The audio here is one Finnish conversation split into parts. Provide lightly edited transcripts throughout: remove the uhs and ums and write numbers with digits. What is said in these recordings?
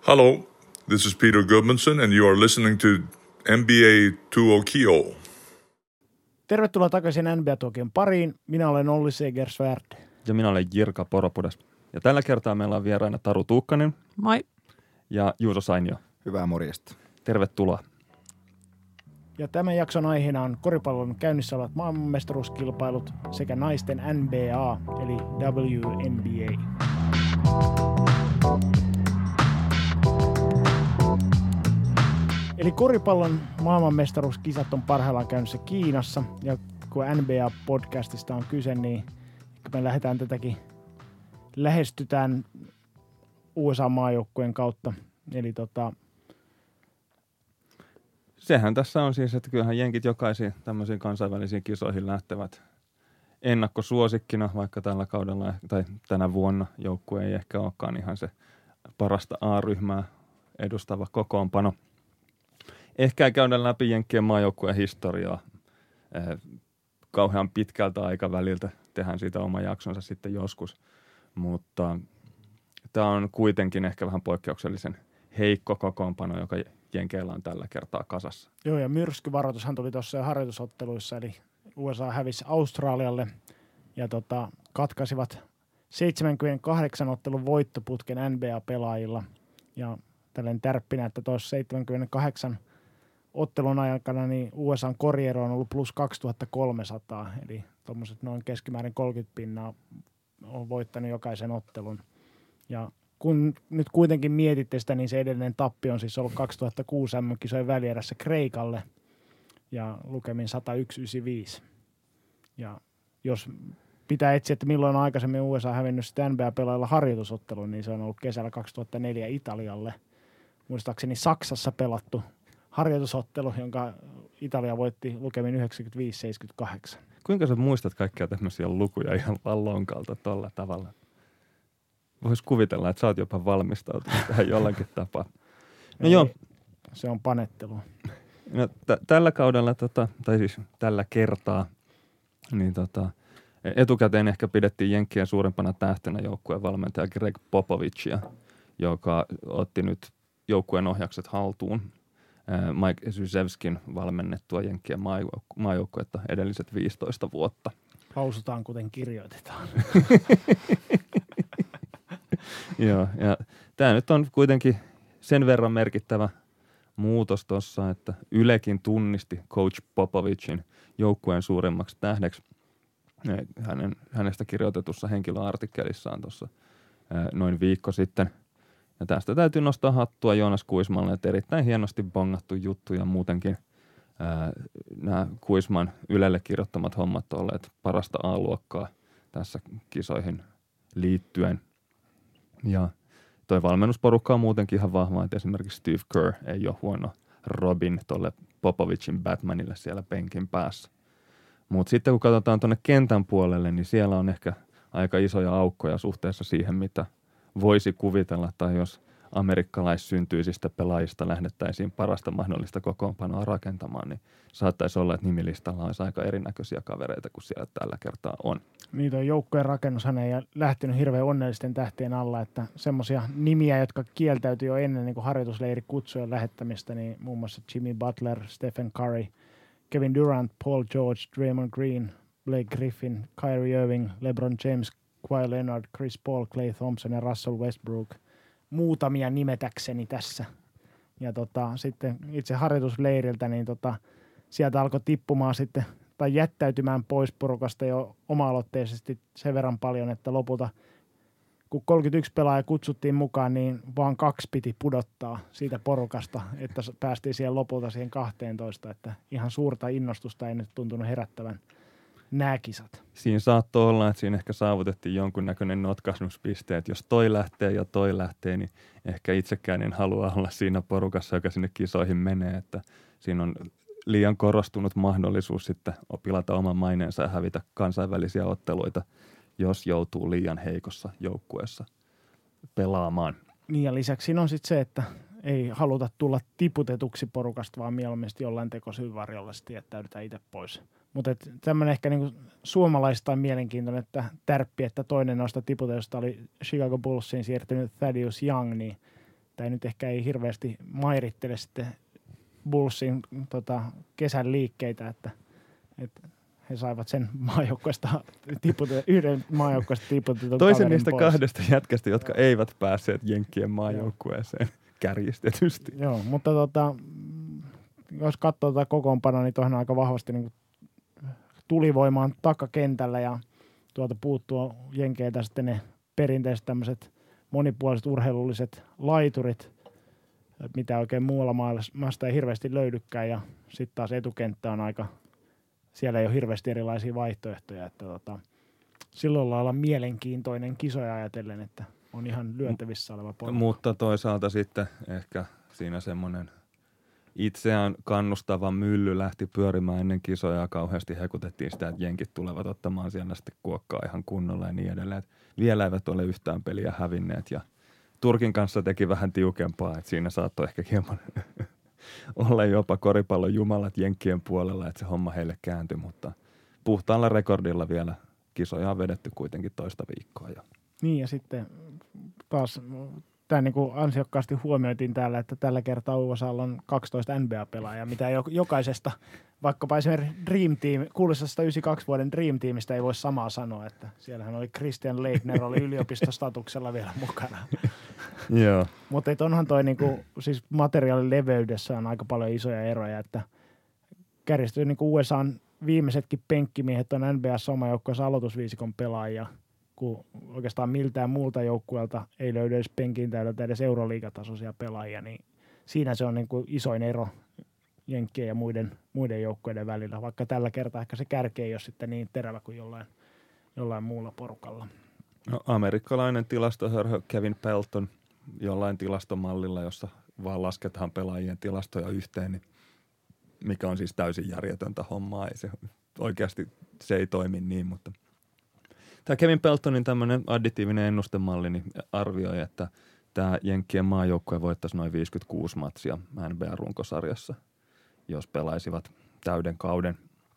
Hello, this is Peter Gudmundsson and you are listening to NBA Tuokio. Tervetuloa takaisin NBA-tuokion pariin. Minä olen Olli Segersvärd. Ja minä olen Jirka Poropudas. Ja tällä kertaa meillä on vieraana Taru Tuukkanen. Moi. Ja Juuso Sainio. Hyvää morjesta. Tervetuloa. Ja tämän jakson aiheena on koripallon käynnissä olevat maailmanmestaruuskilpailut sekä naisten NBA eli WNBA. Eli koripallon maailmanmestaruuskisat on parhaillaan käynnissä Kiinassa, ja kun NBA-podcastista on kyse, niin me lähdetään lähestytään USA-maajoukkueen kautta. Eli Sehän tässä on siis, että kyllähän jenkit jokaisiin tämmöisiin kansainvälisiin kisoihin lähtevät ennakkosuosikkina, vaikka tällä kaudella tai tänä vuonna joukkue ei ehkä olekaan ihan se parasta A-ryhmää edustava kokoonpano. Ehkä ei käydä läpi jenkkien maajoukkueen historiaa kauhean pitkältä aikaväliltä. Tehdään siitä oma jaksonsa sitten joskus, mutta tämä on kuitenkin ehkä vähän poikkeuksellisen heikko kokoonpano, joka jenkeillä on tällä kertaa kasassa. Joo, ja myrskyvaroitushan tuli tuossa jo harjoitusotteluissa, eli USA hävisi Australialle ja katkaisivat 78 ottelun voittoputken NBA-pelaajilla. Ja tällainen tärppinä, että tuossa 78 ottelun aikana niin USA:n korjero on ollut plus 2300, eli tuommoiset noin keskimäärin 30% on voittanut jokaisen ottelun. Ja kun nyt kuitenkin mietitte sitä, niin se edellinen tappi on siis ollut 2006 MM-kisojen välierässä Kreikalle ja lukemin 101-95. Ja jos pitää etsiä, että milloin aikaisemmin USA on hävinnyt sitä NBA-pelaajilla harjoitusottelun, niin se on ollut kesällä 2004 Italialle. Muistaakseni Saksassa pelattu harjoitusottelu, jonka Italia voitti lukemin 95-78. Kuinka sä muistat kaikkia tämmöisiä lukuja ihan vaan lonkalta tolla tavalla? Voisi kuvitella, että sä oot jopa valmistautunut tähän jollakin tapaa. No joo. Se on panettelu. No, tällä kaudella, tai siis tällä kertaa, niin etukäteen ehkä pidettiin jenkkien suurempana tähtenä joukkueen valmentaja Greg Popovicia, joka otti nyt joukkueen ohjakset haltuun Mike Krzyzewskin valmennettua jenkkien maajoukkuetta edelliset 15 vuotta. Lausutaan kuten kirjoitetaan. Joo, ja tämä nyt on kuitenkin sen verran merkittävä muutos tuossa, että Ylekin tunnisti Coach Popovicin joukkueen suurimmaksi tähdeksi hänestä kirjoitetussa henkilöartikkelissaan tuossa noin viikko sitten. Ja tästä täytyy nostaa hattua Joonas Kuismalle, että erittäin hienosti bongattu juttu ja muutenkin nämä Kuisman Ylelle kirjoittamat hommat on olleet parasta A-luokkaa tässä kisoihin liittyen. Ja toi valmennusporukka on muutenkin ihan vahva, että esimerkiksi Steve Kerr ei ole huono Robin tolle Popovicin Batmanille siellä penkin päässä. Mutta sitten kun katsotaan tuonne kentän puolelle, niin siellä on ehkä aika isoja aukkoja suhteessa siihen, mitä voisi kuvitella, tai jos amerikkalaissyntyisistä pelaajista lähdettäisiin parasta mahdollista kokoonpanoa rakentamaan, niin saattaisi olla, että nimilistalla olisi aika erinäköisiä kavereita kuin siellä tällä kertaa on. Niin, tuo joukkueen rakennushan ei lähtenyt hirveän onnellisten tähtien alla, että semmoisia nimiä, jotka kieltäytyi jo ennen niin kuin harjoitusleirikutsujen lähettämistä, niin muun muassa Jimmy Butler, Stephen Curry, Kevin Durant, Paul George, Draymond Green, Blake Griffin, Kyrie Irving, LeBron James, Kawhi Leonard, Chris Paul, Klay Thompson ja Russell Westbrook. Muutamia nimetäkseni tässä. Ja sitten itse harjoitusleiriltä, niin sieltä alkoi tippumaan sitten tai jättäytymään pois porukasta jo oma-aloitteisesti sen verran paljon, että lopulta kun 31 pelaajaa kutsuttiin mukaan, niin vaan 2 piti pudottaa siitä porukasta, että päästiin siihen lopulta siihen 12, että ihan suurta innostusta ei nyt tuntunut herättävän nämä kisat. Siinä saattoi olla, että siinä ehkä saavutettiin jonkunnäköinen notkahduspiste, että jos toi lähtee, niin ehkä itsekään en halua olla siinä porukassa, joka sinne kisoihin menee, että siinä on liian korostunut mahdollisuus sitten pilata oman maineensa ja hävitä kansainvälisiä otteluita, jos joutuu liian heikossa joukkueessa pelaamaan. Niin ja lisäksi siinä on sitten se, että ei haluta tulla tiputetuksi porukasta, vaan mieluummin jollain tekosyyn varjolla sitten jättäydytään itse pois. Mutta tämmöinen ehkä niinku suomalaistaan mielenkiintoinen että tärppi, että toinen noista tiputetusta oli Chicago Bullsiin siirtynyt Thaddeus Young, niin Tämä nyt ehkä ei hirveästi mairittele sitten Bullsin kesän liikkeitä, että he saivat sen yhden maajoukkueesta tiputetun toisen niistä pois. kahdesta jätkästä, jotka eivät päässeet Jenkkien maajoukkueeseen kärjistetysti. Joo, mutta jos katsoo tätä kokoonpanoa, niin tuohon aika vahvasti niin tulivoimaan takakentällä ja puuttuu Jenkeiltä sitten ne perinteiset tämmöiset monipuoliset urheilulliset laiturit, mitä oikein muualla maasta ei hirveästi löydykään, ja sitten taas etukenttä on aika, siellä ei ole hirveästi erilaisia vaihtoehtoja, että silloin lailla mielenkiintoinen kisoja ajatellen, että on ihan lyöntävissä oleva porukka. Mutta toisaalta sitten ehkä siinä semmoinen itseään kannustava mylly lähti pyörimään ennen kisoja ja kauheasti hekutettiin sitä, että jenkit tulevat ottamaan siellä sitten kuokkaa ihan kunnolla ja niin edelleen. Että vielä eivät ole yhtään peliä hävinneet ja Turkin kanssa teki vähän tiukempaa, että siinä saattoi ehkä hieman olla jopa koripallon jumalat jenkkien puolella, että se homma heille kääntyi, mutta puhtaalla rekordilla vielä kisoja on vedetty kuitenkin toista viikkoa. Niin ja sitten taas tämä niin kuin ansiokkaasti huomioitiin täällä, että tällä kertaa USAlla on 12 NBA-pelaajaa, mitä jokaisesta, vaikkapa esimerkiksi Dream Team, kuuluisesta 92 vuoden Dream Teamistä ei voi samaa sanoa, että siellähän oli Christian Leitner, oli yliopistostatuksella vielä mukana. Joo. Mutta onhan toi niinku, siis materiaalin leveydessä on aika paljon isoja eroja, että kärjistyy niinku USAn viimeisetkin penkkimiehet on NBA:ssa oma joukkueensa aloitusviisikon pelaajia, kun oikeastaan miltään muulta joukkueelta ei löydy edes penkin täydeltä edes euroliigatasoisia pelaajia, niin siinä se on niinku isoin ero jenkkien ja muiden joukkueiden välillä, vaikka tällä kertaa ehkä se kärki ei ole sitten niin terävä kuin jollain muulla porukalla. No, amerikkalainen tilastohörhö Kevin Pelton jollain tilastomallilla, jossa vaan lasketaan pelaajien tilastoja yhteen, niin mikä on siis täysin järjetöntä hommaa. Oikeasti se ei toimi niin, mutta tämä Kevin Peltonin tämmöinen additiivinen ennustemalli niin arvioi, että tämä jenkkien maajoukkue voittaisi noin 56 matsia NBA-runkosarjassa, jos pelaisivat täyden kauden.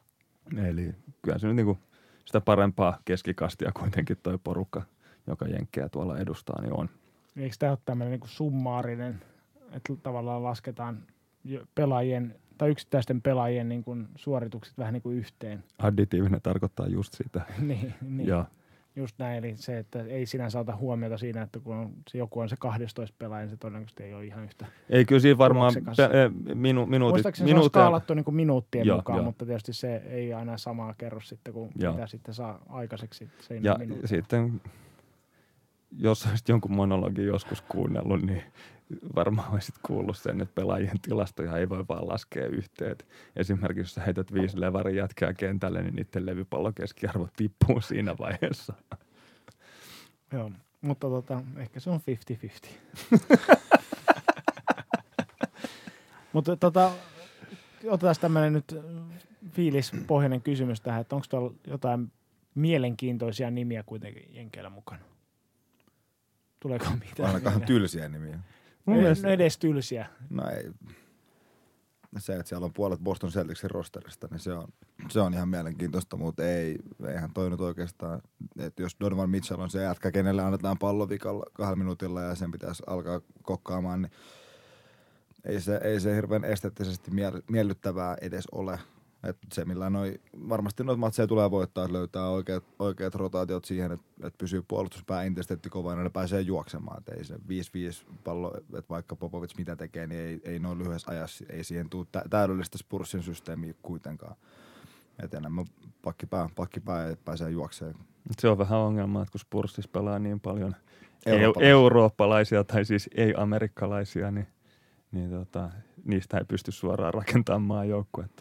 Eli kyllä se nyt niin kuin sitä parempaa keskikastia kuitenkin toi porukka, joka jenkkejä tuolla edustaa, niin on. Eikö tämä ole tämmöinen niin kuin summaarinen, että tavallaan lasketaan pelaajien tai yksittäisten pelaajien niin kuin suoritukset vähän niin kuin yhteen? Additiivinen tarkoittaa just sitä. niin. Ja. Just näin, eli se, että ei sinänsä ota huomiota siinä, että kun joku on se 12 pelaaja, niin se todennäköisesti ei ole ihan yhtä. Ei kyllä siinä varmaan minuutit. Muistaakseni se on skaalattu niin kuin minuuttien mukaan, mutta tietysti se ei aina samaa kerro sitten, kuin mitä sitten saa aikaiseksi. Ja sitten, jos olisit jonkun monologin joskus kuunnellut, niin varmaan olisit kuullut sen, että pelaajien tilastoja ei voi vaan laskea yhteen. Esimerkiksi jos sä heität 5 levarin jätkää kentälle, niin niiden levypallokeskiarvo tippuu siinä vaiheessa. Joo, mutta ehkä se on 50-50. Mutta otetaan tämmöinen nyt fiilispohjainen kysymys tähän, että onko tuolla jotain mielenkiintoisia nimiä kuitenkin jenkeillä mukana? Tuleeko mitään? Ainakaan tylsiä nimiä. No edes tylsiä. No ei. Se, että siellä on puolet Boston Celticsin rosterista, niin se on ihan mielenkiintoista, mutta eihän toi nyt oikeastaan, että jos Donovan Mitchell on se jätkä, kenelle annetaan pallo vikalla 2 minuutilla ja sen pitäisi alkaa kokkaamaan, niin ei se hirveän esteettisesti miellyttävää edes ole. Että se, millä varmasti noita matseja tulee voittaa, että löytää oikeat rotaatiot siihen, että pysyy puolustuspää intensiteetti kovana ja ne pääsee juoksemaan. Et ei se 5-5 pallo, että vaikka Popovic mitä tekee, niin ei noin lyhyessä ajassa, ei siihen tule täydellistä Spursin systeemiä kuitenkaan. Että enemmän pakkipää ei pääsee juokseen. Se on vähän ongelma, että kun Spursissa pelaa niin paljon eurooppalaisia tai siis ei-amerikkalaisia, niin niistä ei pysty suoraan rakentamaan maajoukkuetta.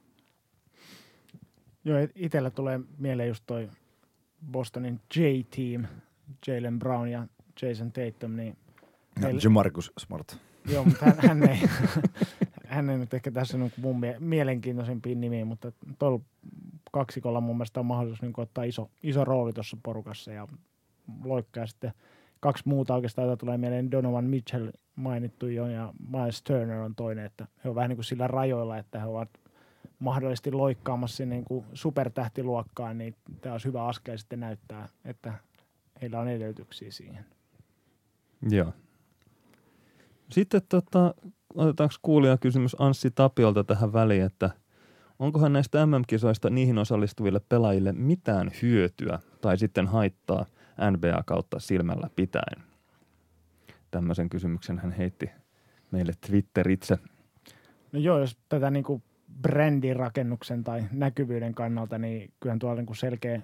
Joo, itsellä tulee mieleen just toi Bostonin J-Team, Jaylen Brown ja Jason Tatum. Niin Jamarcus Smart. Joo, mutta hän ei nyt ehkä tässä mun mielenkiintoisimpia nimiä, mutta tuolla kaksikolla mun mielestä on mahdollisuus niin ottaa iso rooli tuossa porukassa ja loikkaa sitten 2 muuta oikeastaan, joita tulee mieleen Donovan Mitchell mainittu jo ja Miles Turner on toinen, että he on vähän niin kuin sillä rajoilla, että he ovat mahdollisesti loikkaamassa sinne niin kuin supertähtiluokkaan, niin tämä olisi hyvä askel sitten näyttää, että heillä on edellytyksiä siihen. Joo. Sitten otetaanko kuulijakysymys Anssi Tapiolta tähän väliin, että onkohan näistä MM-kisoista niihin osallistuville pelaajille mitään hyötyä tai sitten haittaa NBA kautta silmällä pitäen? Tämmöisen kysymyksen hän heitti meille Twitteritse. No joo, jos tätä niinku brändin rakennuksen tai näkyvyyden kannalta, niin kyllähän tuolla niinku selkeä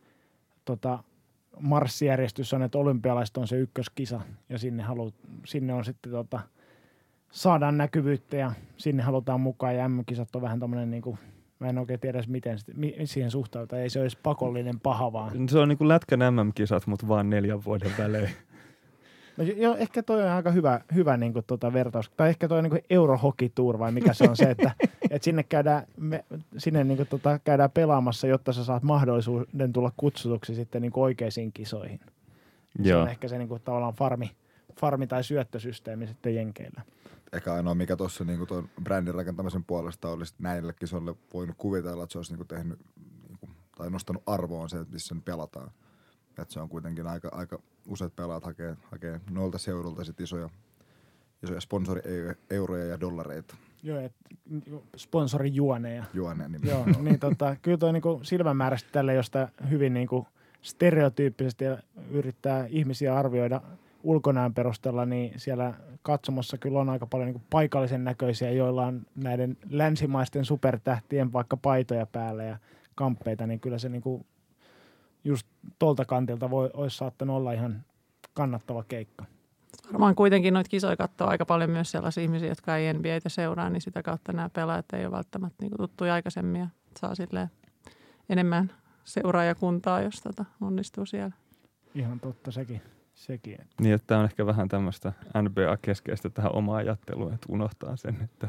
marssijärjestys on, että olympialaiset on se ykköskisa ja sinne on sitten saadaan näkyvyyttä ja sinne halutaan mukaan ja MM-kisat on vähän tommoinen niinku, mä en oikein tiedä miten siihen suhtaudutaan. Ei se ole edes pakollinen paha vaan. Se on niin kuin lätkän MM-kisat, mutta vaan 4 vuoden välein. No joo, ehkä toi on aika hyvä niin kuin vertaus. Tai ehkä toi on niin kuin Eurohockey-tour vai mikä se on se, että sinne käydään niin kuin käydään pelaamassa, jotta sä saat mahdollisuuden tulla kutsutuksi sitten niin kuin oikeisiin kisoihin. Se on ehkä se niin kuin tavallaan farmi tai syöttösysteemi sitten jenkeillä. Ehkä ainoa mikä tuossa niin tuon brändin rakentamisen puolesta olisi näille kisoille voinut kuvitella, että se olisi niin kuin tehnyt tai nostanut arvoon se, että missä nyt pelataan. Että se on kuitenkin aika useat pelaat hakee noilta seudulta sit isoja sponsorieuroja ja dollareita. Joo, sponsorijuoneja. Juoneja joo, niin kyllä toi niinku silmämääräisesti tälle, josta hyvin niinku stereotyyppisesti yrittää ihmisiä arvioida ulkonäön perusteella, niin siellä katsomossa kyllä on aika paljon niinku paikallisen näköisiä, joilla on näiden länsimaisten supertähtien vaikka paitoja päällä ja kamppeita, niin kyllä se niinku just tuolta kantilta olisi saattanut olla ihan kannattava keikka. Varmaan kuitenkin noita kisoja katsoo aika paljon myös sellaisia ihmisiä, jotka ei NBA:tä seuraa, niin sitä kautta nämä pelaajat ei ole välttämättä niin tuttuja aikaisemmin ja saa silleen enemmän seuraajakuntaa, jos onnistuu siellä. Ihan totta sekin. Niin, että tämä on ehkä vähän tämmöistä NBA-keskeistä tähän omaa ajatteluun, että unohtaa sen, että...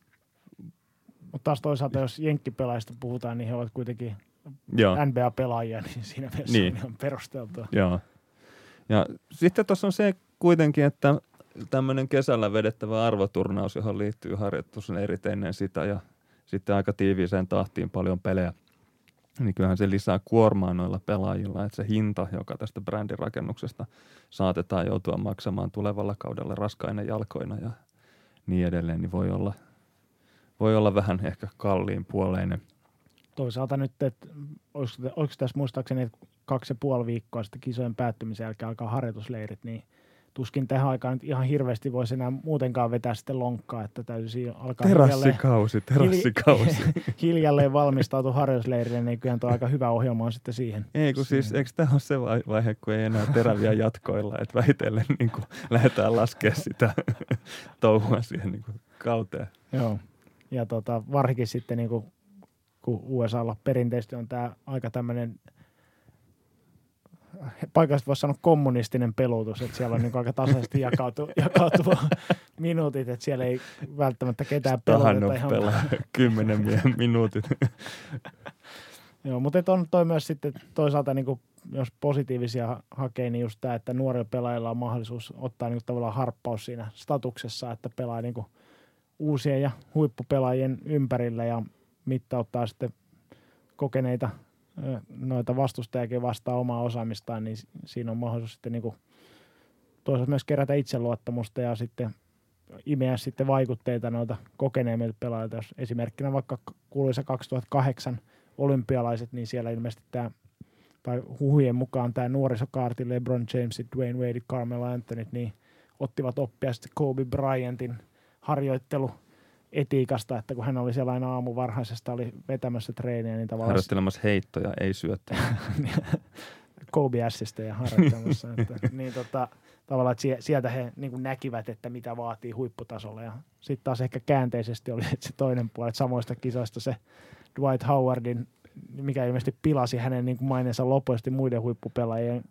Mutta taas toisaalta, jos jenkkipelaajista puhutaan, niin he ovat kuitenkin NBA-pelaajia, niin siinä mielessä on perusteltua. Joo. Ja sitten tuossa on se kuitenkin, että tämmöinen kesällä vedettävä arvoturnaus, johon liittyy harjoitusleirit ennen sitä ja sitten aika tiiviiseen tahtiin paljon pelejä, niin kyllähän se lisää kuormaa noilla pelaajilla, että se hinta, joka tästä brändin rakennuksesta saatetaan joutua maksamaan tulevalla kaudella raskaina jalkoina ja niin edelleen, niin voi olla vähän ehkä kalliin puoleinen. Toisaalta nyt, että oliko tässä muistaakseni 2,5 viikkoa sitten kisojen päättymisen jälkeen alkaa harjoitusleirit, niin tuskin tähän aikaan nyt ihan hirveästi voisi enää muutenkaan vetää sitten lonkkaa, että täytyisi alkaa terassikausi. Hiljalleen valmistautua harjoitusleirille, niin kyllähän tuo aika hyvä ohjelma on sitten siihen. Ei kun siis, eikö tämä ole se vaihe, kun ei enää teräviä jatkoilla, että vähitellen niin kuin lähdetään laskemaan sitä touhua siihen niin kuin kauteen. Joo, ja varsinkin sitten niin kuin, kun USAlla perinteisesti on tämä aika tämmöinen paikallisesti voisi sanoa kommunistinen pelutus, että siellä on niin aika tasaisesti jakautuva minuutit, että siellä ei välttämättä ketään peloteta. Ihan pelaa 10 minuutit. Joo, mutta on toi myös sitten toisaalta, niin kuin, jos positiivisia hakee, niin just tämä, että nuorilla pelaajilla on mahdollisuus ottaa niin kuin, tavallaan harppaus siinä statuksessa, että pelaa niin kuin, uusien ja huippupelaajien ympärillä ja mittauttaa sitten kokeneita noita vastustajakin vastaa omaa osaamistaan, niin siinä on mahdollisuus sitten niin kuin toisaalta myös kerätä itseluottamusta ja sitten imeä sitten vaikutteita noilta kokeneemmilta pelaajilta. Jos esimerkkinä vaikka kuuluisa 2008 olympialaiset, niin siellä ilmeisesti tämä, tai huhujen mukaan tämä nuorisokaarti LeBron James, Dwayne Wade, Carmelo Anthony, niin ottivat oppia sitten Kobe Bryantin harjoitteluetiikasta, että kun hän oli siellä aina aamuvarhaisesta, oli vetämässä treeniä, niin tavallaan... Harjoittelemassa heittoja, ei syöttäjä. Kobe-ässistä ja harjoittelemassa. Niin tavallaan, että sieltä he niin kuin näkivät, että mitä vaatii huipputasolla. Ja sitten taas ehkä käänteisesti oli se toinen puoli, että samoista kisoista se Dwight Howardin, mikä ilmeisesti pilasi hänen niin kuin maineensa lopullisesti muiden huippupelaajien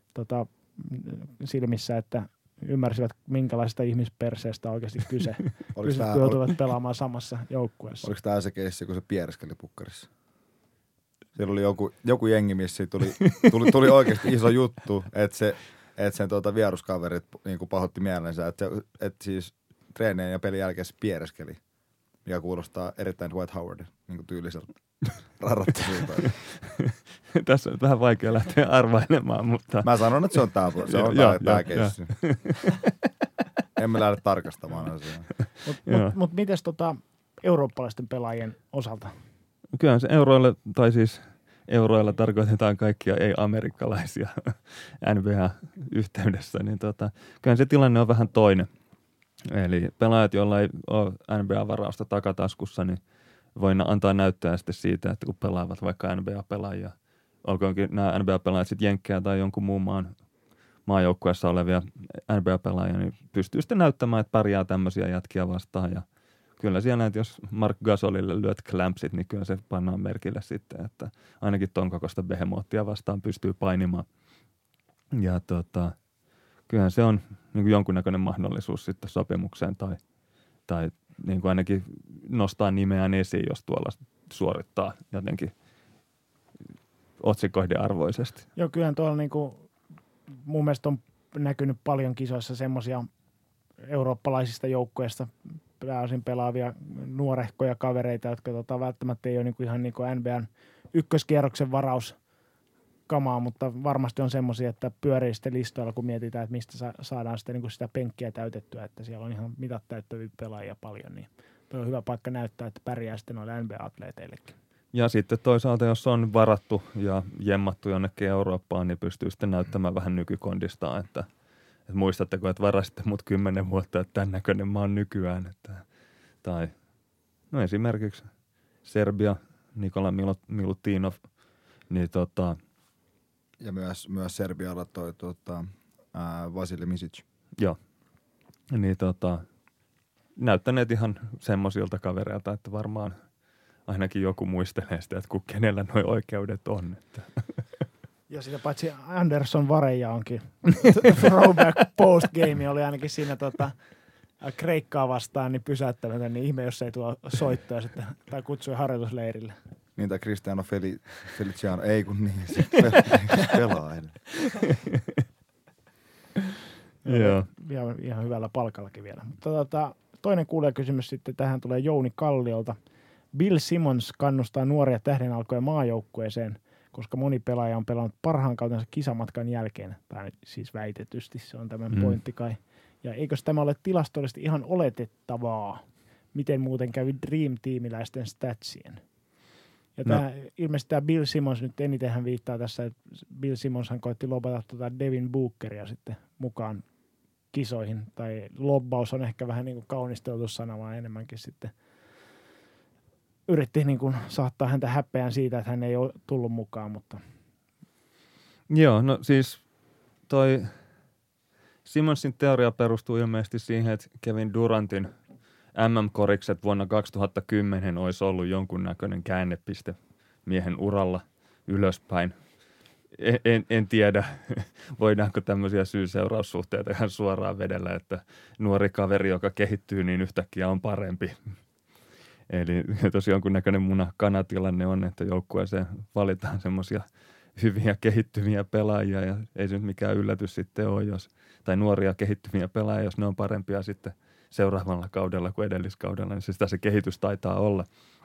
silmissä, että ymmärsivät, minkälaisesta ihmisperseestä oikeasti kyse. Kun joutuivat pelaamaan samassa joukkueessa. Oliko tämä se keissi, kun se piereskeli pukkarissa? Siellä oli joku jengi, missä tuli oikeasti iso juttu, että sen vieruskaverit niin kuin pahoitti mielensä, että siis treenien ja pelin jälkeen se piereskeli, mikä kuulostaa erittäin Dwight Howardin niin tyyliseltä rarattomuuta. Tässä on nyt vähän vaikea lähteä arvailemaan, mutta... Mä sanon, että se on tämä keissi. emme lähde tarkastamaan asiaa. Mutta mites eurooppalaisten pelaajien osalta? Kyllähän se euroilla tarkoitetaan kaikkia ei-amerikkalaisia NBA-yhteydessä, niin kyllähän se tilanne on vähän toinen. Eli pelaajat, joilla ei ole NBA-varausta takataskussa, niin voi antaa näyttää sitten siitä, että kun pelaavat vaikka NBA-pelaajia, olkoonkin nämä NBA-pelaajat sitten jenkkejä tai jonkun muun maajoukkueessa olevia NBA-pelaajia, niin pystyy sitten näyttämään, että pärjää tämmöisiä jätkiä vastaan. Ja kyllä siellä, että jos Mark Gasolille lyöt clampsit, niin kyllä se pannaan merkille sitten, että ainakin ton kokoista behemoottia vastaan pystyy painimaan. Ja kyllähän se on niin kuin jonkunnäköinen mahdollisuus sitten sopimukseen tai niin kuin ainakin nostaa nimeään esiin, jos tuolla suorittaa jotenkin otsikoiden arvoisesti. Joo, kyllähän tuolla niin kuin, mun mielestä on näkynyt paljon kisoissa semmoisia eurooppalaisista joukkueista pääosin pelaavia nuorehkoja kavereita, jotka välttämättä ei ole niin kuin ihan niin kuin NBAn ykköskierroksen varauskamaa, mutta varmasti on semmoisia, että pyörii sitten listoilla, kun mietitään, että mistä saadaan sitten niin kuin sitä penkkiä täytettyä, että siellä on ihan mitat täyttäviä pelaajia paljon, niin tuo on hyvä paikka näyttää, että pärjää sitten noille NBA-atleeteillekin. Ja sitten toisaalta, jos on varattu ja jemmattu jonnekin Eurooppaan, niin pystyy sitten näyttämään vähän nykykondistaan, että muistatteko, että varasitte mut 10 vuotta, että tämän näköinen mä oon nykyään. Tai no esimerkiksi Serbia, Nikola Milutinov, niin ja myös Serbialla toi Vasili Misic. Joo, niin näyttäneet ihan semmoisilta kavereilta, että varmaan ainakin joku muistelee sitä, että kenellä nuo oikeudet on. Että. Ja sitä paitsi Anderson Vareja onkin. Throwback postgame oli ainakin siinä Kreikkaa vastaan niin pysäyttämätön, niin ihme, jos ei tuo soittoa sitten, tai kutsui harjoitusleirille. Niin, tai Cristiano Feliciano, ei kun niin, se pelaa ennen. Joo. Ihan hyvällä palkallakin vielä. Mutta toinen kuulijakysymys sitten tähän tulee Jouni Kalliolta. Bill Simmons kannustaa nuoria tähdenalkoja maajoukkueeseen, koska moni pelaaja on pelannut parhaan kautensa kisamatkan jälkeen. Tai siis väitetysti, se on tämän pointti kai. Ja eikös tämä ole tilastollisesti ihan oletettavaa? Miten muuten kävi Dream-tiimiläisten statsien? Ja ilmeisesti tämä Bill Simmons nyt eniten viittaa tässä, että Bill Simmonshan koitti lobata Devin Bookeria sitten mukaan kisoihin. Tai lobbaus on ehkä vähän niin kuin kaunisteltu sana, vaan enemmänkin sitten yritti niin kuin saattaa häntä häpeään siitä, että hän ei ole tullut mukaan, mutta. Joo, no siis toi Simmonsin teoria perustuu ilmeisesti siihen, että Kevin Durantin MM-korikset vuonna 2010 olisi ollut jonkunnäköinen käännepiste miehen uralla ylöspäin. En tiedä, voidaanko tämmöisiä syy-seuraussuhteita ihan suoraan vedellä, että nuori kaveri, joka kehittyy, niin yhtäkkiä on parempi. Eli tosiaan jonkunnäköinen muna-kana-tilanne on, että joukkueeseen valitaan semmoisia hyviä kehittyviä pelaajia ja ei se nyt mikään yllätys sitten ole, tai nuoria kehittyviä pelaajia, jos ne on parempia sitten seuraavalla kaudella kuin edelliskaudella, niin sitä se kehitys taitaa olla.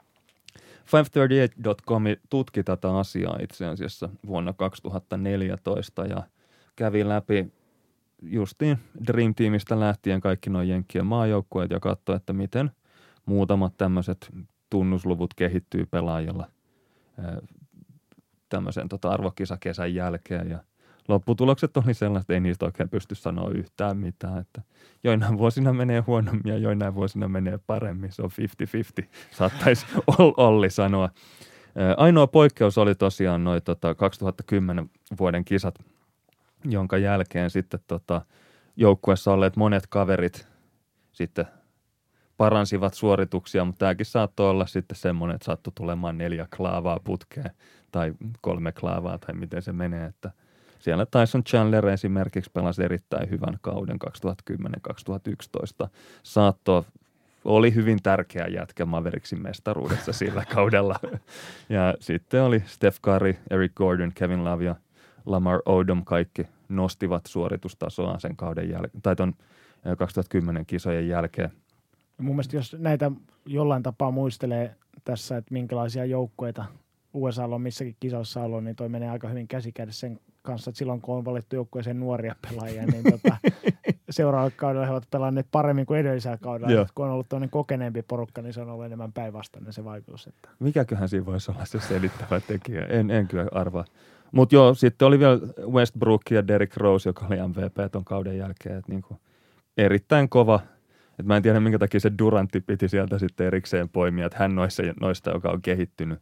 538.com tutki tätä asiaa itse asiassa vuonna 2014 ja kävi läpi justiin Dream Teamistä lähtien kaikki nuo jenkkien maajoukkueet ja katsoi, että miten muutamat tämmöiset tunnusluvut kehittyy pelaajilla tämmöisen arvokisakesän jälkeen ja lopputulokset oli sellaiset, että ei niistä oikein pysty sanoa yhtään mitään, että joinain vuosina menee huonommin ja joinain vuosina menee paremmin, se on 50-50, saattaisi Olli sanoa. Ainoa poikkeus oli tosiaan noin 2010 vuoden kisat, jonka jälkeen sitten joukkueessa olleet monet kaverit sitten paransivat suorituksia, mutta tämäkin saattoi olla sitten semmoinen, että saattoi tulemaan 4 klaavaa putkeen tai 3 klaavaa tai miten se menee, että siellä Tyson Chandler esimerkiksi pelasi erittäin hyvän kauden 2010-2011. Oli hyvin tärkeä jätkä Mavericksin mestaruudessa sillä kaudella. Ja sitten oli Steph Curry, Eric Gordon, Kevin Love ja Lamar Odom kaikki nostivat suoritustasoaan sen kauden jälkeen, tai ton 2010 kisojen jälkeen. Mun mielestä jos näitä jollain tapaa muistelee tässä, että minkälaisia joukkueita USAlla on missäkin kisoissa ollut, niin toi menee aika hyvin käsikädessä sen kanssa, että silloin kun on valittu joukkueeseen nuoria pelaajia, niin seuraavalla kaudella he ovat pelanneet paremmin kuin edellisellä kaudella. Kun on ollut toinen kokeneempi porukka, niin se on ollut enemmän päinvastainen se vaikutus. Että. Mikäköhän siinä voisi olla se selittävä tekijä? En kyllä arvaa. Mutta joo, sitten oli vielä Westbrook ja Derrick Rose, joka oli MVP ton kauden jälkeen. Et niinku erittäin kova. Et mä en tiedä, minkä takia se Durantti piti sieltä sitten erikseen poimia, että hän noista, joka on kehittynyt.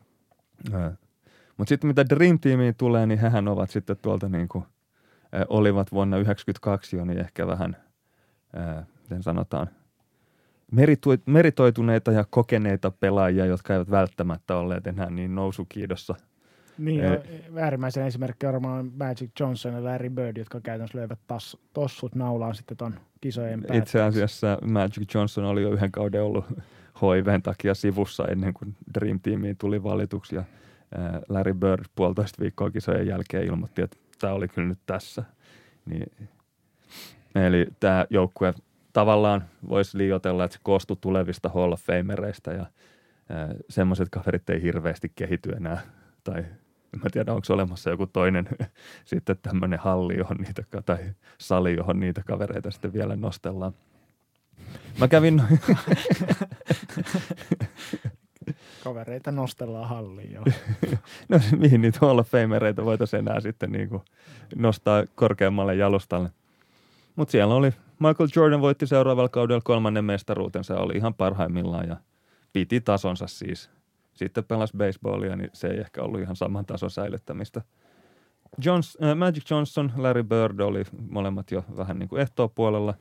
Mutta sitten mitä Dream Teamiin tulee, niin hehän ovat sitten tuolta niinku, olivat vuonna 1992 jo, niin ehkä vähän, miten sanotaan, meritoituneita ja kokeneita pelaajia, jotka eivät välttämättä olleet enää niin nousukiidossa. Niin, äärimmäisen esimerkki on varmaan Magic Johnson ja Larry Bird, jotka käytännössä löivät tossut naulaan sitten ton kisojen päätteeksi. Itse asiassa Magic Johnson oli jo yhden kauden ollut HIV:n takia sivussa ennen kuin Dream Teamiin tuli valituksi. Ja Larry Bird 1,5 viikkoa kisojen jälkeen ilmoitti, että tämä oli kyllä nyt tässä. Niin, eli tämä joukkue tavallaan voisi liioitella, että se koostui tulevista Hall of Famereista ja semmoiset kaverit ei hirveästi kehity enää. Tai en mä tiedä, onko olemassa joku toinen sitten tämmöinen halli, johon niitä, tai sali, johon niitä kavereita sitten vielä nostellaan. Mä kävin... Kavereita nostellaan halliin, joo. No mihin niitä Hall of Famereita voitaisiin enää sitten niin kuin nostaa korkeammalle jalustalle. Mutta siellä oli, Michael Jordan voitti seuraavalla kaudella 3. mestaruutensa, oli ihan parhaimmillaan ja piti tasonsa siis. Sitten pelasi baseballia, niin se ei ehkä ollut ihan saman tason säilyttämistä. Magic Johnson, Larry Bird oli molemmat jo vähän niin kuin ehtoopuolella.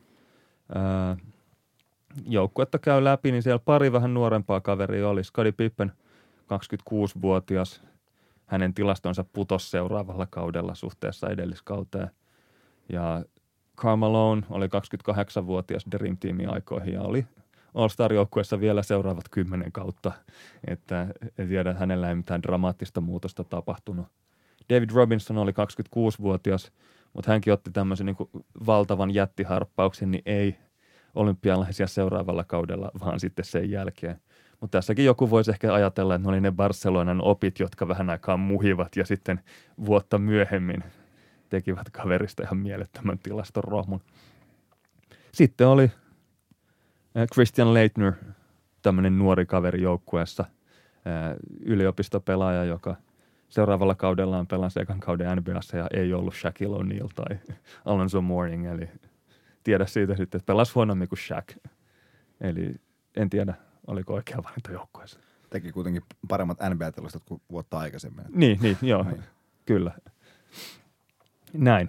Joukkuetta käy läpi, niin siellä pari vähän nuorempaa kaveria oli. Scottie Pippen, 26-vuotias. Hänen tilastonsa putosi seuraavalla kaudella suhteessa edelliskauteen. Ja Karl Malone oli 28-vuotias Dream Teamin aikoihin ja oli All-Star-joukkueessa vielä seuraavat 10 kautta, että en tiedä, että hänellä ei mitään dramaattista muutosta tapahtunut. David Robinson oli 26-vuotias, mutta hänkin otti tämmöisen niin kuin valtavan jättiharppauksen, niin ei olympialaisia seuraavalla kaudella, vaan sitten sen jälkeen. Mutta tässäkin joku voisi ehkä ajatella, että ne oli ne Barcelonan opit, jotka vähän aikaa muhivat ja sitten vuotta myöhemmin tekivät kaverista ihan mielettömän tilaston Sitten oli Christian Laettner, tämmöinen nuori kaveri joukkueessa, yliopistopelaaja, joka seuraavalla kaudellaan pelasi ekan kauden NBA:ssa ja ei ollut Shaquille O'Neal tai Alonzo Mourning, eli tiedä siitä sitten, että pelasi huonommin kuin Shaq. Eli en tiedä, oliko oikea valinta joukkueessa. Teki kuitenkin paremmat NBA-tilastot kuin vuotta aikaisemmin. Niin, joo, niin. Kyllä. Näin.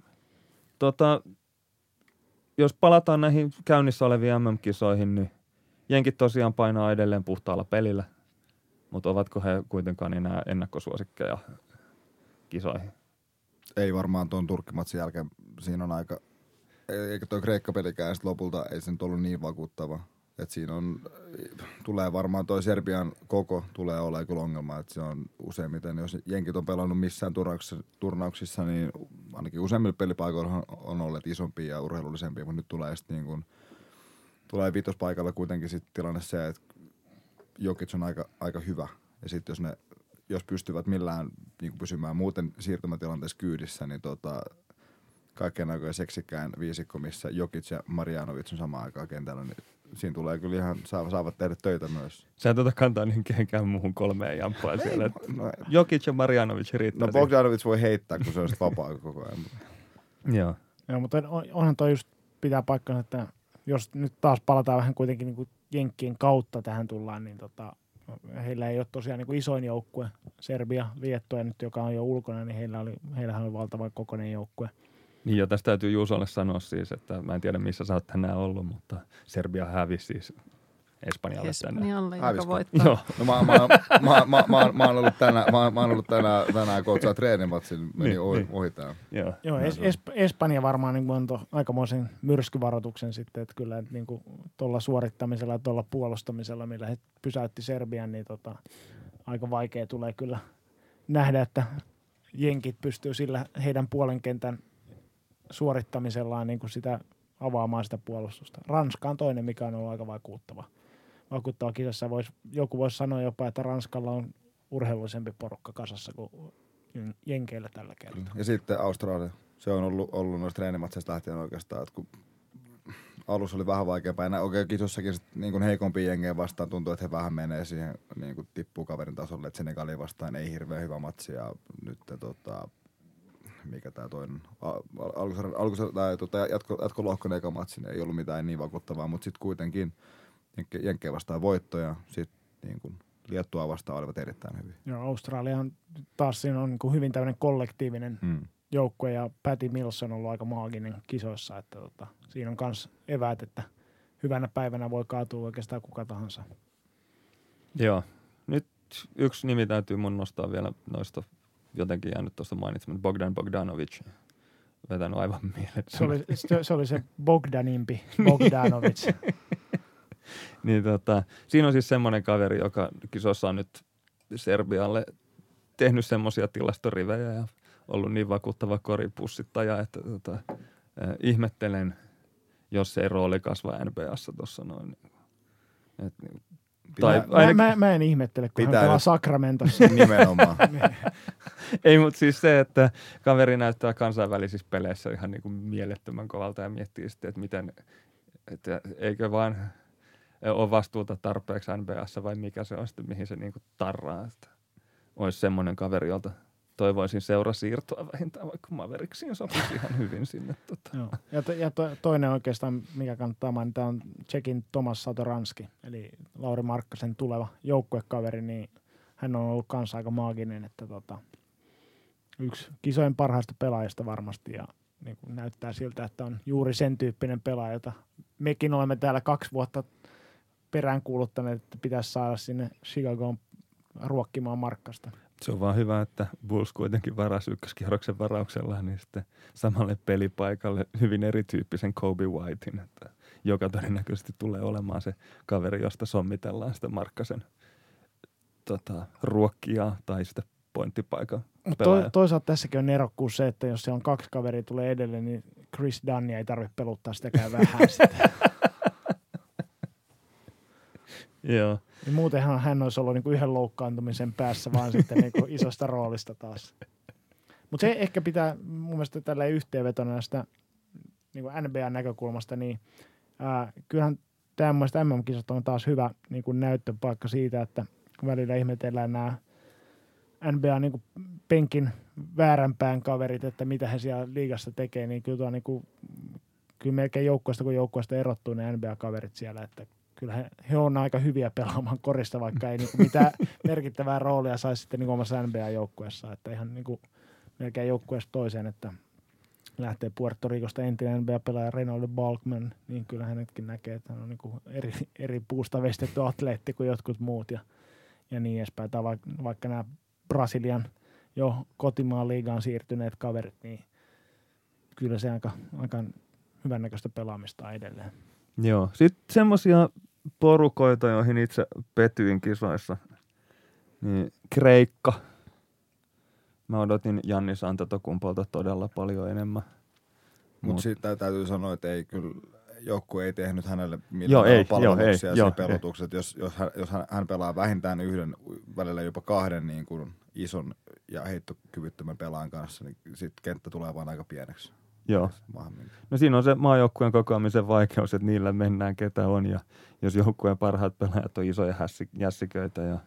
Jos palataan näihin käynnissä oleviin MM-kisoihin, niin jenkit tosiaan painaa edelleen puhtaalla pelillä, mutta ovatko he kuitenkaan enää ennakkosuosikkeja kisoihin? Ei varmaan tuon Turkkimatsin jälkeen. Siinä on aika, eikä tuo Kreikka-pelikään lopulta ei se nyt ollut niin vakuuttava. Että siinä tulee varmaan toi Serbian koko tulee olemaan kyllä ongelma, että se on useimmiten, jos jenkit on pelannut missään turnauksissa, niin ainakin useimmilla pelipaikoilla on olleet isompia ja urheilullisempia, mutta nyt tulee sitten niin kuin, tulee vitospaikalla kuitenkin sitten tilanne se, että Jokic on aika hyvä. Ja sitten jos pystyvät millään niin kuin pysymään muuten siirtymätilanteessa kyydissä, niin kaikkein aikojen seksikään viisikko, missä Jokic ja Marjanovic on samaan aikaan kentällä, niin siinä tulee kyllä ihan, saavat tehdä töitä myös. Sä et kantaa niin kehenkään muuhun 3 jamppaa siellä. Jokic ja Marjanovic riittää. No Bogdanovic voi heittää, kun se on sitten vapaa koko ajan. Joo, mutta onhan toi just pitää paikkansa, että jos nyt taas palataan vähän kuitenkin niin kuin jenkkien kautta tähän tullaan, niin heillä ei ole tosiaan niin kuin isoin joukkue. Serbia, Liettua nyt, joka on jo ulkona, niin heillähän oli valtava kokoinen joukkue. Niin ja tästä täytyy Juusolle sanoa siis, että mä en tiedä missä sä oot tänään ollut, mutta Serbia hävisi siis Espanjalle tänään. Espanjalle, joka voittaa. Joo. No mä oon ollut tänään kootsaa treenimatsin, meni ohi tää. Joo, Espanja varmaan niin antoi aikamoisen myrskyvaroituksen sitten, että kyllä niin tuolla suorittamisella ja tuolla puolustamisella, millä he pysäytti Serbian, niin aika vaikea tulee kyllä nähdä, että jenkit pystyy sillä heidän puolenkentän suorittamisellaan niin kuin sitä avaamaan sitä puolustusta. Ranska on toinen, mikä on ollut aika vakuuttava kisassa. Joku voisi sanoa jopa, että Ranskalla on urheilullisempi porukka kasassa kuin Jenkeillä tällä kertaa. Ja sitten Australia. Se on ollut noista treenimatseista lähtien oikeastaan, että kun alussa oli vähän vaikeampaa. Ja oikein kisossakin niin heikompia jengejä vastaan tuntuu, että he vähän menee siihen, niin kuin tippuu kaverin tasolle. Että Senegalia vastaan ei hirveän hyvä matsi. Ja nyt mikä tää toinen, jatkolohkon eka matsi, ei ollut mitään niin vakuuttavaa. Mutta sitten kuitenkin jenkkejä vastaan voittoja. Sitten niin kuin Liettua vastaan olivat erittäin hyvin. Joo, Australia on taas siinä on niin hyvin tämmöinen kollektiivinen joukkue ja Patty Mills on ollut aika maaginen kisoissa, että siinä on myös eväät, että hyvänä päivänä voi kaatua oikeastaan kuka tahansa. Joo. Nyt yksi nimi täytyy mun nostaa vielä noista jotenkin jäänyt tuosta mainitsemaan. Bogdan Bogdanovic. Vetänyt aivan mielettömän. Se oli se Bogdanimpi, Bogdanovic. Niin siinä on siis semmoinen kaveri, joka kisossa on nyt Serbialle tehnyt semmoisia tilastorivejä ja ollut niin vakuuttava koripussittaja, että ihmettelen, jos ei rooli kasva NBA:ssa tuossa noin. Mä en ihmettele, kun hän pelaa Sacramentossa. Nimenomaan. Ei, mutta siis se, että kaveri näyttää kansainvälisissä peleissä ihan niin kuin mielettömän kovalta ja miettii sitten, että miten, että eikö vaan ole vastuuta tarpeeksi NBA:ssa vai mikä se on sitten, mihin se niin kuin tarraa. Että olisi semmoinen kaveri, jolta toivoisin seura siirtoa vähintään, vaikka Maveriksiin sopisi ihan hyvin sinne. Joo. Ja toinen oikeastaan, mikä kannattaa mainita, on Tšekin Tomas Satoranski, eli Lauri Markkasen tuleva joukkuekaveri, niin hän on ollut kanssa aika maaginen, että yksi kisojen parhaista pelaajista varmasti, ja niin kuin näyttää siltä, että on juuri sen tyyppinen pelaaja, jota mekin olemme täällä 2 vuotta peräänkuuluttaneet, että pitäisi saada sinne Chicagoon ruokkimaan Markkasta. Se on vaan hyvä, että Bulls kuitenkin varasi ykköskierroksen varauksella, niin sitten samalle pelipaikalle hyvin erityyppisen Kobe Whitein, että joka todennäköisesti tulee olemaan se kaveri, josta sommitellaan sitä Markkasen ruokkijaa tai sitä pointtipaikan pelaajaa. Toisaalta tässäkin on nerokkuus se, että jos se on 2 kaveria tulee edelleen, niin Chris Dunnia ei tarvitse peluttaa sitäkään vähän sitä. Joo. Ja muutenhan hän olisi ollut niinku yhden loukkaantumisen päässä vaan sitten niinku isosta roolista taas. Mutta se ehkä pitää mun mielestä tälleen yhteenvetona näistä niinku NBA-näkökulmasta, niin kyllähän tämä mun mielestä MM-kisat on taas hyvä niinku näyttöpaikka siitä, että kun välillä ihmetellään nämä NBA niinku penkin vääränpään kaverit, että mitä he siellä liigassa tekee, niin kyllä kyllä melkein joukkueesta kun joukkueesta erottuu ne NBA-kaverit siellä, että kyllä he on aika hyviä pelaamaan korista, vaikka ei niinku mitään merkittävää roolia saisi sitten niinku omassa NBA-joukkueessa. Että ihan niinku melkein joukkueesta toiseen, että lähtee Puerto Ricosta entinen NBA-pelaaja Reynold Balkman, niin kyllä hänetkin näkee, että hän on niinku eri puusta vestetty atleetti kuin jotkut muut ja niin edespäin. Tai vaikka nämä Brasilian jo kotimaan liigaan siirtyneet kaverit, niin kyllä se aika hyvännäköistä pelaamista on edelleen. Joo, sitten semmoisia porukoita, joihin itse petyin kisoissa, niin Kreikka. Mä odotin Giannis Antetokounmpolta todella paljon enemmän. Mutta sitten täytyy sanoa, että ei kyllä joukkue ei tehnyt hänelle mitään palveluksia ja pelotukset. Jos hän pelaa vähintään 1, välillä jopa 2 niin kuin ison ja heittokyvyttömän pelaajan kanssa, niin sitten kenttä tulee vaan aika pieneksi. Joo. No siinä on se maajoukkueen kokoamisen vaikeus, että niillä mennään ketä on ja jos joukkueen parhaat pelaajat on isoja jässiköitä ja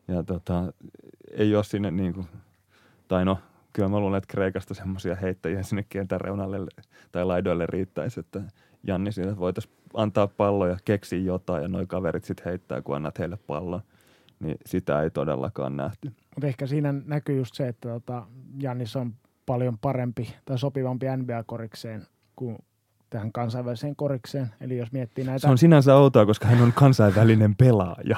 ei ole sinne niin kuin, tai no kyllä mä luulen, että Kreikasta semmoisia heittäjiä sinne kentän reunalle tai laidoille riittäisi, että Jannisille voitaisiin antaa pallo ja keksiä jotain ja noi kaverit sitten heittää, kun annat heille pallon, niin sitä ei todellakaan nähty. Mutta ehkä siinä näkyy just se, että Jannis on paljon parempi tai sopivampi NBA-korikseen kuin tähän kansainväliseen korikseen. Eli jos miettii näitä... Se on sinänsä outoa, koska hän on kansainvälinen pelaaja.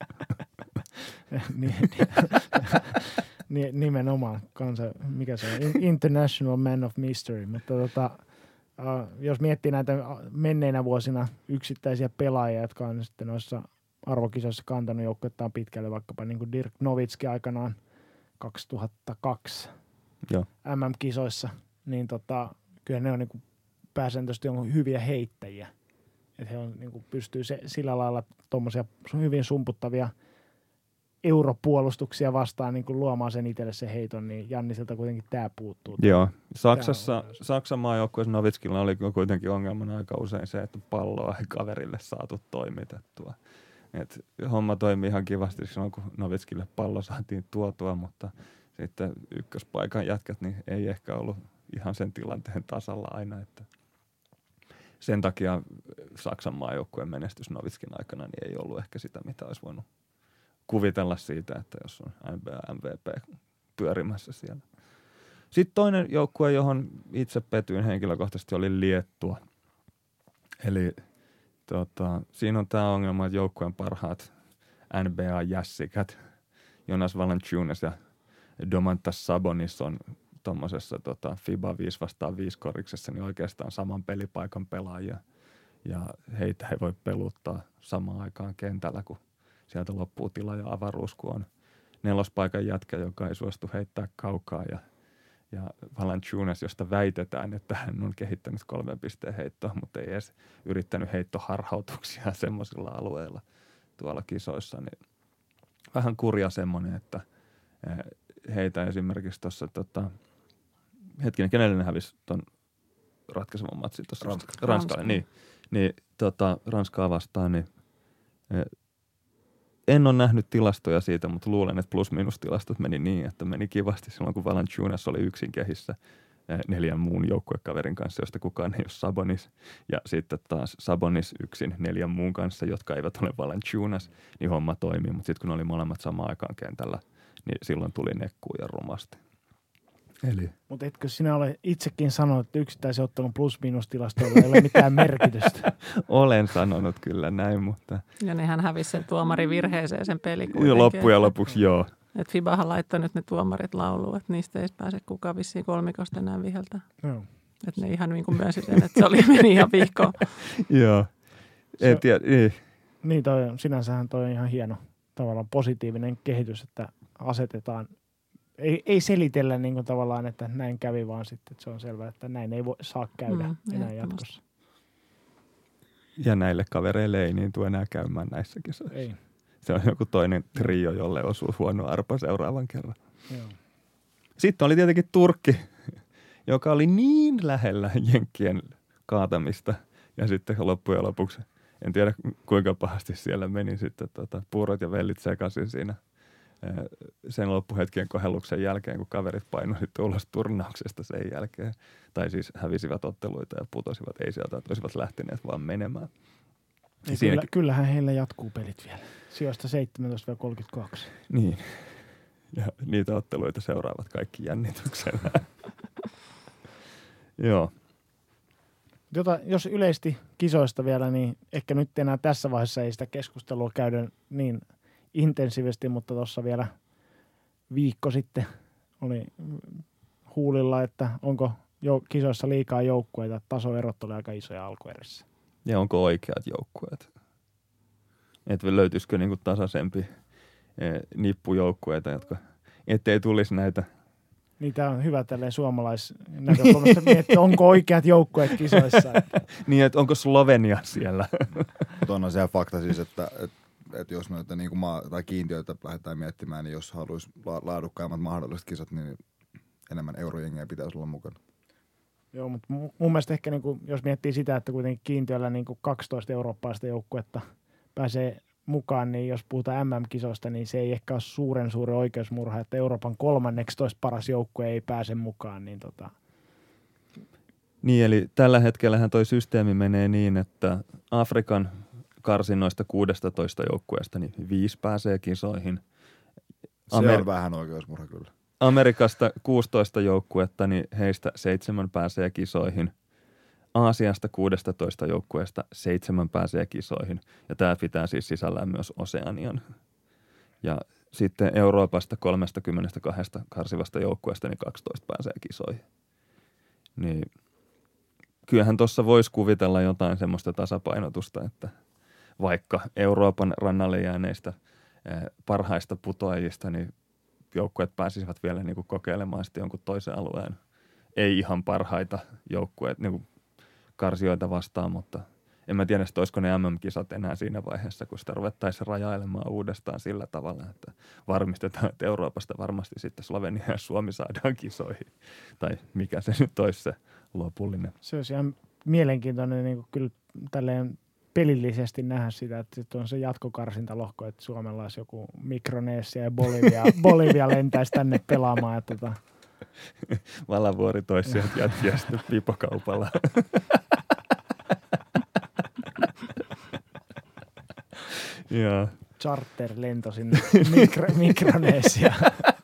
Nimenomaan. Mikä se on? International Man of Mystery. Mutta jos miettii näitä menneinä vuosina yksittäisiä pelaajia, jotka on sitten noissa arvokisoissa kantanut joukkuettaan pitkälle, vaikkapa niin kuin Dirk Nowitzki aikanaan 2002 Joo. MM-kisoissa, niin kyllä ne on niin kuin pääsääntöisesti on hyviä heittäjiä. Että he on, niin kuin pystyy sillä lailla tuommoisia hyvin sumputtavia europuolustuksia vastaan niin kuin luomaan sen itselle se heiton, niin Janniselta kuitenkin tämä puuttuu. Joo. Saksan maajoukkueessa Nowitzkilla oli kuitenkin ongelmana aika usein se, että palloa ei kaverille saatu toimitettua. Et homma toimii ihan kivasti silloin, kun Nowitzkille pallo saatiin tuotua, mutta sitten ykköspaikan jätkät niin ei ehkä ollut ihan sen tilanteen tasalla aina, että sen takia Saksan maajoukkueen menestys Nowitzkin aikana niin ei ollut ehkä sitä, mitä olisi voinut kuvitella siitä, että jos on NBA MVP pyörimässä siellä. Sitten toinen joukkue, johon itse petyin henkilökohtaisesti, oli Liettua. Eli siinä on tämä ongelma, että joukkueen parhaat NBA-jässikät, Jonas Valanciunas ja Domantas Sabonis on tuommoisessa FIBA 5-5 koriksessa niin oikeastaan saman pelipaikan pelaajia. Ja heitä ei voi peluttaa samaan aikaan kentällä, kun sieltä loppuu tila ja avaruus, kun on nelospaikan jätkä, joka ei suostu heittää kaukaa. Ja Valanciunas, josta väitetään, että hän on kehittänyt 3 pisteen heittoa, mutta ei edes yrittänyt heittoharhautuksia semmoisilla alueilla tuolla kisoissa. Niin vähän kurja semmoinen, että heitä esimerkiksi tuossa, kenelle ne hävisi tuon ratkaisevan matsin tuossa? Ranskalle. Niin, Ranskaa vastaan, niin en ole nähnyt tilastoja siitä, mutta luulen, että plus-minus-tilastot meni niin, että meni kivasti silloin, kun Valanciunas oli yksin kehissä 4 muun joukkuekaverin kanssa, josta kukaan ei ole Sabonis. Ja sitten taas Sabonis yksin 4 muun kanssa, jotka eivät ole Valanciunas, niin homma toimii. Mutta sitten kun ne oli molemmat samaan aikaan kentällä, niin silloin tuli nekkuun ja rumasti. Mutta etkö sinä ole itsekin sanonut, että yksittäisen ottelun plus-minus-tilastoilla ei ole mitään merkitystä? Olen sanonut kyllä näin, mutta... Ja nehän hävisi sen tuomarin virheeseen sen peli kuitenkin. Loppujen lopuksi, joo. Että FIBAhan laittoi nyt ne tuomarit lauluun, että niistä ei pääse kukaan vissiin kolmikosta enää viheltä. Joo. Että ne ihan niin kuin myönsi sen, että se meni ihan vihkoon. Joo. En tiedä. Niin, sinänsähän toi on ihan hieno tavallaan positiivinen kehitys, että asetetaan... Ei selitellä niin kuin tavallaan, että näin kävi, vaan sitten että se on selvää, että näin ei saa käydä enää jatkossa. Ja näille kavereille ei niin tule enää käymään näissä kisoissa. Ei. Se on joku toinen trio, jolle osuu huono arpa seuraavan kerran. Joo. Sitten oli tietenkin Turkki, joka oli niin lähellä jenkkien kaatamista. Ja sitten loppujen lopuksi, en tiedä kuinka pahasti siellä meni sitten puurot ja vellit sekaisin siinä sen loppuhetkien kohelluksen jälkeen, kun kaverit painuivat ulos turnauksesta sen jälkeen. Tai siis hävisivät otteluita ja putosivat, ei sieltä, että olisivat lähteneet vaan menemään. Kyllähän heillä jatkuu pelit vielä. Sijoista 17-32. Niin. Ja niitä otteluita seuraavat kaikki jännityksellä. Joo. Jos yleisesti kisoista vielä, niin ehkä nyt enää tässä vaiheessa ei sitä keskustelua käydä niin intensiivisesti, mutta tuossa vielä viikko sitten oli huulilla, että onko kisoissa liikaa joukkueita, tasoerot oli aika isoja alkuerissä. Ja onko oikeat joukkueet? Että löytyisikö niinku tasaisempi nippujoukkueita, jotka ettei tulisi näitä. Niitä on hyvä tälleen suomalaisnäkökulmasta miettiä, onko oikeat joukkueet kisoissa. Niin, että onko Slovenia siellä? On se fakta siis, että jos noita niin tai kiintiöitä lähdetään miettimään, niin jos haluaisi laadukkaimmat mahdolliset kisat, niin enemmän eurojengiä pitäisi olla mukana. Joo, mutta mun mielestä ehkä jos miettii sitä, että kuitenkin kiintiöllä 12 eurooppalaista joukkuetta pääsee mukaan, niin jos puhutaan MM-kisoista, niin se ei ehkä ole suuren suuri oikeusmurha, että Euroopan 13 paras joukkue ei pääse mukaan. Niin, eli tällä hetkellähän toi systeemi menee niin, että Afrikan karsinnoista 16 joukkueesta niin 5 pääsee kisoihin. Se on vähän oikeusmurha kyllä. Amerikasta 16 joukkuetta, niin heistä 7 pääsee kisoihin. Aasiasta 16 joukkueesta 7 pääsee kisoihin. Ja tämä pitää siis sisällään myös Oseanian. Ja sitten Euroopasta 32 karsivasta joukkueesta niin 12 pääsee kisoihin. Niin kyllähän tuossa voisi kuvitella jotain semmoista tasapainotusta, että vaikka Euroopan rannalle jääneistä parhaista putoajista, niin joukkueet pääsisivät vielä niin kuin kokeilemaan sitten jonkun toisen alueen ei ihan parhaita joukkueet, niin kuin karsioita vastaan, mutta en mä tiedä, olisiko ne MM-kisat enää siinä vaiheessa, kun sitä ruvettaisiin rajailemaan uudestaan sillä tavalla, että varmistetaan, että Euroopasta varmasti sitten Slovenia ja Suomi saadaan kisoihin. Tai mikä se nyt olisi se lopullinen. Se olisi ihan mielenkiintoinen niin kuin kyllä tälleen pelillisesti nähdä sitä, että sitten on se jatkokarsintalohko, että Suomella olisi joku Mikroneesia ja Bolivia lentäisi tänne pelaamaan. Että Valavuori toisi sieltä jätkiä sitten pipokaupalla. Joo. Charter-lento sinne Mikroneesiaan.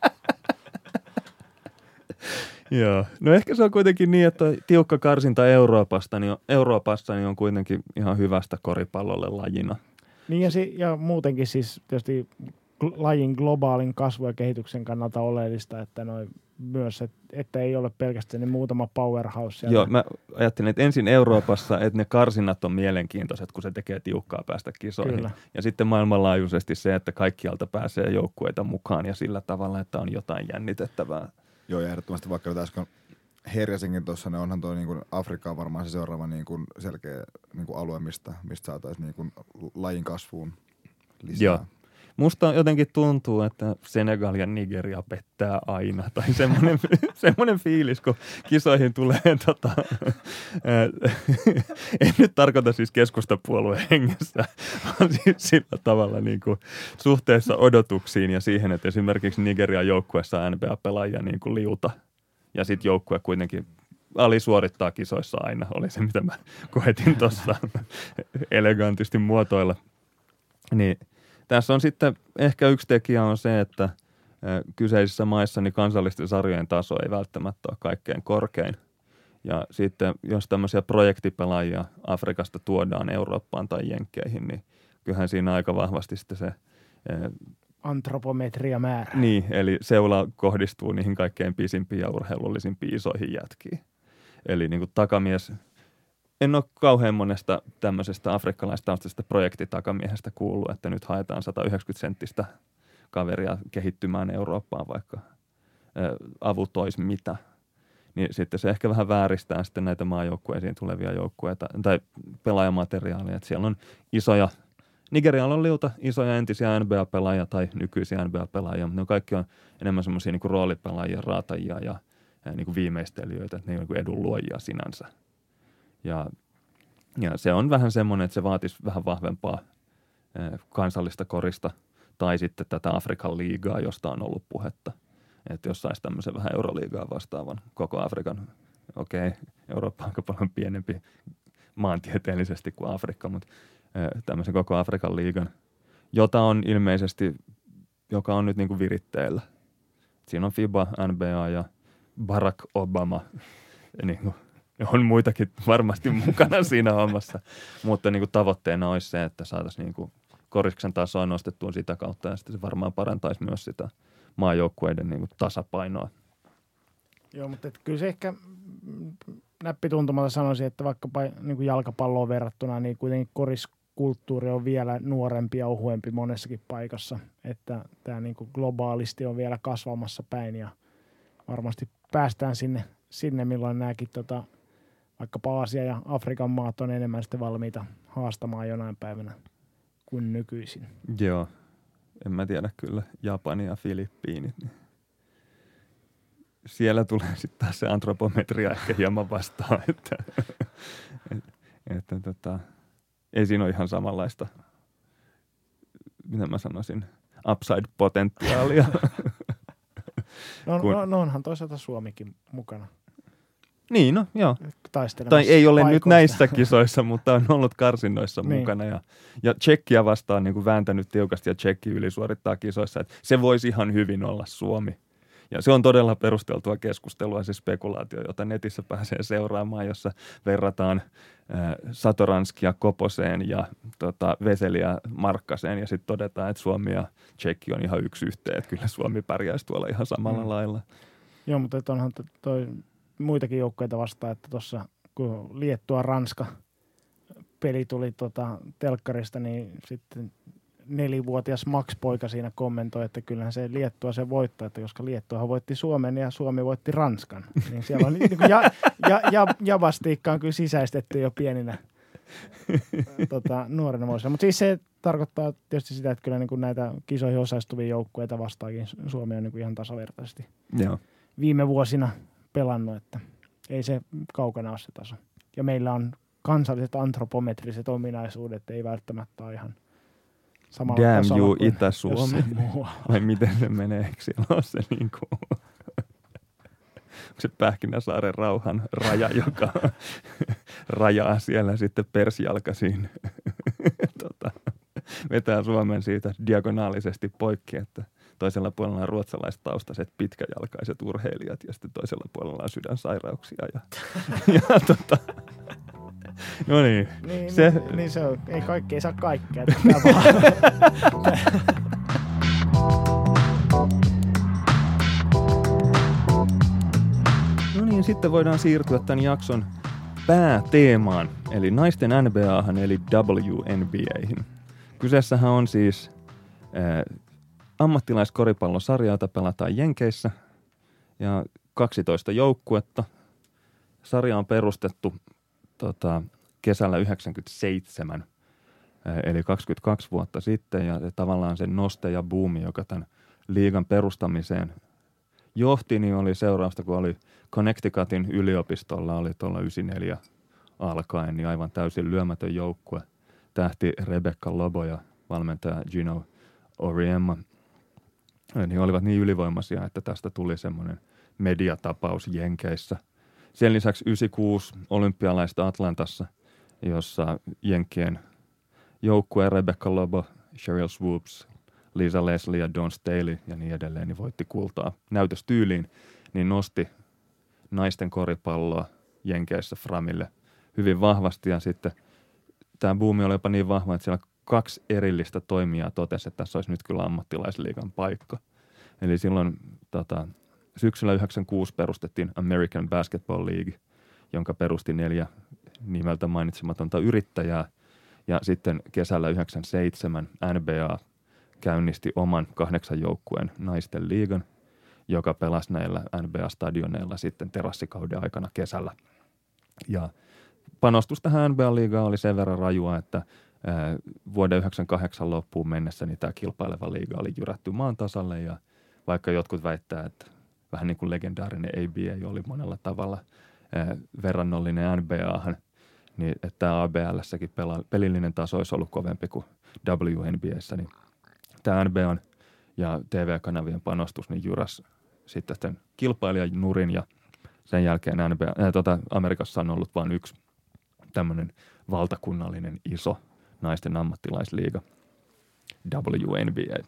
Joo. No ehkä se on kuitenkin niin, että tiukka karsinta Euroopassa niin on kuitenkin ihan hyvästä koripallolle lajina. Niin ja muutenkin siis tietysti lajin globaalin kasvu- ja kehityksen kannalta oleellista, että myös, että ei ole pelkästään niin muutama powerhouse. Joo, mä ajattelin, että ensin Euroopassa, että ne karsinnat on mielenkiintoiset, kun se tekee tiukkaa päästä kisoihin. Kyllä. Ja sitten maailmanlaajuisesti se, että kaikkialta pääsee joukkueita mukaan ja sillä tavalla, että on jotain jännitettävää. Joo, ja ehdottomasti vaikka äsken herjasinkin tuossa, niin onhan tuo niin kuin Afrikka on varmaan se seuraava niin kuin selkeä niin kuin alue, mistä saataisiin niin kuin lajin kasvuun lisää. Joo. Musta jotenkin tuntuu, että Senegal ja Nigeria pettää aina. Tai semmoinen fiilis, kun kisoihin tulee, en nyt tarkoita siis keskustapuolueen hengessä, vaan siis sillä tavalla niin kuin suhteessa odotuksiin ja siihen, että esimerkiksi Nigerian joukkueessa on NBA-pelaajia niin kuin liuta. Ja sitten joukkue kuitenkin alisuorittaa kisoissa aina, oli se mitä mä koetin tuossa elegantisti muotoilla. Niin tässä on sitten ehkä yksi tekijä on se, että kyseisissä maissa niin kansallisten sarjojen taso ei välttämättä ole kaikkein korkein. Ja sitten jos tämmöisiä projektipelaajia Afrikasta tuodaan Eurooppaan tai Jenkkeihin, niin kyllähän siinä aika vahvasti sitten se antropometria määrä. Niin, eli seula kohdistuu niihin kaikkein pisimpiin ja urheilullisimpiin isoihin jätkiin. Eli niin kuin takamies, en ole kauhean monesta tämmöisestä afrikkalaistaustaisesta projektitakamiehestä kuullut, että nyt haetaan 190-senttistä kaveria kehittymään Eurooppaan, vaikka avut olisi mitä. Niin sitten se ehkä vähän vääristää sitten näitä maajoukkueisiin tulevia joukkueita tai pelaajamateriaaleja, että siellä on isoja, Nigerialla on liuta isoja entisiä NBA-pelaajia tai nykyisiä NBA-pelaajia, mutta ne kaikki on enemmän semmoisia niin kuin roolipelaajia, raatajia ja niin kuin viimeistelijöitä, että ne on niin kuin edunluojia sinänsä. Ja se on vähän semmoinen, että se vaatisi vähän vahvempaa kansallista korista tai sitten tätä Afrikan liigaa, josta on ollut puhetta. Että jos saisi tämmöisen vähän Euroliigaa vastaavan koko Afrikan, Eurooppa on aika paljon pienempi maantieteellisesti kuin Afrikka, mutta tämmöisen koko Afrikan liigan, jota on ilmeisesti, joka on nyt niin kuin viritteillä. Siinä on FIBA, NBA ja Barack Obama, niin kuin on muitakin varmasti mukana siinä hommassa, mutta niin kuin tavoitteena olisi se, että saataisiin niin kuin koriksen tasoa nostettua sitä kautta ja sitten se varmaan parantaisi myös sitä maajoukkueiden niin kuin tasapainoa. Joo, mutta kyllä se ehkä näppituntumalta sanoisin, että vaikkapa niin kuin jalkapalloon verrattuna, niin kuitenkin koriskulttuuri on vielä nuorempi ja ohuempi monessakin paikassa, että tämä niin kuin globaalisti on vielä kasvamassa päin ja varmasti päästään sinne milloin nämäkin vaikkapa Aasia ja Afrikan maat on enemmän sitten valmiita haastamaan jonain päivänä kuin nykyisin. Joo, en mä tiedä kyllä Japani ja Filippiinit. Niin siellä tulee sitten taas se antropometria ehkä hieman vastaan, että ei siinä ole ihan samanlaista, mitä mä sanoisin, upside-potentiaalia. No onhan toisaalta Suomikin mukana. Niin, no joo. Tai ei ole paikoista. nyt näissä kisoissa, mutta on ollut karsinnoissa niin mukana. Ja Tšekkiä vastaan niin kuin vääntänyt tiukasti ja Tšekki ylisuorittaa kisoissa. Että se voisi ihan hyvin olla Suomi. Ja se on todella perusteltua keskustelua, se spekulaatio, jota netissä pääsee seuraamaan, jossa verrataan Satoranskia Koposeen ja Veseliä Markkaseen. Ja sitten todetaan, että Suomi ja Tšekki on ihan yksi yhteen. Että kyllä Suomi pärjäisi tuolla ihan samalla lailla. Joo, mutta onhan toi muitakin joukkoja vastaan, että tuossa kun Liettua-Ranska peli tuli telkkarista, niin sitten 4-vuotias Max-poika siinä kommentoi, että kyllähän se Liettua se voittaa, että koska Liettuahan voitti Suomen ja Suomi voitti Ranskan. Niin siellä on niin javastiikka on kyllä sisäistetty jo pieninä nuorena vuosina. Mutta siis se tarkoittaa tietysti sitä, että kyllä niin kuin näitä kisoihin osallistuvia joukkueita vastaakin Suomi on niin kuin ihan tasavertaisesti Joo. viime vuosina pelannut, että ei se kaukana ole se taso. Ja meillä on kansalliset antropometriset ominaisuudet, ei välttämättä ole ihan samalla Damn tasolla you kuin Itä-Suomi. jossain muualla. Vai miten se menee? Eikö siellä ole se niin kuin... se Pähkinäsaaren rauhan raja, joka rajaa siellä sitten persjalkaisiin. Vetää Suomen siitä diagonaalisesti poikki, että toisella puolella on ruotsalaistaustaiset pitkäjalkaiset urheilijat ja sitten toisella puolella on sydänsairauksia. No niin. Niin se on. Ei kaikki ei saa kaikkea. No niin, sitten voidaan siirtyä tämän jakson pääteemaan, eli naisten NBAhan, eli WNBA:hin. Kyseessähän on siis ammattilaiskoripallosarja, jota pelataan Jenkeissä, ja 12 joukkuetta. Sarja on perustettu kesällä 1997, eli 22 vuotta sitten, ja se tavallaan se noste ja buumi, joka tämän liigan perustamiseen johti, niin oli seurausta, kun oli Connecticutin yliopistolla, oli tuolla 94 alkaen, niin aivan täysin lyömätön joukkue. Tähti Rebecca Lobo ja valmentaja Gino Auriemma, niin olivat niin ylivoimaisia, että tästä tuli semmoinen mediatapaus Jenkeissä. Sen lisäksi 96 olympialaista Atlantassa, jossa Jenkkien joukkue Rebecca Lobo, Sheryl Swoops, Lisa Leslie ja Dawn Staley ja niin edelleen, niin voitti kultaa näytöstyyliin, niin nosti naisten koripalloa Jenkeissä Framille hyvin vahvasti. Ja sitten tämä buumi oli jopa niin vahva, että siellä 2 erillistä toimijaa totesi, että tässä olisi nyt kyllä ammattilaisliigan paikka. Eli silloin syksyllä 1996 perustettiin American Basketball League, jonka perusti 4 nimeltä mainitsematonta yrittäjää. Ja sitten kesällä 1997 NBA käynnisti oman 8 joukkueen naisten liigan, joka pelasi näillä NBA-stadioneilla sitten terassikauden aikana kesällä. Ja panostus tähän NBA-liigaan oli sen verran rajua, että vuoden 1998 loppuun mennessä niin tämä kilpaileva liiga oli jyrätty maan tasalle, ja vaikka jotkut väittää, että vähän niin kuin legendaarinen ABA oli monella tavalla verrannollinen NBAhan, niin että tämä ABL:ssäkin pelillinen taso olisi ollut kovempi kuin WNBA:ssä, niin tämä NBA:n ja TV-kanavien panostus niin jyräsi sitten tämän kilpailijan nurin, ja sen jälkeen Amerikassa on ollut vain yksi tämmöinen valtakunnallinen iso naisten ammattilaisliiga, WNBA.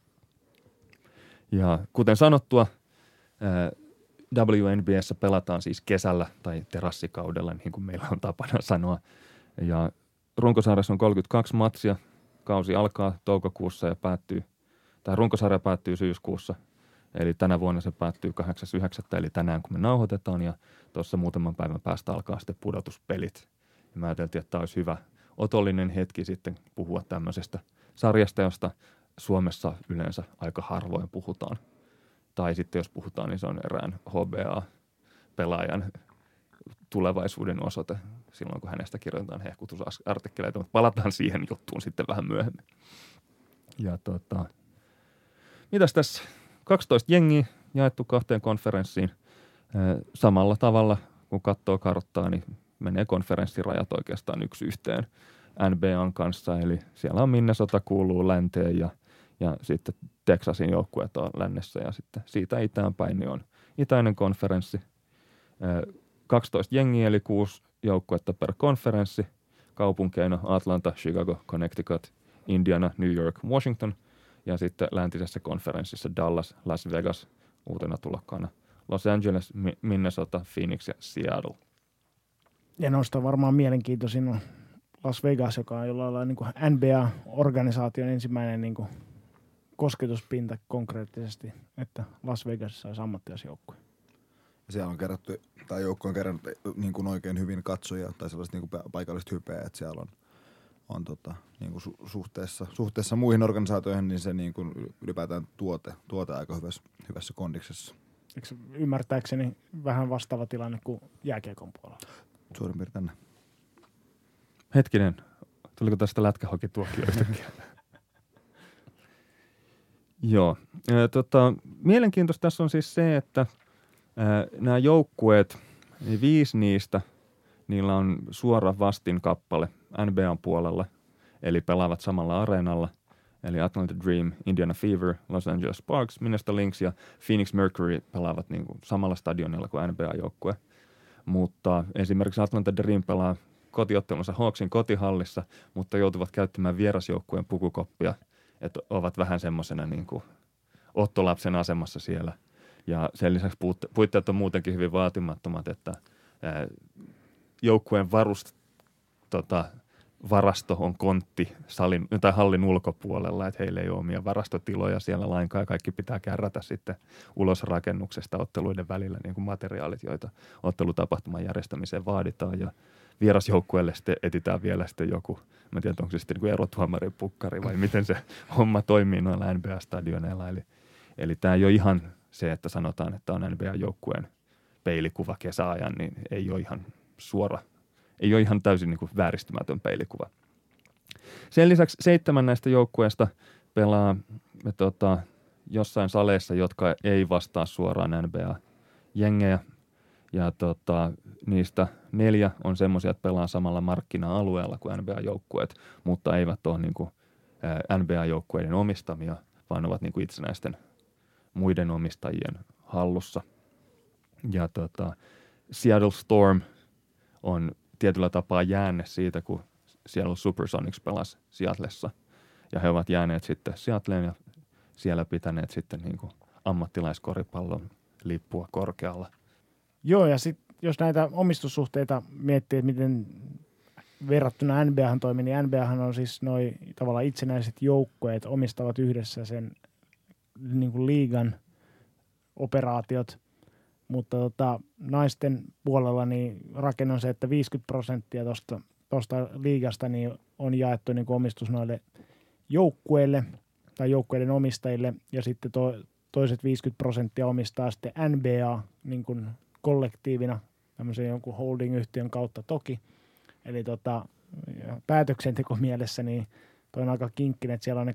Ja kuten sanottua, WNBA:ssä pelataan siis kesällä tai terassikaudella, niin kuin meillä on tapana sanoa. Ja runkosarjassa on 32 matsia. Kausi alkaa toukokuussa ja runkosarja päättyy syyskuussa. Eli tänä vuonna se päättyy 8.9. eli tänään kun me nauhoitetaan, ja tuossa muutaman päivän päästä alkaa sitten pudotuspelit. Ja mä ajateltiin, että tämä olisi hyvä otollinen hetki sitten puhua tämmöisestä sarjasta, josta Suomessa yleensä aika harvoin puhutaan. Tai sitten jos puhutaan, niin se on erään HBA-pelaajan tulevaisuuden osoite silloin, kun hänestä kirjoitetaan hehkutusartikkeleita, mutta palataan siihen juttuun sitten vähän myöhemmin. Ja mitäs tässä? 12 jengiä jaettu 2 konferenssiin. Samalla tavalla, kun katsoo karttaa, niin menee konferenssirajat oikeastaan 1:1 NBA:n kanssa. Eli siellä on Minnesota kuuluu länteen ja sitten Texasin joukkueet on lännessä, ja sitten siitä itään päin niin on itäinen konferenssi. 12 jengiä eli 6 joukkuetta per konferenssi. Kaupunkeina Atlanta, Chicago, Connecticut, Indiana, New York, Washington, ja sitten läntisessä konferenssissa Dallas, Las Vegas, uutena tulokkaana Los Angeles, Minnesota, Phoenix ja Seattle. Ja noista varmaan mielenkiintoisin on Las Vegas, joka on jollain lailla niin kuin NBA-organisaation ensimmäinen niin kuin kosketuspinta konkreettisesti, että Las Vegasissa olisi ammattilaisjoukkue. Siellä on kerätty, tai joukko on kerännyt niin kuin oikein hyvin katsojia tai sellaista niin kuin paikallista hypeä, että siellä on niin kuin suhteessa muihin organisaatioihin, niin se niin kuin ylipäätään tuote aika hyvässä kondiksessa. Eikö ymmärtääkseni vähän vastaava tilanne kuin jääkiekon puolella? Suurin piirtein. Hetkinen, tuliko tästä lätkähokituokio yhtäkkiä? Joo. Mielenkiintoista tässä on siis se, että nämä joukkueet, niin 5 niistä, niillä on suora vastinkappale NBAn puolella, eli pelaavat samalla areenalla, eli Atlanta Dream, Indiana Fever, Los Angeles Sparks, Minnesota Lynx ja Phoenix Mercury pelaavat niin kuin samalla stadionilla kuin NBA-joukkue. Mutta esimerkiksi Atlanta Dream pelaa kotiottelunsa Hawksin kotihallissa, mutta joutuvat käyttämään vierasjoukkueen pukukoppia, että ovat vähän semmoisena niin kuin ottolapsen asemassa siellä. Ja sen lisäksi puitteet on muutenkin hyvin vaatimattomat, että joukkueen varasto on kontti hallin ulkopuolella, että heillä ei ole omia varastotiloja siellä lainkaan ja kaikki pitää kärrätä sitten ulos rakennuksesta otteluiden välillä niin kuin materiaalit, joita ottelutapahtuman järjestämiseen vaaditaan ja vierasjoukkueelle sitten etsitään vielä sitten joku, mä en tiedä onko se sitten niin erotuomarin pukkari vai miten se homma toimii noilla NBA-stadioneilla, eli tämä ei ole ihan se, että sanotaan, että on NBA-joukkueen peilikuva kesäajan, niin ei ole ihan suora. Ei ole ihan täysin niin kuin vääristymätön peilikuva. Sen lisäksi 7 näistä joukkueista pelaa jossain saleissa, jotka ei vastaa suoraan NBA-jengejä. Ja niistä 4 on semmoisia, että pelaa samalla markkina-alueella kuin NBA-joukkueet, mutta eivät ole niin kuin NBA-joukkueiden omistamia, vaan ovat niin kuin itsenäisten muiden omistajien hallussa. Ja Seattle Storm on tietyllä tapaa jäänne siitä, kun Seattle Supersonics pelasi Seattlessa. Ja he ovat jääneet sitten Seattleen ja siellä pitäneet sitten niin kuin ammattilaiskoripallon lippua korkealla. Joo, ja sitten jos näitä omistussuhteita miettii, että miten verrattuna NBAhan toimii, niin NBAhan on siis noi tavallaan itsenäiset joukkueet omistavat yhdessä sen niin kuin liigan operaatiot. Mutta naisten puolella niin rakenne on se, että 50% tuosta liigasta niin on jaettu niin kuin omistus noille joukkueille tai joukkueiden omistajille ja sitten toiset 50% omistaa sitten NBA niin kuin kollektiivina tämmöisen jonkun holding-yhtiön kautta toki. Eli päätöksenteko mielessä niin toi on aika kinkkinen, että siellä on ne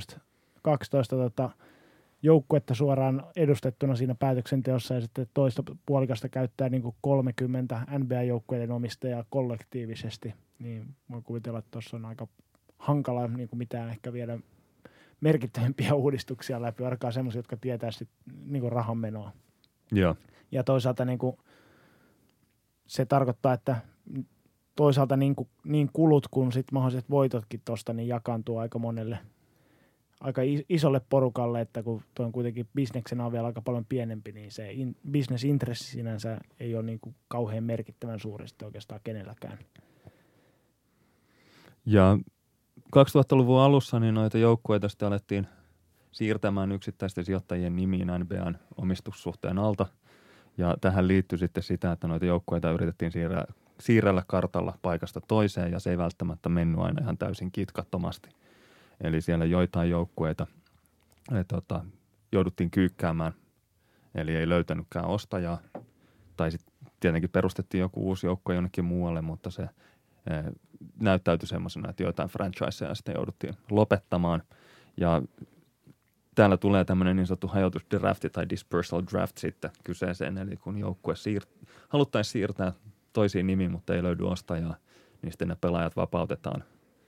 12 joukkuetta suoraan edustettuna siinä päätöksenteossa ja sitten toista puolikasta käyttää niin kuin 30 NBA-joukkueiden omistajaa kollektiivisesti. Niin voin kuvitella, että tuossa on aika hankala niin kuin mitään ehkä vielä merkittävimpiä uudistuksia läpi, ainakaan semmoisia, jotka tietää sitten niin kuin rahanmenoa. Joo. Ja toisaalta niin kuin se tarkoittaa, että toisaalta niin kulut kuin sitten mahdolliset voitotkin tuosta niin jakaantuu aika monelle aika isolle porukalle, että kun tuo on kuitenkin bisneksenä on vielä aika paljon pienempi, niin se bisnesintressi sinänsä ei ole niin kuin kauhean merkittävän suuresti oikeastaan kenelläkään. Ja 2000-luvun alussa niin noita joukkueita sitten alettiin siirtämään yksittäisten sijoittajien nimiin NBAn omistussuhteen alta. Ja tähän liittyy sitten sitä, että noita joukkueita yritettiin siirrellä kartalla paikasta toiseen ja se ei välttämättä mennyt aina ihan täysin kitkattomasti. Eli siellä joitain joukkueita jouduttiin kyykkäämään, eli ei löytänytkään ostajaa. Tai sitten tietenkin perustettiin joku uusi joukkue jonnekin muualle, mutta se näyttäytyi semmoisena, että joitain franchiseja sitten jouduttiin lopettamaan. Ja täällä tulee tämmöinen niin sanottu hajotusdrafti tai dispersal draft sitten kyseeseen, eli kun joukkue haluttaisiin siirtää toisiin nimiin, mutta ei löydy ostajaa, niin sitten ne pelaajat vapautetaan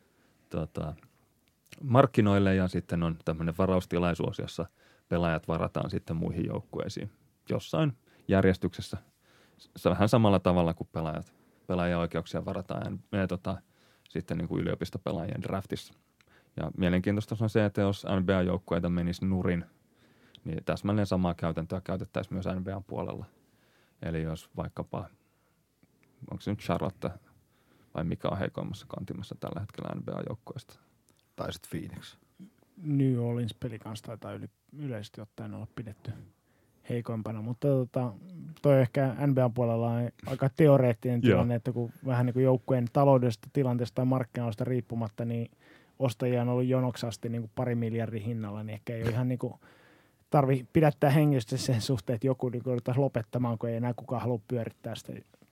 markkinoille ja sitten on tämmöinen varaustilaisuus, jossa pelaajat varataan sitten muihin joukkueisiin jossain järjestyksessä. Vähän samalla tavalla kuin pelaajaoikeuksia varataan sitten niin kuin yliopistopelaajien draftissa. Ja mielenkiintoista on se, että jos NBA-joukkueita menisi nurin, niin täsmälleen samaa käytäntöä käytettäisiin myös NBAn puolella. Eli jos vaikkapa, onko se nyt Charlotte vai mikä on heikoimmassa kantimassa tällä hetkellä NBA-joukkueesta? Tai sitten Phoenix. New Orleans Pelicans taitaa yleisesti ottaen olla pidetty heikoimpana, mutta toi ehkä NBAn puolella on aika teoreettinen tilanne, että kun vähän niin kuin joukkueen taloudellisesta tilanteesta tai markkinoista riippumatta, niin ostajia on ollut jonoksasti niin kuin 2 miljardin hinnalla, niin ehkä ei ole ihan niin kuin tarvi pidättää hengissä sen suhteen, että joku niin kuin yrittäisi lopettamaan, kun ei enää kukaan halua pyörittää sitä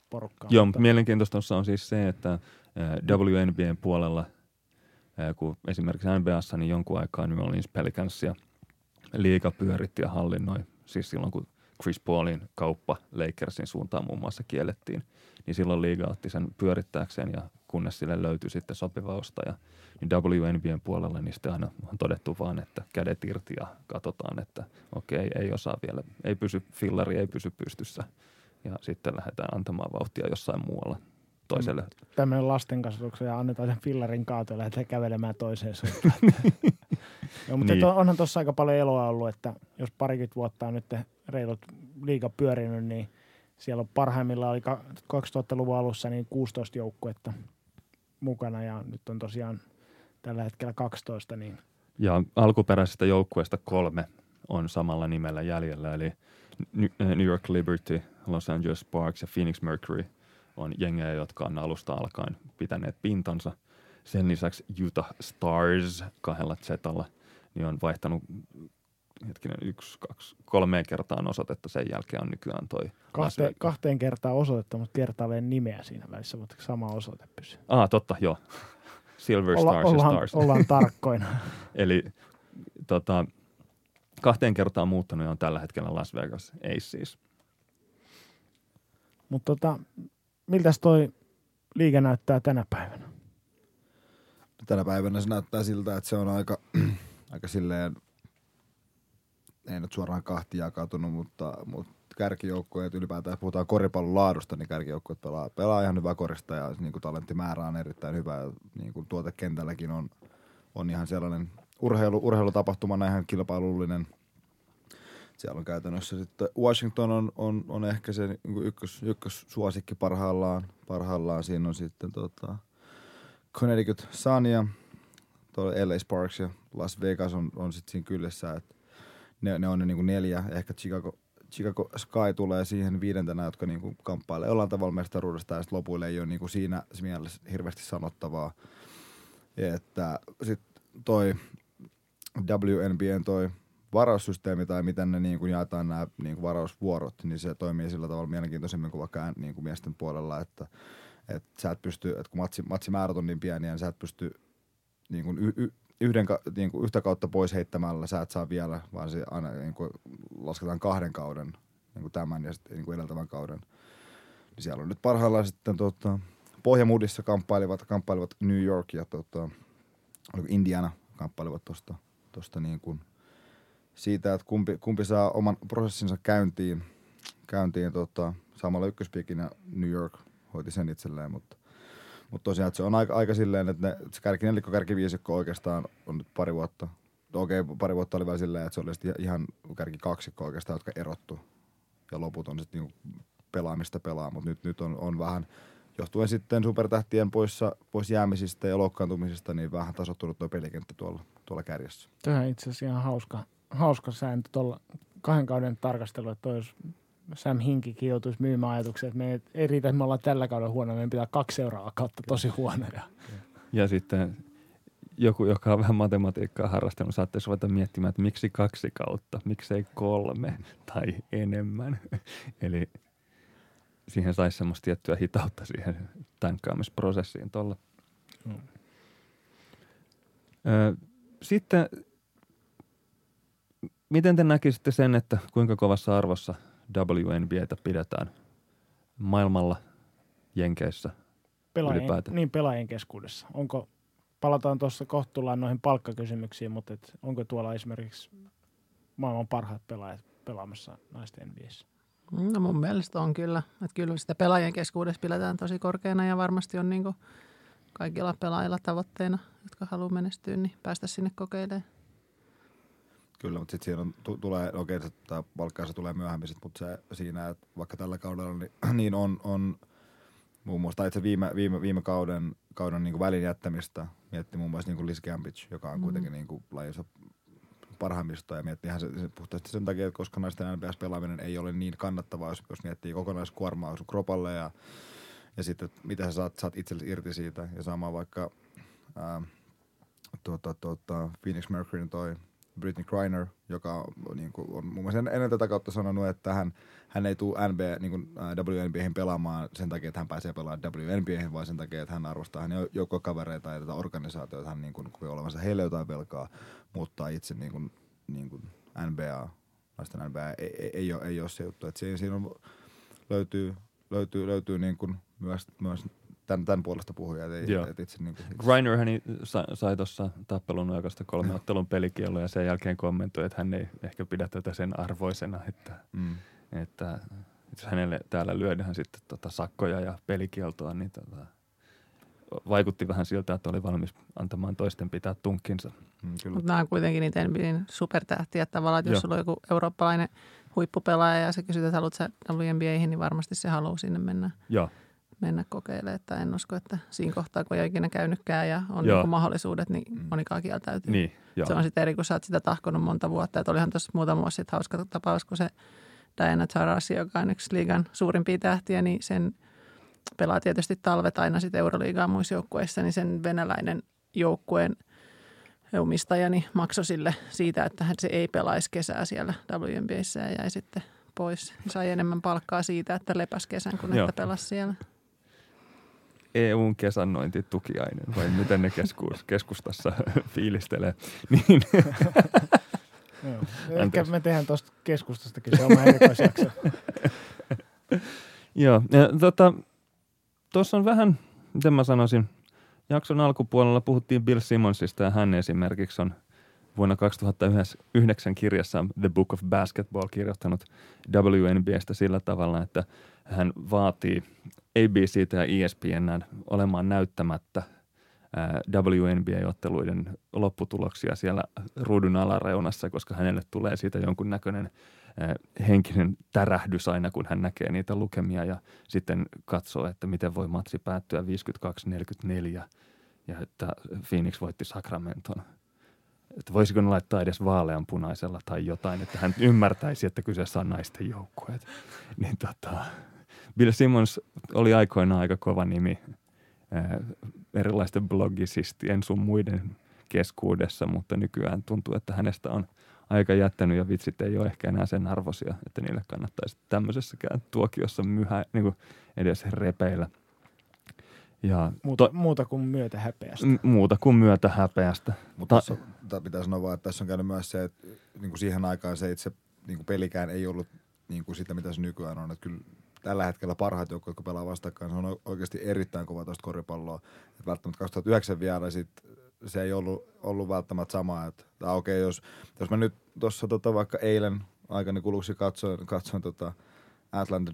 porukkaa. Joo, mutta mielenkiintoista tuossa on siis se, että WNBAn puolella, kun esimerkiksi NBAssa, niin jonkun aikaa New Orleans Pelicansia liiga pyöritti ja hallinnoi. Siis silloin, kun Chris Paulin kauppa Lakersin suuntaan muun muassa kiellettiin, niin silloin liiga otti sen pyörittääkseen ja kunnes sille löytyi sitten sopiva ostaja. Niin WNBAn puolella niin sitten aina on todettu vaan, että kädet irti ja katsotaan, että okei, ei osaa vielä, fillari ei pysy pystyssä ja sitten lähdetään antamaan vauhtia jossain muualla toiselle. Tämmöinen lastenkasvatuksen ja annetaan sen fillarin kautta ja lähdetään kävelemään toiseen suuntaan. Joo, mutta Niin. onhan tuossa aika paljon eloa ollut, että jos parikymmentä vuotta on nyt reilut liiga pyörinyt, niin siellä on parhaimmillaan oli 2000-luvun alussa niin 16 joukkuetta mukana ja nyt on tosiaan tällä hetkellä 12. Niin. Ja alkuperäisestä joukkueesta 3 on samalla nimellä jäljellä, eli New York Liberty, Los Angeles Sparks ja Phoenix Mercury on jengejä, jotka on alusta alkaen pitäneet pintansa. Sen lisäksi Utah Stars 2 Z:llä niin on vaihtanut 1, 2, 3 kertaan osoitetta. Sen jälkeen on nykyään toi Las Vegas. 2 kertaa osoitetta, mutta kertaalleen nimeä siinä välissä, mutta sama osoite pysyy. Totta, joo. Silver Stars ja Stars. Ollaan tarkkoina. Eli 2 kertaa muuttunut ja on tällä hetkellä Las Vegas Aces. Mutta miltäs toi liiga näyttää tänä päivänä? Tänä päivänä se näyttää siltä, että se on aika silleen, ei nyt suoraan kahtia jakautunut, mutta kärkijoukkueet ylipäätään, jos puhutaan koripallon laadusta, niin kärkijoukkueet pelaa ihan hyvää korista ja niin kuin talenttimäärä on erittäin hyvä. Ja niin kuin tuotekentälläkin on ihan sellainen urheilutapahtumana ihan kilpailullinen. Siellä on käytännössä sitten Washington on ehkä se niin ykkössuosikki parhaillaan. Siinä on sitten Connecticut Sun ja LA Sparks ja Las Vegas on sitten siinä kyljessä, että ne on ne niinku 4, ehkä Chicago Sky tulee siihen 5, jotka niinku kamppailee jollain tavalla mestaruudesta ja sitten lopuille ei ole niinku siinä mielessä hirveästi sanottavaa. Että sitten toi WNBAn toi varaussysteemi tai miten ne niinku jaetaan nämä niinku varausvuorot, niin se toimii sillä tavalla mielenkiintoisemmin kuin vaikka niinku miesten puolella, että sä et pysty, että kun matsimäärät on niin pieniä, niin sä et pysty niinku yhtä kautta pois heittämällä, sä et saa vielä, vaan se aina niinku lasketaan 2 kauden, niinku tämän ja sitten niinku edeltävän kauden. Niin siellä on nyt parhaillaan sitten Pohjamudissa kamppailivat New York ja Indiana kamppailivat tosta niin kuin siitä, että kumpi saa oman prosessinsa käyntiin samalla ykköspiikin ja New York hoiti sen itselleen, mutta tosiaan, että se on aika silleen, että se kärkinelikko, kärkiviisikko oikeastaan on nyt pari vuotta. Pari vuotta oli vielä silleen, että se oli ihan kärkikaksikko oikeastaan, jotka erottu. Ja loput on sitten niinku pelaamista pelaa, mutta nyt on vähän, johtuen sitten supertähtien pois jäämisistä ja loukkaantumisista, niin vähän tasottunut tuo pelikenttä tuolla kärjessä. Tämä on itse asiassa ihan hauska sääntö tuolla 2 kauden tarkastelu, että jos Sam Hinkikin joutuisi myymään ajatuksia, että me ei riitä, että me ollaan tällä kaudella huonoja, meidän pitää 2 seuraavaa kautta tosi huonoja. Ja sitten joku, joka on vähän matematiikkaa harrastanut, saattaisi ruveta miettimään, että miksi 2 kautta, miksei 3 tai enemmän. Eli siihen saisi semmoista tiettyä hitautta siihen tänkkaamisprosessiin tuolla. Sitten, miten te näkisitte sen, että kuinka kovassa arvossa WNBAtä pidetään maailmalla, Jenkeissä ylipäätään? Pelaajien keskuudessa. Palataan tuossa kohtuullaan noihin palkkakysymyksiin, mutta onko tuolla esimerkiksi maailman parhaat pelaajat pelaamassa naisten NBA:ssä? No mun mielestä on kyllä. Että kyllä sitä pelaajien keskuudessa pidetään tosi korkeana ja varmasti on niinku kaikilla pelaajilla tavoitteena, jotka haluaa menestyä, niin päästä sinne kokeilemaan. Kyllä, mutta sitten siinä tulee, okei, tämä palkkaansa tulee myöhemmin, mutta se siinä, että vaikka tällä kaudella niin on muun muassa, itse viime kauden niin kuin välin jättämistä mietti muun muassa niin kuin Liz Cambridge, joka on kuitenkin niin kuin lajinsa parhaimmista ja miettii ihan se puhtaasti sen takia, että koska naisten NBA:ssä-pelaaminen ei ole niin kannattavaa, jos miettii kokonaiskuormaa sun kropalle ja sitten mitä sä saat itsellesi irti siitä ja sama vaikka Phoenix Mercuryn toi Brittany Griner, joka niin kuin, on muun muassa ennen tätä kautta sanonut, että hän ei tule WNBA:hin pelaamaan sen takia, että hän pääsee pelaamaan WNBA:hin, vaan sen takia, että hän arvostaa hänen joukkokavereita ja tätä organisaatiota, hän niin kuin, kokee olevansa heille jotain velkaa, mutta itse niin kuin NBA, naisten NBA ei ole se juttu, että siinä on, löytyy niin kuin myös tämän puolesta puhuja. Niin Grinerhän sai tuossa tappelun oikeasta 3 ottelun pelikielon ja sen jälkeen kommentoi, että hän ei ehkä pidä tätä sen arvoisena, että jos hänelle täällä lyödään sitten sakkoja ja pelikieltoa, niin vaikutti vähän siltä, että oli valmis antamaan toisten pitää tunkkinsa. Mutta nämä on kuitenkin niitä NBA:n supertähtiä tavallaan, että jos sulla on joku eurooppalainen huippupelaaja ja sä kysyt, että haluat sä WNBA:hin, niin varmasti se haluaa sinne mennä kokeilemaan. Että en usko, että siinä kohtaa, kun ei ole ikinä käynytkään ja on niin mahdollisuudet, niin monikaan kieltäytyy. Niin, se on sitten eri, kun sä oot sitä tahkonut monta vuotta. Että olihan tuossa muutama vuosi sitten hauska tapaus, kun se Diana Taurasi, joka on yksi liigan suurimpia tähtiä, niin sen pelaa tietysti talvet aina sitten Euroliigaa muissa joukkueissa, niin sen venäläinen joukkueen omistajani maksoi sille siitä, että se ei pelaisi kesää siellä WNBA:ssä ja jäi sitten pois. Sai enemmän palkkaa siitä, että lepäs kesän, kun että pelasi siellä. EUn kesannointitukiainen, vai miten ne keskustassa fiilistelee. Niin. Ehkä me tehdään tuosta keskustastakin se oma erikoisjakso. Joo, tuossa on vähän, miten mä sanoisin, jakson alkupuolella puhuttiin Bill Simmonsista ja hän esimerkiksi on vuonna 2009 kirjassaan The Book of Basketball kirjoittanut WNBA:stä sillä tavalla, että hän vaatii ABC:tä ja ESPN:ää olemaan näyttämättä WNBA-otteluiden lopputuloksia siellä ruudun alareunassa, koska hänelle tulee siitä jonkunnäköinen henkinen tärähdys aina, kun hän näkee niitä lukemia ja sitten katsoo, että miten voi matsi päättyä 52-44 ja että Phoenix voitti Sacramenton. Että voisiko ne laittaa edes vaaleanpunaisella tai jotain, että hän ymmärtäisi, että kyseessä on naisten joukkueet. Niin Bill Simmons oli aikoinaan aika kova nimi erilaisten blogisistien sun muiden keskuudessa, mutta nykyään tuntuu, että hänestä on aika jättänyt ja vitsit ei ole ehkä enää sen arvoisia, että niille kannattaisi tämmöisessäkään tuokiossa niin edes repeillä. Ja muuta kuin myötä häpeästä. Muuta kuin myötä häpeästä. Mutta pitää sanoa vaan, että tässä on käynyt myös se, että niin kuin siihen aikaan se itse niin kuin pelikään ei ollut niin kuin sitä, mitä se nykyään on. Että kyllä tällä hetkellä parhaat joukkueet, jotka pelaa vastakkain, se on oikeasti erittäin kova tuosta koripalloa. Että välttämättä 2009 vielä se ei ollut välttämättä sama. Että okei, jos mä nyt tuossa vaikka eilen aikani kuluksi katsoin Atlanta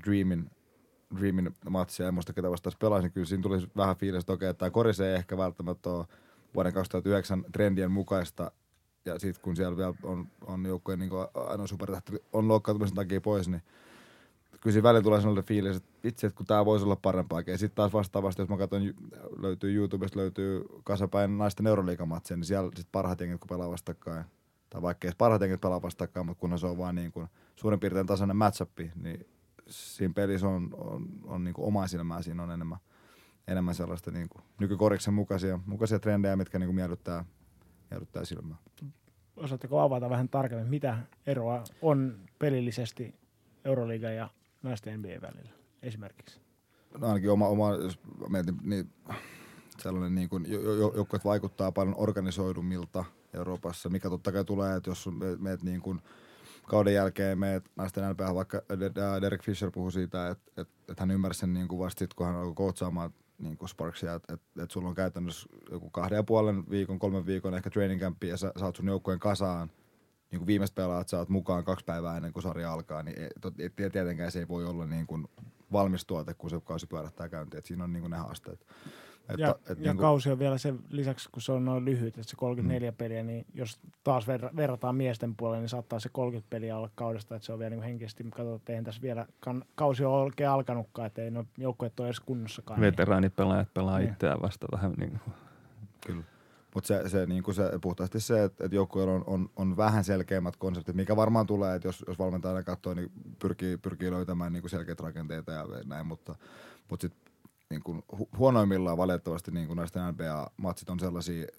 Dreamin matsia, en muista ketä vastaan pelasin, kyllä siinä tuli vähän fiilis, että okei, että tämä korise ei ehkä välttämättä ole vuoden 2009 trendien mukaista, ja sitten kun siellä vielä on joukkojen niin ainoa supertähti on loukkaantumisen takia pois, niin kyllä siinä välillä tulee sellainen fiilis, että itse, että kun tämä voisi olla parempaakin. Ja sitten taas vastaavasti, jos mä katson, YouTubesta löytyy kasapäin naisten Euroliigamatseja, niin siellä sitten parhaat jengit, kun pelaa vastakkain, tai vaikka ei parhaat jengit pelaa vastakkain, mutta kunhan se on vaan niin kuin suurin piirtein tasainen match-up, niin siinä pelissä on niin kuin omaa silmää, siinä on enemmän sellaista niin kuin nykykoriksen mukaisia trendejä, mitkä niin kuin miellyttää silmää. Osaatteko avata vähän tarkemmin, mitä eroa on pelillisesti Euroliigan ja naisten NBA välillä esimerkiksi? No ainakin jos mietin, niin sellainen niin kuin joukkueet vaikuttaa paljon organisoidumilta Euroopassa, mikä totta kai tulee, että jos meet niin kuin kauden jälkeen meet naisten NBA, vaikka Derek Fisher puhui siitä, että hän ymmärsi sen niin kuin vasta sitten, kun hän alkoi coachaamaan niin kuin Sparksia, että sulla on käytännössä joku 2,5 viikon, 3 viikon ehkä training campi ja sä saat sun joukkueen kasaan, niin kuin viimeistä pelaat saat mukaan 2 päivää ennen kuin sarja alkaa, niin tietenkään se ei voi olla niin kuin valmis tuote, kun se kausi pyörähtää käyntiin, että siinä on niin kuin ne haasteet. Ja niin kausi on vielä sen lisäksi, kun se on noin lyhyt, että se 34 peliä, niin jos taas verrataan miesten puolelle, niin saattaa se 30 peliä olla kaudesta, että se on vielä niin kuin henkisesti, katsotaan, että eihän tässä vielä kausi ole oikein alkanutkaan, että ei nuo joukkueet ole edes kunnossakaan. Veteraanipelaajat pelaa itseään vasta vähän niin kuin. Kyllä. Mutta se, niin kuin se puhtaasti se, että joukkueilla on vähän selkeämmät konseptit, mikä varmaan tulee, että jos valmentaja katsoo, niin pyrkii löytämään niin kuin selkeitä rakenteita ja näin, mutta sitten niin kuin huonoimmillaan valitettavasti niin kuin näistä NBA-matsit on sellaisia,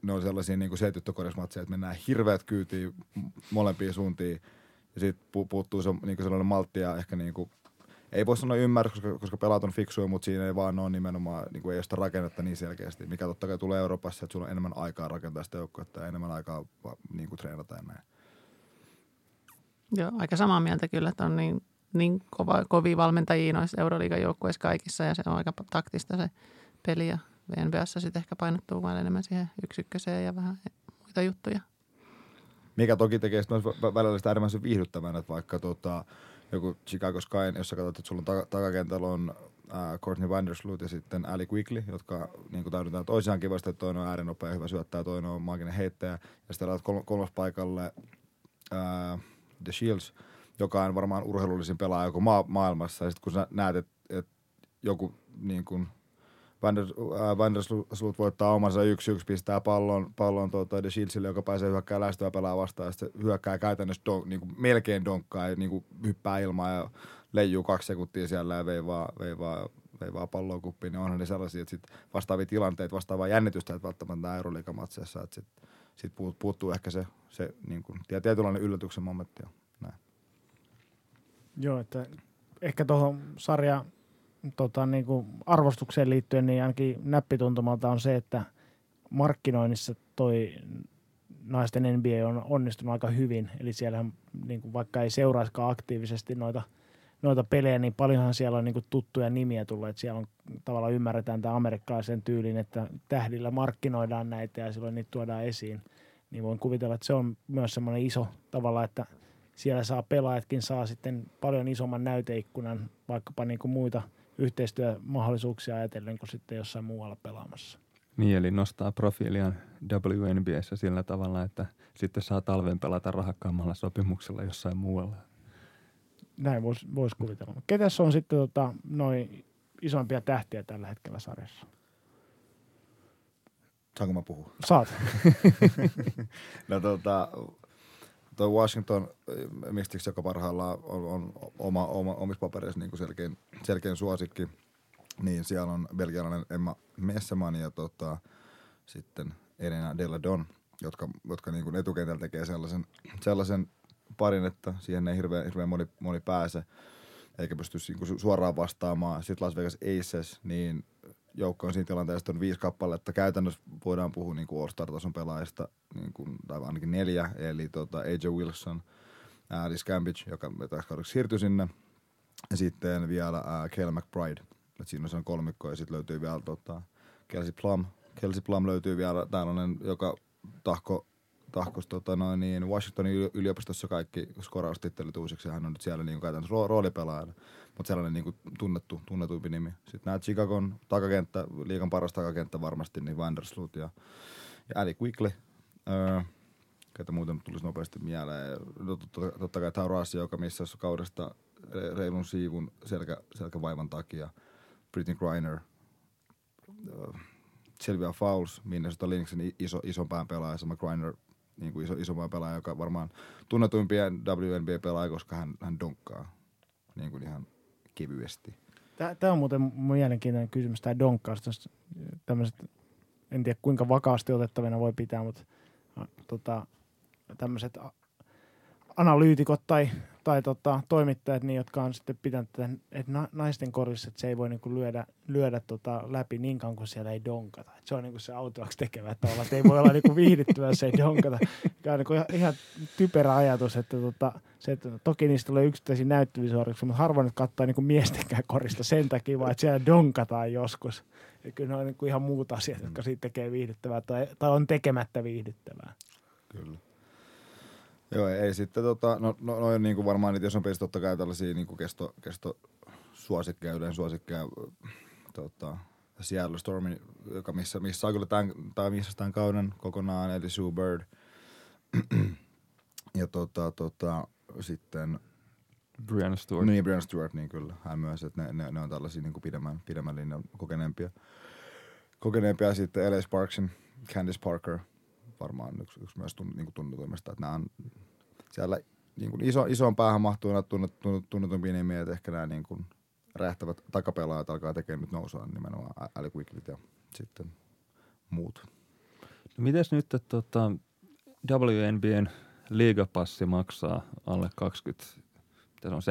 ne on sellaisia niin kuin setyttökorismatseja, että mennään hirveät kyytiin molempiin suuntiin. Ja sitten puuttuu se niin kuin sellainen maltti ja ehkä niin kuin, ei voi sanoa ymmärrys, koska pelaat on fiksuja, mutta siinä ei vaan ole nimenomaan, niin kuin ei ole sitä rakennetta niin selkeästi, mikä totta kai tulee Euroopassa, että sulla on enemmän aikaa rakentaa sitä joukkuetta ja enemmän aikaa niin kuin treenata ja näin. Joo, aika samaa mieltä kyllä, että on niin kovia valmentajia noissa Euroliigan joukkueissa kaikissa ja se on aika taktista se peli ja NBA:ssa sitten ehkä painottuu vaan enemmän siihen yksikköseen ja vähän muita juttuja. Mikä toki tekee sitten välillä sitä äärimmäisen viihdyttävän, että vaikka joku Chicago Skyn, jossa katsot, että sulla on takakentällä on Courtney Vandersloot ja sitten Ali Quigley, jotka niin täydytään toisiaan kivasti, että toinen on äärinopea ja hyvä syöttää, toinen on maaginen heittäjä. Ja sitten laat kolmas paikalle The Shields, joka on varmaan urheilullisin pelaaja joku maailmassa. Ja sitten kun sä näet, että joku niin kuin Vandersloot voittaa omansa 1-1, pistää pallon The Shieldsille, joka pääsee hyökkää lähestyvää pelaa vastaan, ja sitten hyökkää käytännössä niin kuin melkein donkkaa ja niin kuin hyppää ilmaa ja leijuu 2 sekuntia siellä ja veivaa palloa kuppiin, niin onhan ne sellaisia, että sit vastaavia tilanteita, vastaavaa jännitystä, että välttämättä Euroliigamatseissa, että sit puuttuu ehkä se niin kuin, tietynlainen yllätyksen momentti ja näin. Joo, että ehkä tuohon sarjan niin kuin arvostukseen liittyen, niin ainakin näppituntumalta on se, että markkinoinnissa toi naisten NBA on onnistunut aika hyvin. Eli siellähän niin kuin vaikka ei seuraiskaan aktiivisesti noita pelejä, niin paljonhan siellä on niin kuin tuttuja nimiä tullut. Että siellä on tavallaan ymmärretään tämä amerikkalaisen tyylin, että tähdillä markkinoidaan näitä ja silloin niitä tuodaan esiin. Niin voin kuvitella, että se on myös semmoinen iso tavalla, että siellä pelaajatkin saa sitten paljon isomman näyteikkunan, vaikkapa niin kuin muita yhteistyömahdollisuuksia ajatellen kuin sitten jossain muualla pelaamassa. Niin, eli nostaa profiiliaan WNBA:ssä sillä tavalla, että sitten saa talven pelata rahakkaammalla sopimuksella jossain muualla. Näin vois kuvitella. Ketäs on sitten noin isompia tähtiä tällä hetkellä sarjassa? Saanko mä puhua? Saat. No toi Washington Mystics, joka parhaillaan on omissa papereissa niin kuin selkeän suosikki, niin siellä on belgialainen Emma Messeman ja sitten Elena Della Don, jotka niin kuin etukentällä tekee sellaisen parin, että siihen ei hirveän moni pääse, eikä pysty niin kuin suoraan vastaamaan. Sitten Las Vegas Aces, niin joukko on siinä tilanteessa on 5 kappaletta. Käytännössä voidaan puhua niin kuin All-Star-tason pelaajista, niin kuin, tai ainakin 4, eli AJ Wilson, Alice Cambridge, joka kaudeksi siirtyi sinne, ja sitten vielä Cale McBride. Et siinä on sellainen kolmikko, ja sitten löytyy vielä Kelsey Plum. Kelsey Plum löytyy vielä tällainen, joka tahkos Washingtonin yliopistossa kaikki skoraustittelit uusiksi, ja hän on nyt siellä niin käytännössä roolipelaajana, mutta sellainen niin tunnetuimpi nimi. Sitten nämä Chicagon takakenttä, liigan paras takakenttä varmasti, niin Vandersloot ja Ali Quigley, ketä muuten tulisi nopeasti mieleen. Totta kai Taurasi, joka missä kaudesta reilun siivun selkävaivan takia, Brittany Griner, Sylvia Fowles, Minnesota Lynxin isompään pelaaja, sama Griner, niin kuin isompään pelaaja, joka varmaan tunnetuimpia WNBA-pelaaja, koska hän donkkaa niin kuin ihan kevyesti. Tämä on muuten mielenkiintoinen kysymys, tämä donkkaus. Tämmöiset, en tiedä kuinka vakaasti otettavina voi pitää, mutta tämmöiset analyytikot tai toimittajat, niin, jotka on sitten pitänyt, että naisten korissa, että se ei voi niinku lyödä läpi niin kauan, kun siellä ei donkata. Et se on niinku se autuaksi tekevä tavalla, että ei voi olla niinku viihdyttävää, se ei donkata. Tämä on niinku ihan typerä ajatus, että toki niistä tulee yksittäisiä näyttävyysuorituksia, mutta harvoin nyt katsoa niinku miestenkään korista sen takia, vaan että siellä donkataan joskus. Ja kyllä ne on niinku ihan muut asiat, jotka siitä tekee viihdyttävää tai on tekemättä viihdyttävää. Kyllä. Joo, ei sitten no on niinku varmaan niitä isompia totta kai tällaisia niinku kestosuosikkeja, yleensä Seattle Storm, joka missä saa kyllä tämän kauden kokonaan, eli Sue Bird. Ja sitten Brianna Stewart. Niin, Brianna Stewart, niin kyllä. Hän myös, että ne on tällaisia niinku pidemmän linjan kokeneempia. Sitten L.A. Sparksin, Candice Parker, varmaan yksi myös niinku tunnetuimmista, että nämä on siellä niinku isoon päähän mahtuu nämä tunnetumpia nimiä, että ehkä nämä niinku räjähtävät takapelaajat alkaa tekemään nyt nousua nimenomaan Ali Quigleyt ja sitten muut. No mites nyt, että WNBAn liigapassi maksaa alle 20, mitä se on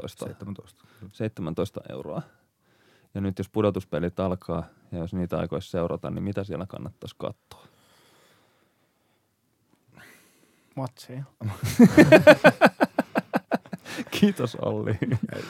17 euroa. Ja nyt jos pudotuspelit alkaa ja jos niitä aikoisi seurata, niin mitä siellä kannattaisi katsoa? Matseja. Kiitos Olli.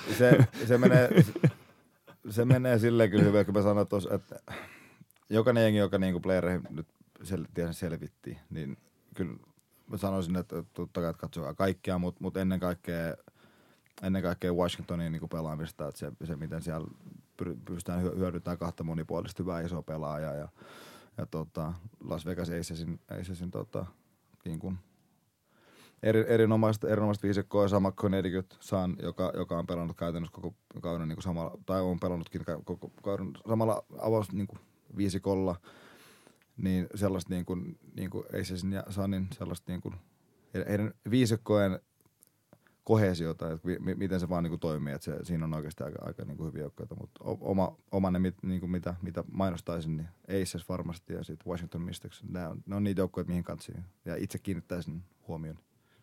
Se menee silleen kyllä hyvin, kun mä sanoin tuossa, että jokainen jengi, joka niinku playereihin nyt selvitti, niin kyllä mä sanoisin, että totta kai katsokaa kaikkia, mutta ennen kaikkea Washingtonin niinku pelaamista, että se miten siellä pystytään hyödyntämään kahta monipuolista hyvää isoa pelaajaa ja Las Vegas Acesin niin kuin erinomaista viisikkoa ja sama Connecticut Sun, joka on pelannut käytännössä koko kauden niin samalla, tai on pelannutkin koko kauden samalla avaus niin viisikolla, niin sellaista niin kuin Acesin ja Sunin sellaista niin kuin heidän viisikkojen koheesiota, että miten se vaan niin kuin toimii, että siinä on oikeasti aika niin kuin hyviä joukkoja, mutta oma ne, niin kuin mitä mainostaisin, niin Aces varmasti ja sitten Washington Mystics, ne on niitä joukkoja, mihin kantsiin ja itse kiinnittäisin huomioon.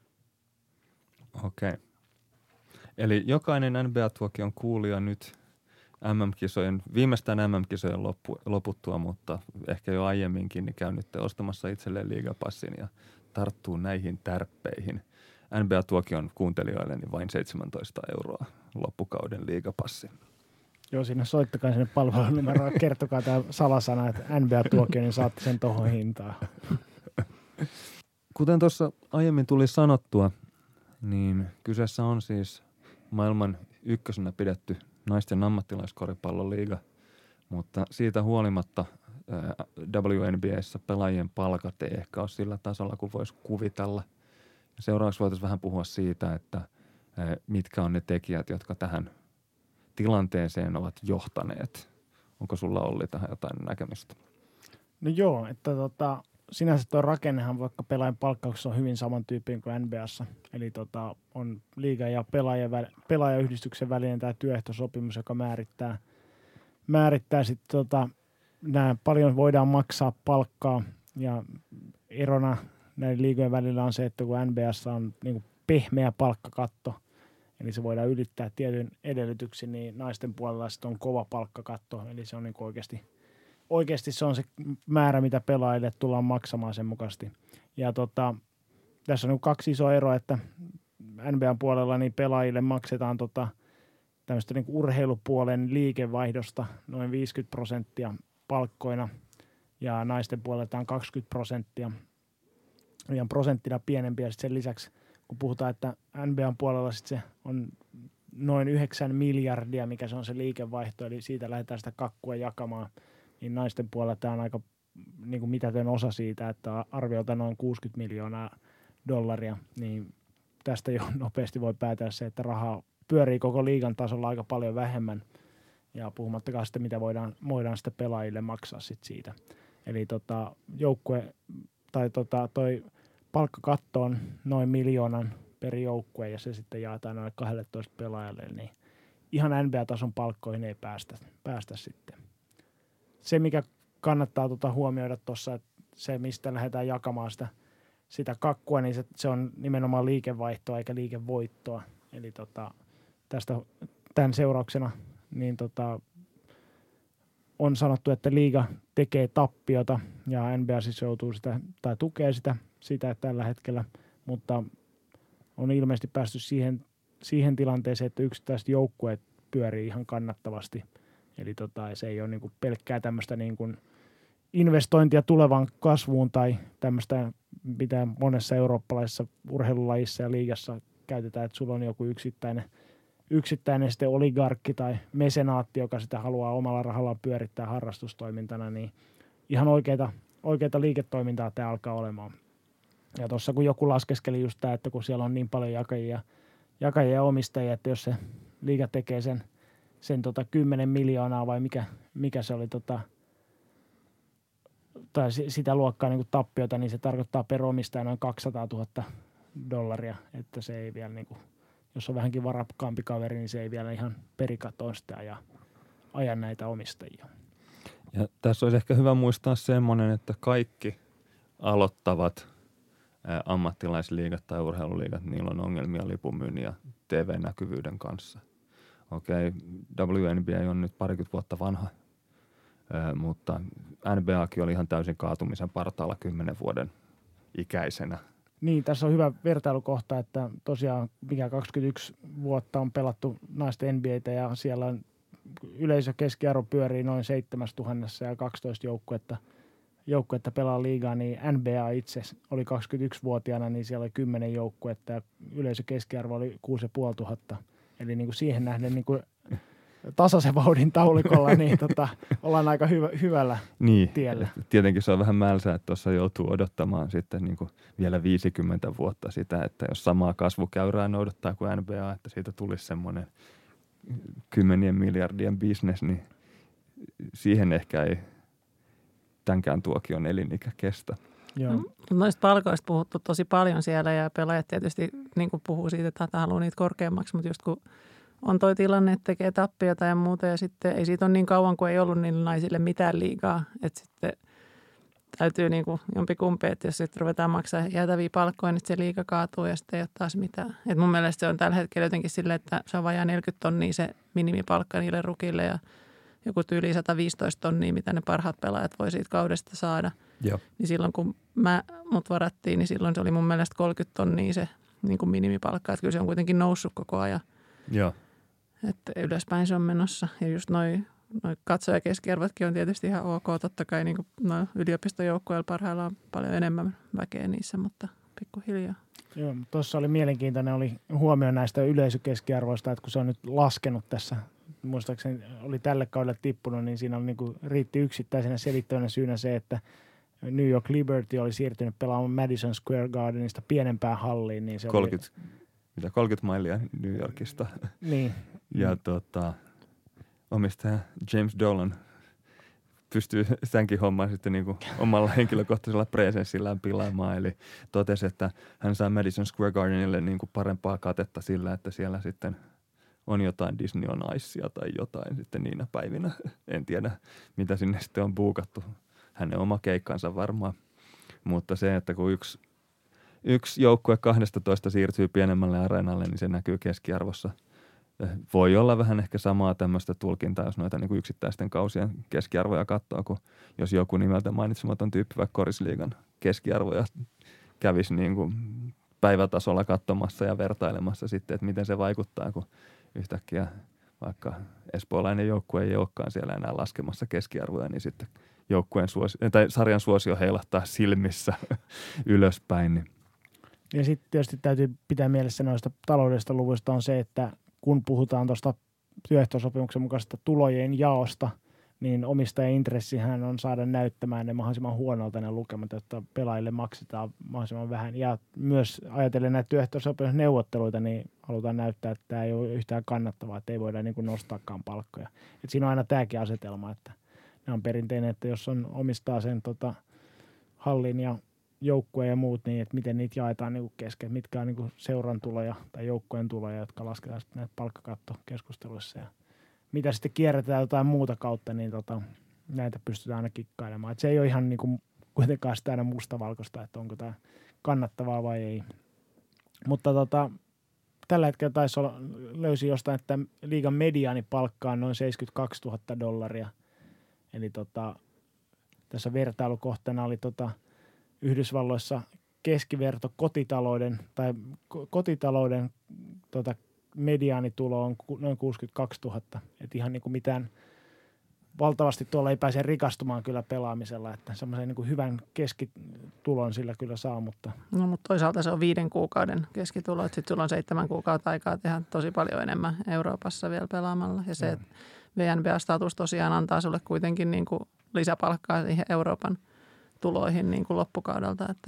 Okei. Eli jokainen NBA-tuokion kuulija nyt viimeistään MM-kisojen loputtua, mutta ehkä jo aiemminkin, niin käy nyt ostamassa itselleen liigapassin ja tarttuu näihin tärppeihin. NBA-tuokion kuuntelijoille niin vain 17 euroa loppukauden liigapassi. Joo, siinä soittakaa sinne palvelunumeroon, kertokaa tämä salasana, että NBA-tuokio, niin saatte sen tohon hintaan. Kuten tuossa aiemmin tuli sanottua, niin kyseessä on siis maailman ykkösenä pidetty naisten ammattilaiskoripalloliiga, mutta siitä huolimatta WNBA:ssä pelaajien palkat ei ehkä ole sillä tasolla kuin voisi kuvitella. Seuraavaksi voitaisiin vähän puhua siitä, että mitkä on ne tekijät, jotka tähän tilanteeseen ovat johtaneet. Onko sulla Olli tähän jotain näkemystä? No joo, että sinänsä tuo rakennehan vaikka pelaajan palkkauksessa on hyvin samantyyppinen kuin NBA:ssa. Eli on liigan ja pelaajayhdistyksen välinen tämä työehtosopimus, joka määrittää sitten nämä paljon voidaan maksaa palkkaa. Ja erona näiden liigojen välillä on se, että kun NBA:ssa on niin kuin pehmeä palkkakatto, eli se voidaan ylittää tietyn edellytyksin, niin naisten puolella sitten on kova palkkakatto, eli se on niin kuin oikeasti se on se määrä, mitä pelaajille tullaan maksamaan sen mukaisesti. Ja tässä on kaksi isoa eroa, että NBAn puolella niin pelaajille maksetaan tämmöistä niin kuin urheilupuolen liikevaihdosta noin 50% palkkoina, ja naisten puolelta on 20%, ja prosenttina pienempiä. Sitten sen lisäksi, kun puhutaan, että NBAn puolella sitten se on noin 9 miljardia, mikä se on se liikevaihto, eli siitä lähdetään sitä kakkua jakamaan, niin naisten puolella tämä on aika niin kuin mitätön osa siitä, että arviolta noin 60 miljoonaa dollaria, niin tästä jo nopeasti voi päätellä se, että rahaa pyörii koko liigan tasolla aika paljon vähemmän, ja puhumattakaan sitten, mitä voidaan sitten pelaajille maksaa sitten siitä. Eli joukkue tai toi palkkakatto on noin 1 miljoonan per joukkue, ja se sitten jaetaan noin 12 pelaajalle, niin ihan NBA-tason palkkoihin ei päästä sitten. Se, mikä kannattaa huomioida tuossa, että se, mistä lähdetään jakamaan sitä kakkua, niin se on nimenomaan liikevaihtoa eikä liikevoittoa. Eli tämän seurauksena niin on sanottu, että liiga tekee tappiota ja NBA siis joutuu sitä tai tukee sitä tällä hetkellä, mutta on ilmeisesti päästy siihen tilanteeseen, että yksittäiset joukkueet pyörii ihan kannattavasti. Eli se ei ole niinku pelkkää tämmöistä niinku investointia tulevan kasvuun tai tämmöistä, mitä monessa eurooppalaisessa urheilulajissa ja liigassa käytetään, että sulla on joku yksittäinen sitten oligarkki tai mesenaatti, joka sitä haluaa omalla rahallaan pyörittää harrastustoimintana, niin ihan oikeita liiketoimintaa tämä alkaa olemaan. Ja tuossa kun joku laskeskeli just tämä, että kun siellä on niin paljon jakajia ja omistajia, että jos se liiga tekee sen 10 miljoonaa vai mikä se oli, tai sitä luokkaa niin kuin tappiota, niin se tarkoittaa per omistaja noin $200,000, että se ei vielä, niin kuin, jos on vähänkin varakkaampi kaveri, niin se ei vielä ihan perikatoon sitä aja näitä omistajia. Ja tässä olisi ehkä hyvä muistaa semmoinen, että kaikki aloittavat ammattilaisliigat tai urheiluliigat, niillä on ongelmia lipunmyynnin ja TV-näkyvyyden kanssa. Okei, WNBA on nyt parikymmentä vuotta vanha, mutta NBAkin oli ihan täysin kaatumisen partaalla 10 vuoden ikäisenä. Niin, tässä on hyvä vertailukohta, että tosiaan mikä 21 vuotta on pelattu naisten NBA:tä ja siellä on yleisökeskiarvo pyörii noin 7,000 ja 12 joukkuetta pelaa liigaa, niin NBA itse oli 21-vuotiaana, niin siellä oli 10 joukkuetta ja yleisökeskiarvo oli 6,500. Eli niin kuin siihen nähden niin kuin tasaisen vauhdin taulikolla, niin ollaan aika hyvällä tiellä. Tietenkin se on vähän mälsää, että tuossa joutuu odottamaan sitten niin kuin vielä 50 vuotta sitä, että jos samaa kasvukäyrää noudattaa kuin NBA, että siitä tulisi semmoinen 10 miljardien bisnes, niin siihen ehkä ei tämänkään tuokion elinikä kestä. Joo. Noista palkoista puhuttu tosi paljon siellä ja pelaajat tietysti niin kuin puhuu siitä, että haluaa niitä korkeammaksi, mutta just kun on toi tilanne, että tekee tappiota ja muuta ja sitten ei siitä ole niin kauan kuin ei ollut niille naisille mitään liigaa, että sitten täytyy niin kuin jompikumpi, että jos sitten ruvetaan maksaa jäätäviä palkkoja, niin se liiga kaatuu ja sitten ei ole taas mitään. Et mun mielestä se on tällä hetkellä jotenkin silleen, että se on vajaa 40 tonnia se minimipalkka niille rukille ja joku tyyli 115 tonnia, mitä ne parhaat pelaajat voi siitä kaudesta saada. Joo. Niin silloin kun mut varattiin, niin silloin se oli mun mielestä 30 tonnia se niin kuin minimipalkka. Että kyllä se on kuitenkin noussut koko ajan. Joo. Että ylöspäin se on menossa. Ja just noi katsojakeskiarvotkin on tietysti ihan ok. Totta kai niin kuin yliopistojoukkueilla parhaillaan on paljon enemmän väkeä niissä, mutta pikkuhiljaa. Joo, tuossa oli mielenkiintoinen oli huomio näistä yleisökeskiarvoista, että kun se on nyt laskenut tässä, muistaakseni oli tälle kaudelle tippunut, niin siinä oli niin kuin, riitti yksittäisenä selittävänä syynä se, että New York Liberty oli siirtynyt pelaamaan Madison Square Gardenista pienempään halliin. Niin se 30 mailia New Yorkista. Niin. Ja omistaja James Dolan pystyy tämänkin homman sitten niin kuin omalla henkilökohtaisella presenssillään pilaamaan. Eli totesi, että hän saa Madison Square Gardenille niin kuin parempaa katetta sillä, että siellä sitten on jotain Disney on Icea tai jotain sitten niinä päivinä. En tiedä, mitä sinne sitten on buukattu. Hänen oma keikkansa varmaan. Mutta se, että kun yksi joukkue 12 siirtyy pienemmälle areenalle, niin se näkyy keskiarvossa. Voi olla vähän ehkä samaa tämmöistä tulkintaa, jos noita niin kuin yksittäisten kausien keskiarvoja katsoo, kun jos joku nimeltä mainitsematon tyyppi vaikka Korisliigan keskiarvoja kävisi niin kuin päivätasolla katsomassa ja vertailemassa sitten, että miten se vaikuttaa, kun yhtäkkiä vaikka espoolainen joukkue ei olekaan siellä enää laskemassa keskiarvoja, niin sitten sarjan suosio heilahtaa silmissä ylöspäin. Niin. Ja sitten tietysti täytyy pitää mielessä noista taloudellisista luvuista on se, että kun puhutaan tuosta työehtosopimuksen mukaisesta tulojen jaosta, niin omistajan intressihän on saada näyttämään ne mahdollisimman huonolta ne lukemat, jotta pelaajille maksetaan mahdollisimman vähän. Ja myös ajatellen näitä työehtosopimusneuvotteluita, niin halutaan näyttää, että tämä ei ole yhtään kannattavaa, että ei voida niin kuin nostaakaan palkkoja. Et siinä on aina tämäkin asetelma, että ne on perinteinen, että jos on omistaa sen hallin ja joukkueen ja muut, niin että miten niitä jaetaan niin kesken, mitkä on niin seuran tuloja tai joukkueen tuloja, jotka lasketaan sitten näitä palkkakattokeskusteluissa ja mitä sitten kierretään jotain muuta kautta, niin näitä pystytään aina kikkailemaan. Et se ei ole ihan niin kuin kuitenkaan sitä aina mustavalkoista, että onko tämä kannattavaa vai ei. Mutta tällä hetkellä löysin jostain, että liigan mediaanipalkka on noin $72,000. Eli tässä vertailukohtana oli Yhdysvalloissa keskiverto kotitalouden mediaanitulo on noin 62,000. Et ihan niin kuin mitään valtavasti tuolla ei pääse rikastumaan kyllä pelaamisella, että semmoisen niin kuin hyvän keskitulon sillä kyllä saa, mutta... No, mutta toisaalta se on 5 kuukauden keskitulo, että sitten sulla on 7 kuukautta aikaa tehdä tosi paljon enemmän Euroopassa vielä pelaamalla. Ja se, että VNBA-status tosiaan antaa sulle kuitenkin niin kuin lisäpalkkaa siihen Euroopan tuloihin niin kuin loppukaudelta, että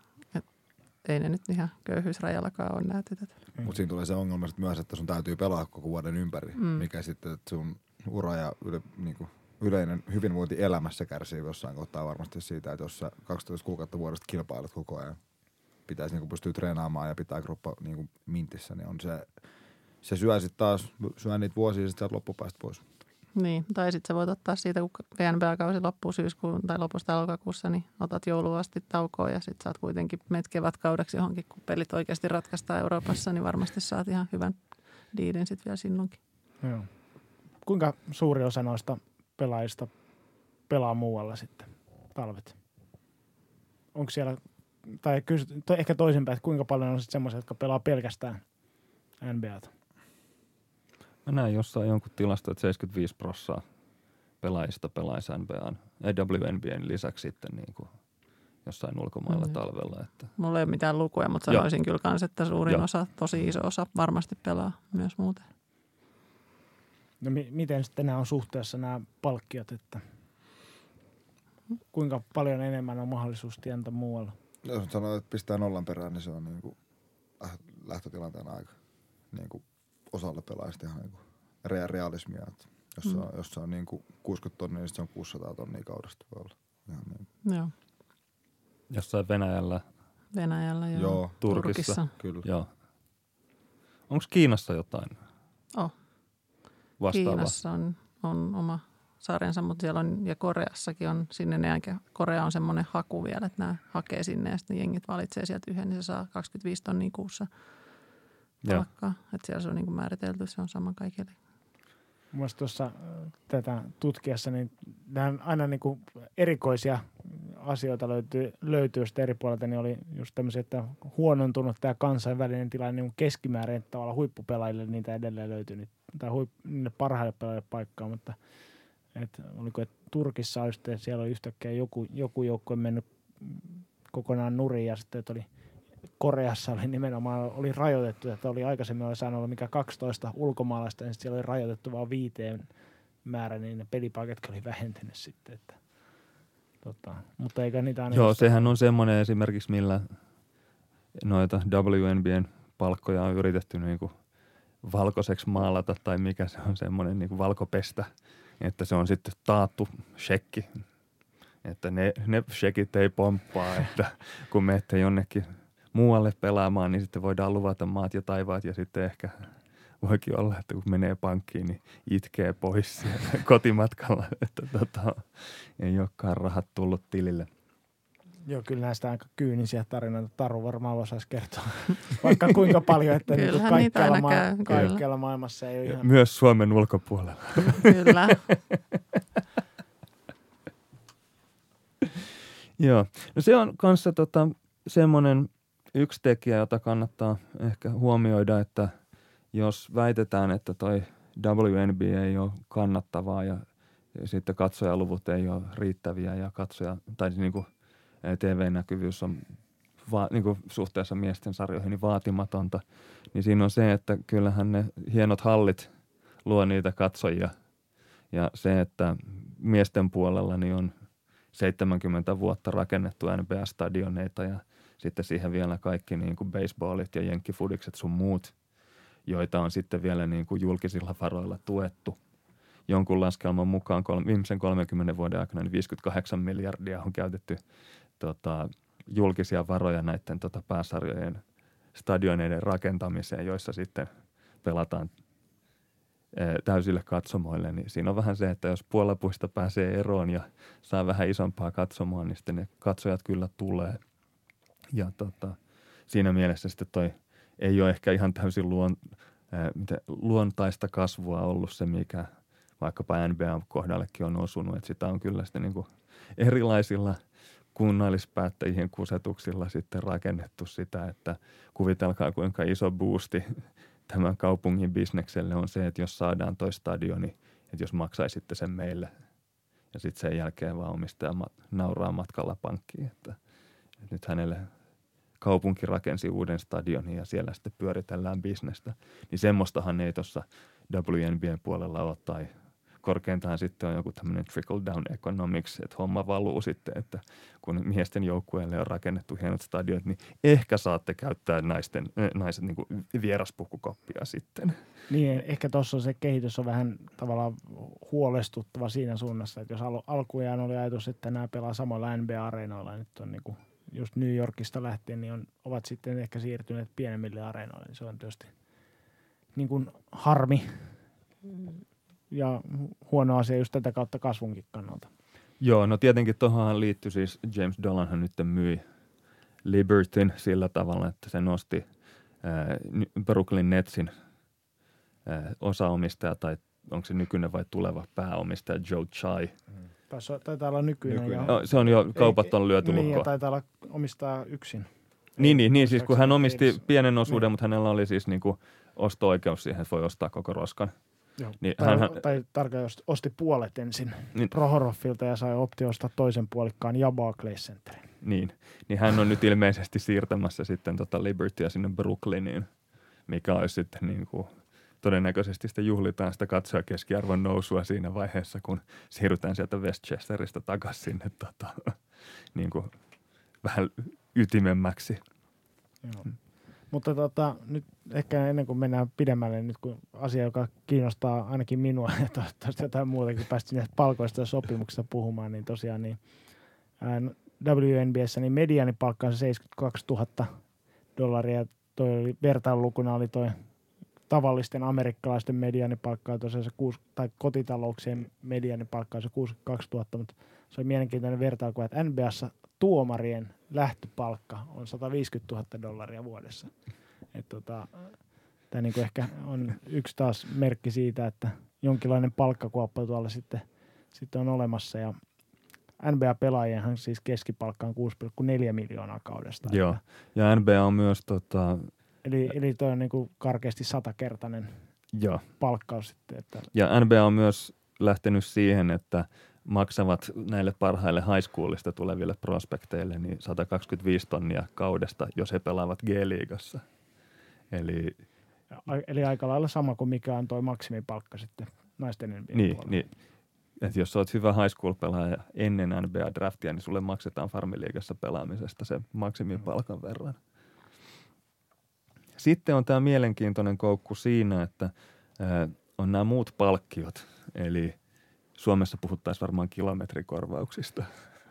ei ne nyt ihan köyhyysrajallakaan ole näytetä. Mutta siinä tulee se ongelma myös, että sun täytyy pelaa koko vuoden ympäri, mikä sitten, että sun ura ja yleinen hyvinvointi elämässä kärsii jossain kohtaa varmasti siitä, että jos sä 12 kuukautta vuodesta kilpailet koko ajan, pitäisi niin pystyä treenaamaan ja pitää kroppa niin mintissä, niin on se syö sitten taas, syö niitä vuosia sitten sieltä loppupäästä pois. Niin, tai sitten sä voit ottaa siitä, kun VNBA-kausi loppuu syyskuun tai lopusta lokakuussa, niin otat jouluun asti taukoa ja sitten saat kuitenkin menet kevätkaudeksi johonkin, kun pelit oikeasti ratkaistaan Euroopassa, niin varmasti saat ihan hyvän diilin sitten vielä sinunkin. Joo. Kuinka suuri osa noista pelaajista pelaa muualla sitten talvet? Onko siellä, tai ehkä toisinpäin, että kuinka paljon on sitten semmoisia, jotka pelaa pelkästään NBA:ta? Mä näin jossain jonkun tilasto, että 75% pelaajista pelaisi WNBAn lisäksi sitten niin kuin jossain ulkomailla talvella. Että. Mulla ei ole mitään lukuja, mutta sanoisin kyllä kans, että suurin osa, tosi iso osa varmasti pelaa myös muuten. No miten sitten nämä on suhteessa nämä palkkiot, että kuinka paljon enemmän on mahdollisuus tienata muualla? Jos sanoo, että pistää nollan perään, niin se on niin kuin lähtötilanteen aika niin kuin osalle pelaajista ihan niin kuin realismia. Että jos se on niin kuin 60 tonnia, niin se on 600 tonnia kaudesta voi olla. Ihan niin. Joo. Jossain Venäjällä joo. Turkissa. Kyllä. Joo. Onko Kiinassa jotain vastaavaa? Kiinassa on oma sarjansa, mutta siellä on, ja Koreassakin on sinne, Korea on semmoinen haku vielä, että nämä hakee sinne ja sitten jengit valitsee sieltä yhden, niin se saa 25 tonnia kuussa palkkaa. Että siellä se on niin kuin määritelty, se on sama kaikille. Mielestäni tuossa tätä tutkiessa, niin nämä aina niin kuin erikoisia asioita löytyy sitten eri puolilta, niin oli just tämmöisiä, että huonontunut tämä kansainvälinen tilanne niin keskimäärin tavalla huippupelaajille niitä edelleen löytyy, tai niille parhaille pelaajille paikkaa, mutta oliko, että Turkissa oli sitten, että siellä oli yhtäkkiä joku joukkue mennyt kokonaan nurin ja sitten, että oli Koreassa oli nimenomaan oli rajoitettu, että oli aikaisemmin oli saanut olla mikä 12 ulkomaalaista, niin siellä oli rajoitettu vaan 5 määrä, niin ne pelipaikatkin oli vähentynyt sitten. Että, mutta eikä niitä aina... Joo, sehän on semmoinen esimerkiksi, millä noita WNBAn palkkoja on yritetty niinku valkoiseksi maalata, tai mikä se on semmoinen niinku valkopestä, että se on sitten taattu shekki, että ne shekit ei pomppaa, että kun menette jonnekin muualle pelaamaan, niin sitten voidaan luvata maat ja taivaat ja sitten ehkä voikin olla, että kun menee pankkiin, niin itkee pois kotimatkalla, että ei olekaan rahat tullut tilille. Joo, kyllä näistä aika kyynisiä tarinoita. Taru varmaan osaisi kertoa vaikka kuinka paljon, että niin kaikkialla maailmassa ei ole ihan... Myös Suomen ulkopuolella. Kyllä. Joo, no se on kanssa semmoinen yksi tekijä, jota kannattaa ehkä huomioida, että jos väitetään, että toi WNBA ei ole kannattavaa ja sitten katsojaluvut ei ole riittäviä ja tai niin kuin TV-näkyvyys on niin kuin suhteessa miesten sarjoihin niin vaatimatonta, niin siinä on se, että kyllähän ne hienot hallit luo niitä katsojia ja se, että miesten puolella niin on 70 vuotta rakennettu NBA-stadioneita ja sitten siihen vielä kaikki niin kuin baseballit ja jenkkifudikset sun muut, joita on sitten vielä niin kuin julkisilla varoilla tuettu. Jonkun laskelman mukaan viimeisen 30 vuoden aikana niin 58 miljardia on käytetty julkisia varoja näiden pääsarjojen stadioneiden rakentamiseen, joissa sitten pelataan täysille katsomoille, niin siinä on vähän se, että jos puolapuista pääsee eroon ja saa vähän isompaa katsomaan, niin sitten ne katsojat kyllä tulee. Ja siinä mielessä sitten toi ei ole ehkä ihan täysin luontaista kasvua ollut se, mikä vaikkapa NBA-kohdallekin on osunut, että sitä on kyllä sitten niin kuin erilaisilla kunnallispäättäjien kusetuksilla sitten rakennettu sitä, että kuvitelkaa kuinka iso boosti tämän kaupungin bisnekselle on se, että jos saadaan toi stadioni, että jos maksaisitte sen meille ja sitten sen jälkeen vaan omistaja nauraa matkalla pankkiin, että nyt hänelle kaupunki rakensi uuden stadionin ja siellä sitten pyöritellään bisnestä, niin semmoistahan ei tuossa WNBAn puolella ole tai korkeintaan sitten on joku tämmöinen trickle down economics, että homma valuu sitten, että kun miesten joukkueelle on rakennettu hienot stadionit, niin ehkä saatte käyttää naiset niin kuin vieraspukukoppia sitten. Niin, ehkä tuossa se kehitys on vähän tavallaan huolestuttava siinä suunnassa, että jos alkujaan oli ajatus, että nämä pelaa samoilla NBA-areenoilla, nyt on niin kuin just New Yorkista lähtien, niin ovat sitten ehkä siirtyneet pienemmille areenoille, niin se on tietysti niin kuin harmi. ja huono asia just tätä kautta kasvunkin kannalta. Joo, no tietenkin tuohon liittyy siis James Dolanhan nyt myi Libertyn sillä tavalla, että se nosti Brooklyn Netsin osaomistaja, tai onko se nykyinen vai tuleva pääomistaja Joe Tsai. Taitaa olla nykyinen. No, se on jo, kaupat on lyöty Niin, lukkoon. ja taitaa olla omistaa yksin. Niin, siis kun hän omisti pienen osuuden, mutta hänellä oli siis niinku osto-oikeus siihen, että voi ostaa koko roskan. Joo. Niin tai tarkoin osti puolet ensin Niin. Prohorovilta ja sai optio ostaa toisen puolikkaan ja Barclays Centerin. Niin hän on nyt ilmeisesti siirtämässä sitten Libertyä sinne Brooklyniin, mikä olisi sitten niin kuin, todennäköisesti sitä juhlitaan sitä katsojakeskiarvon nousua siinä vaiheessa, kun siirrytään sieltä Westchesteristä takaisin sinne niin kuin, vähän ytimemmäksi. Joo. Mutta nyt ehkä ennen kuin mennään pidemmälle, nyt kun asia, joka kiinnostaa ainakin minua ja toivottavasti jotain muutakin päästiin näistä palkoista ja sopimuksista puhumaan, niin tosiaan niin, WNBA:ssä niin mediaanipalkka on $72,000. Toi vertailulukuna oli toi tavallisten amerikkalaisten mediaanipalkkaa, tosiaan se tai kotitalouksien mediaanipalkkaa se 62,000, mutta se on mielenkiintoinen vertailu, että NBA:ssa tuomarien lähtöpalkka on $150,000 vuodessa. Tämä niinku ehkä on yksi taas merkki siitä, että jonkinlainen palkkakuoppa tuolla sitten on olemassa. Ja NBA-pelaajienhan siis keskipalkka on 6,4 miljoonaa kaudesta. Joo, ja NBA on myös Eli toi on niinku karkeasti 100-kertainen palkkaus sitten. Että ja NBA on myös lähtenyt siihen, että maksavat näille parhaille high schoolista tuleville prospekteille niin $125 kaudesta, jos he pelaavat G-liigassa. Eli aika lailla sama kuin mikä on toi maksimipalkka sitten naisten NBA puolella. Niin. Että jos olet hyvä high school-pelaaja ennen NBA-draftia, niin sulle maksetaan farmiliigassa pelaamisesta se maksimipalkan verran. Sitten on tämä mielenkiintoinen koukku siinä, että on nämä muut palkkiot, eli Suomessa puhuttaisiin varmaan kilometrikorvauksista.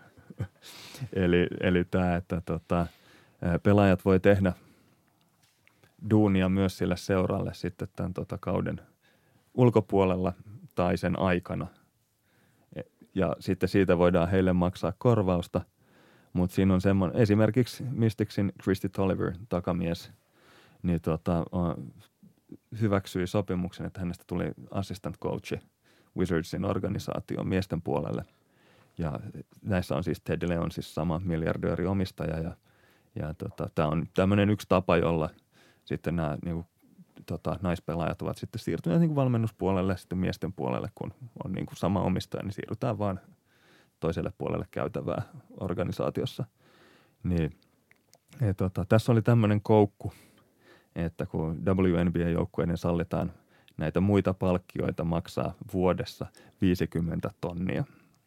eli tämä, että pelaajat voi tehdä duunia myös sille seuralle sitten tämän kauden ulkopuolella tai sen aikana. Ja sitten siitä voidaan heille maksaa korvausta, mutta siinä on semmoinen, esimerkiksi Mysticsin Kristi Tolliver, takamies, niin hyväksyi sopimuksen, että hänestä tuli assistant coachi Wizardsin organisaation miesten puolelle. Ja näissä on siis Ted Leon, siis sama miljardööri omistaja. Ja tämä on tämmöinen yksi tapa, jolla sitten nämä niinku, naispelaajat ovat sitten siirtyneet niinku valmennuspuolelle, sitten miesten puolelle, kun on niinku sama omistaja, niin siirrytään vaan toiselle puolelle käytävää organisaatiossa. Niin, tässä oli tämmöinen koukku, että kun WNBA-joukkueiden sallitaan näitä muita palkkioita maksaa vuodessa $50,000,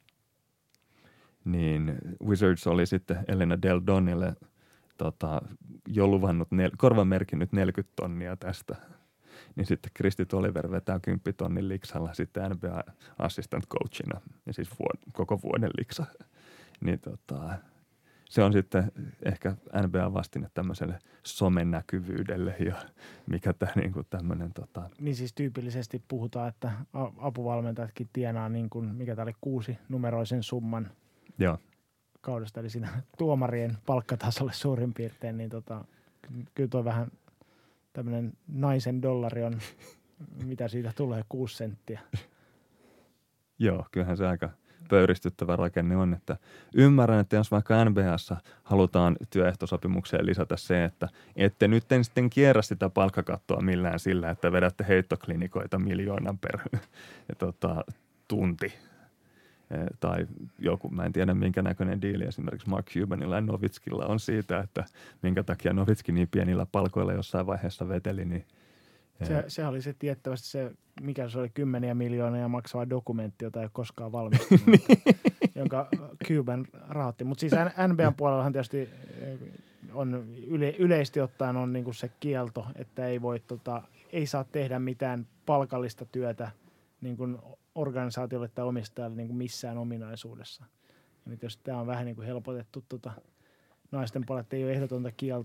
niin Wizards oli sitten Elena Del Donille jo luvannut, korvamerkinnyt $40,000 tästä. Niin sitten Kristi Tolliver vetää $10,000 liksalla sitten NBA assistant coachina, ja siis koko vuoden liksa. Niin se on sitten ehkä NBA vastine tämmöiselle somenäkyvyydelle ja mikä tämä niinku tämmöinen Niin siis tyypillisesti puhutaan, että apuvalmentajatkin tienaa niin kuin, mikä tämä oli 6-numeroisen summan kaudesta, eli siinä tuomarien palkkatasolle suurin piirtein, niin kyllä tuo vähän tämmöinen naisen dollari on, mitä siitä tulee, 6 senttiä. Joo, kyllähän se aika pöyristyttävä rakenne on, että ymmärrän, että jos vaikka NBA:ssa halutaan työehtosopimukseen lisätä se, että ette nyt sitten kierrä sitä palkkakattoa millään sillä, että vedätte heittoklinikoita $1,000,000 per tunti. Tai joku, mä en tiedä minkä näköinen diili esimerkiksi Mark Cubanilla ja Novitskilla on siitä, että minkä takia Novitski niin pienillä palkoilla jossain vaiheessa veteli, niin se oli se tiettävästi se, mikä se oli 10 miljoonia maksava dokumentti, jota ei ole koskaan valmistunut, jonka Cuban rahoitti. Mutta siis NBAn puolellahan tietysti on yleisesti ottaen on niinku se kielto, että ei saa tehdä mitään palkallista työtä niinku organisaatiolle tai omistajalle niinku missään ominaisuudessa. Ja nyt jos tämä on vähän niinku helpotettu naisten puolella, että ei ole ehdotonta kieltoa